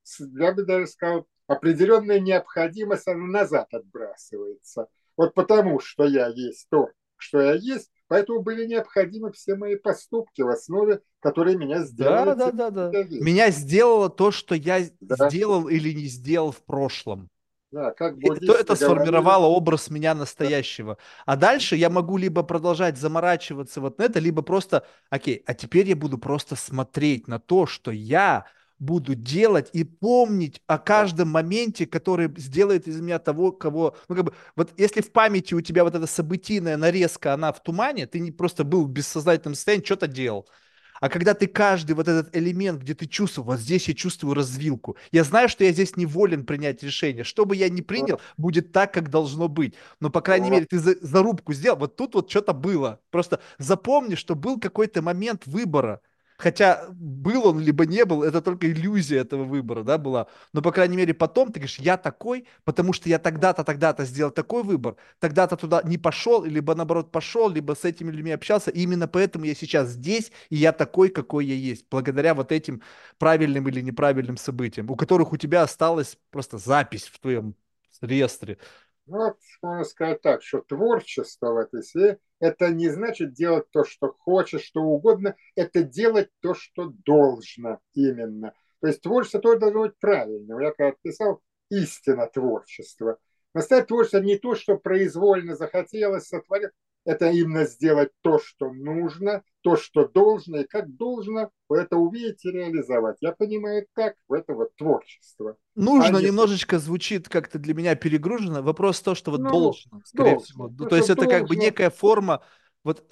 B: я бы даже сказал, определенная необходимость, она назад отбрасывается. Вот потому, что я есть то, что я есть, поэтому были необходимы все мои поступки в основе, которые меня
A: Да,
B: сделали
A: да,
B: тем,
A: да,
B: что
A: да.
B: я есть.
A: Меня сделало то, что я
B: Да,
A: сделал или не сделал в прошлом.
B: да, как
A: И это
B: буддисты говорили,
A: сформировало образ меня
B: да,
A: настоящего. А дальше я могу либо продолжать заморачиваться вот на это, либо просто, окей, а теперь я буду просто смотреть на то, что я буду делать и помнить о
B: да,
A: каждом моменте, который сделает из меня того, кого... Ну, как бы, вот если в памяти у тебя вот эта событийная нарезка, она в тумане, ты не просто был в бессознательном состоянии, что-то делал. А когда ты каждый вот этот элемент, где ты чувствуешь, вот здесь я чувствую развилку, я знаю, что я здесь не волен принять решение. Что бы я ни принял,
B: да,
A: будет так, как должно быть. Но, по крайней
B: вот,
A: мере, ты зарубку сделал. Вот тут вот что-то было. Просто запомни, что был какой-то момент выбора. Хотя был он либо не был, это только иллюзия этого выбора, да, была. Но, по крайней мере, потом ты говоришь, я такой, потому что я тогда-то, тогда-то сделал такой выбор, тогда-то туда не пошел, либо наоборот пошел, либо с этими людьми общался. И именно поэтому я сейчас здесь, и я такой, какой я есть, благодаря вот этим правильным или неправильным событиям, у которых у тебя осталась просто запись в твоем реестре.
B: ну, вот можно сказать так, что творчество в этой сфере – это не значит делать то, что хочешь, что угодно, это делать то, что должно именно. То есть творчество тоже должно быть правильным. Я когда писал «Истина творчества». Настоящее творчество не то, что произвольно захотелось сотворить, это именно сделать то, что нужно, то, что должно, и как должно это увидеть и реализовать. Я понимаю так, в это вот творчество. А
A: Нужно
B: не
A: немножечко звучит как-то для меня перегружено. Вопрос то, что вот
B: ну,
A: должно, скорее всего.
B: должно.
A: Ну,
B: Ну,
A: то есть
B: что
A: это как бы
B: должно,
A: некая форма, вот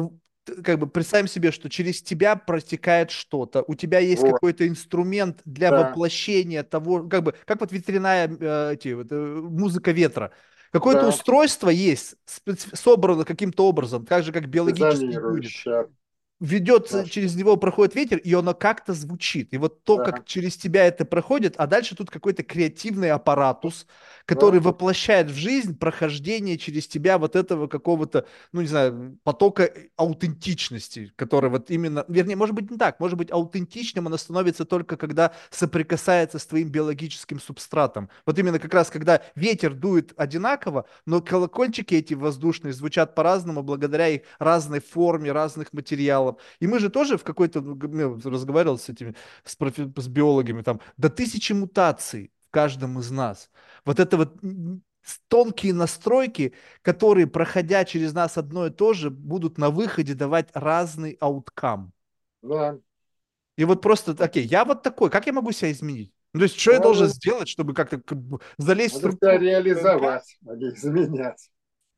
A: как бы представим себе, что через тебя протекает что-то, у тебя есть
B: вот,
A: какой-то инструмент для
B: да,
A: воплощения того, как бы, как вот ветряная музыка ветра. Какое-то
B: да,
A: устройство есть, собрано каким-то образом, так же, как биологический юнит
B: резонирующая
A: ведет,
B: наша,
A: через него проходит ветер, и оно как-то звучит. И вот то, как
B: да,
A: через тебя это проходит, а дальше тут какой-то креативный аппаратус, который
B: да,
A: воплощает в жизнь прохождение через тебя вот этого какого-то, ну, не знаю, потока аутентичности, который вот именно, вернее, может быть не так, может быть аутентичным оно становится только когда соприкасается с твоим биологическим субстратом. Вот именно как раз, когда ветер дует одинаково, но колокольчики эти воздушные звучат по-разному благодаря их разной форме, разных материалов. И мы же тоже в какой-то, ну, я разговаривал с этими, с биологами, там, до 1000 мутаций в каждом из нас. Вот это вот тонкие настройки, которые, проходя через нас одно и то же, будут на выходе давать разный ауткам.
B: да.
A: И вот просто, окей, я вот такой, как я могу себя изменить? Ну, то есть, что я должен
B: Надо,
A: сделать, чтобы как-то как бы залезть в
B: надо себя
A: структуру ДНК?
B: реализовать, а не изменять.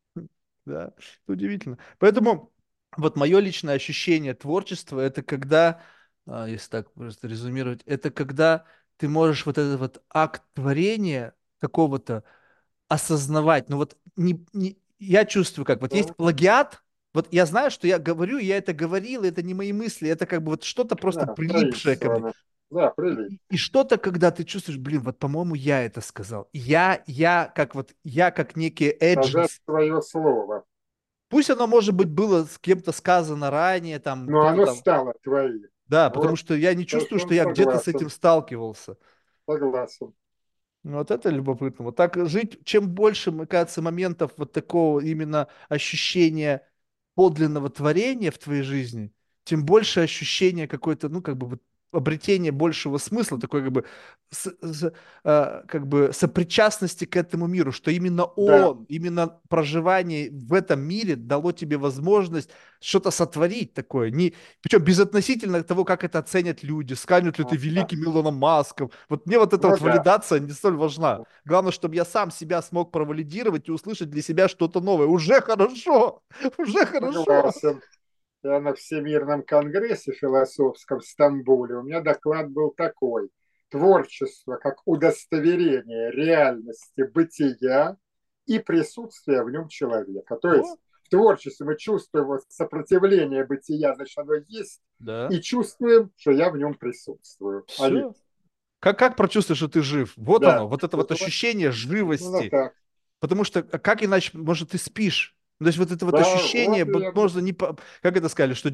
A: Да, это удивительно. Поэтому вот мое личное ощущение творчества, это когда, если так просто резюмировать, это когда ты можешь вот этот вот акт творения какого-то осознавать. Ну вот я чувствую, как вот есть
B: Да,
A: плагиат, вот я знаю, что я говорю, я это говорил, это не мои мысли, это как бы вот что-то просто
B: да,
A: прилипшее ко мне.
B: заимствовано. Да,
A: И,
B: прилив.
A: и что-то, когда ты чувствуешь, блин, вот, по-моему, я это сказал. Я как некий
B: Сказать
A: edges.
B: свое слово.
A: Пусть оно, может быть, было с кем-то сказано ранее, там,
B: Но
A: кто-то
B: оно
A: там.
B: стало твоим.
A: Да, потому
B: Вот,
A: что я не чувствую,
B: совершенно
A: что я где-то с этим
B: согласен.
A: сталкивался.
B: Согласен.
A: Ну, вот это любопытно. Вот так жить, чем больше, мне кажется, моментов вот такого именно ощущения подлинного творения в твоей жизни, тем больше ощущения какой-то, ну, как бы вот обретение большего смысла, такой как бы, как бы сопричастности к этому миру, что именно
B: Да,
A: он, именно проживание в этом мире дало тебе возможность что-то сотворить такое, не, причем безотносительно того, как это оценят люди, станут ли ты
B: да.
A: великим Илоном Маском. Вот мне вот эта
B: Ну
A: вот
B: да,
A: валидация не столь важна. Главное, чтобы я сам себя смог провалидировать и услышать для себя что-то новое. Уже хорошо, уже хорошо.
B: согласен. Я на Всемирном конгрессе философском в Стамбуле, у меня доклад был такой. Творчество как удостоверение реальности бытия и присутствия в нем человека. То
A: О,
B: есть в творчестве мы чувствуем вот сопротивление бытия, значит, оно есть,
A: да,
B: и чувствуем, что я в нем присутствую.
A: все. как прочувствовать, что ты жив? Вот
B: Да.
A: оно, вот это вот
B: Вот
A: ощущение
B: именно
A: живости.
B: так.
A: Потому что как иначе, может, ты спишь? Ну, то есть вот это вот
B: Да,
A: ощущение,
B: вот
A: вот
B: верно.
A: можно не... Как это сказали, что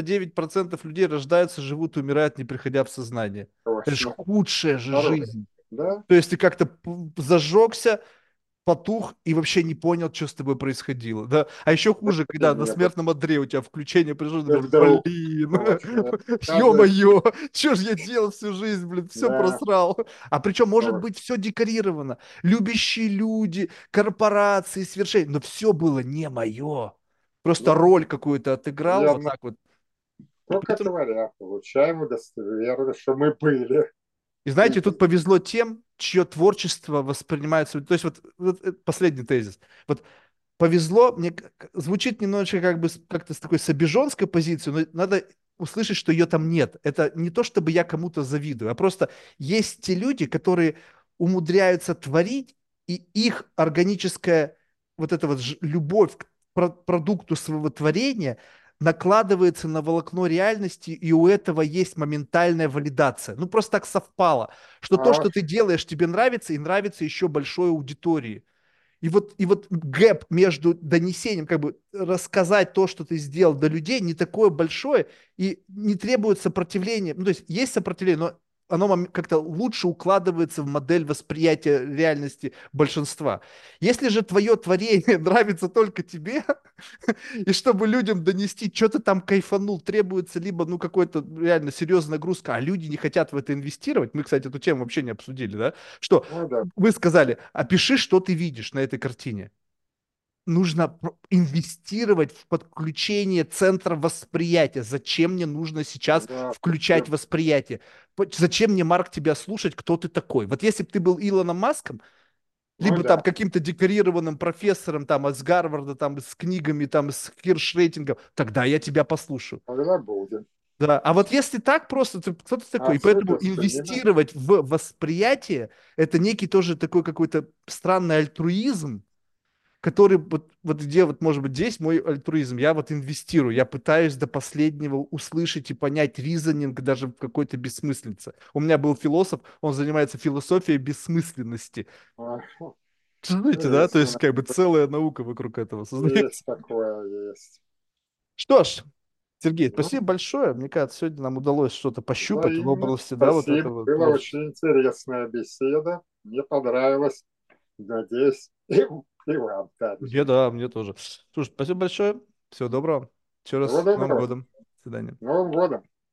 A: 99% людей рождаются, живут и умирают, не приходя в сознание. Это же
B: Точно.
A: худшая же
B: Порой.
A: жизнь.
B: Да,
A: То есть ты как-то зажегся, потух и вообще не понял, что с тобой происходило, да? А еще хуже,
B: вообще
A: когда на
B: не было.
A: смертном одре у тебя включение пришло, ты
B: И
A: думаешь,
B: вдруг,
A: блин,
B: точно, оказывается,
A: ё-моё, что ж я делал всю жизнь, блин, все
B: да,
A: просрал. А причем может
B: вот,
A: быть все декорировано, любящие люди, корпорации, свершения, но все было не мое. Просто
B: да,
A: роль какую-то отыграл, вот
B: верно.
A: так вот. И
B: Только
A: поэтому
B: творя, получаем удостоверенность, что мы были.
A: и знаете,
B: И,
A: тут повезло тем, чье творчество воспринимается. То есть вот последний тезис. Вот повезло, мне звучит немножечко как бы как-то с такой собежонской позиции, но надо услышать, что ее там нет. Это не то, чтобы я кому-то завидую, а просто есть те люди, которые умудряются творить, и их органическая вот эта вот любовь к продукту своего творения накладывается на волокно реальности, и у этого есть моментальная валидация. Ну, просто так совпало, что то,
B: а,
A: что ты делаешь, тебе нравится, и нравится еще большой аудитории. И вот гэп между донесением, как бы рассказать то, что ты сделал до людей, не такое большое и не требует сопротивления. Ну, то есть есть сопротивление, но оно как-то лучше укладывается в модель восприятия реальности большинства. Если же твое творение нравится только тебе, и чтобы людям донести, что ты там кайфанул, требуется либо, ну, какой-то реально серьезная нагрузка, а люди не хотят в это инвестировать. Мы, кстати, эту тему вообще не обсудили, да? Что
B: ну да,
A: вы сказали, опиши, что ты видишь на этой картине. Нужно инвестировать в подключение центра восприятия. Зачем мне нужно сейчас
B: да,
A: включать восприятие? Зачем мне, Марк, тебя слушать, кто ты такой? Вот если бы ты был Илоном Маском,
B: ну
A: либо там
B: да,
A: каким-то декорированным профессором там из Гарварда, там с книгами, там с Хиршрейтингом, тогда я тебя послушаю.
B: тогда будем.
A: Да. А вот если так просто, то кто ты
B: А
A: такой? И
B: все
A: поэтому
B: без понимания.
A: инвестировать в восприятие, это некий тоже такой какой-то странный альтруизм, который вот где вот, может быть, здесь мой альтруизм. Я вот инвестирую, я пытаюсь до последнего услышать и понять ризонинг даже в какой-то бессмыслице. У меня был философ, он занимается философией бессмысленности.
B: А,
A: Знаете, да? То
B: есть,
A: есть как бы целая наука вокруг этого создается.
B: есть такое, есть.
A: Что ж, Сергей,
B: Ну,
A: спасибо большое. Мне кажется, сегодня нам удалось что-то пощупать в
B: взаимно.
A: области, да, вот
B: Спасибо.
A: этого
B: Была
A: творчества.
B: очень интересная беседа. Мне понравилось. Надеюсь, и вам также.
A: Мне тоже. Слушай, спасибо большое. Всего доброго. Еще
B: Всего
A: раз с Новым
B: доброго.
A: годом. До свидания.
B: С Новым годом.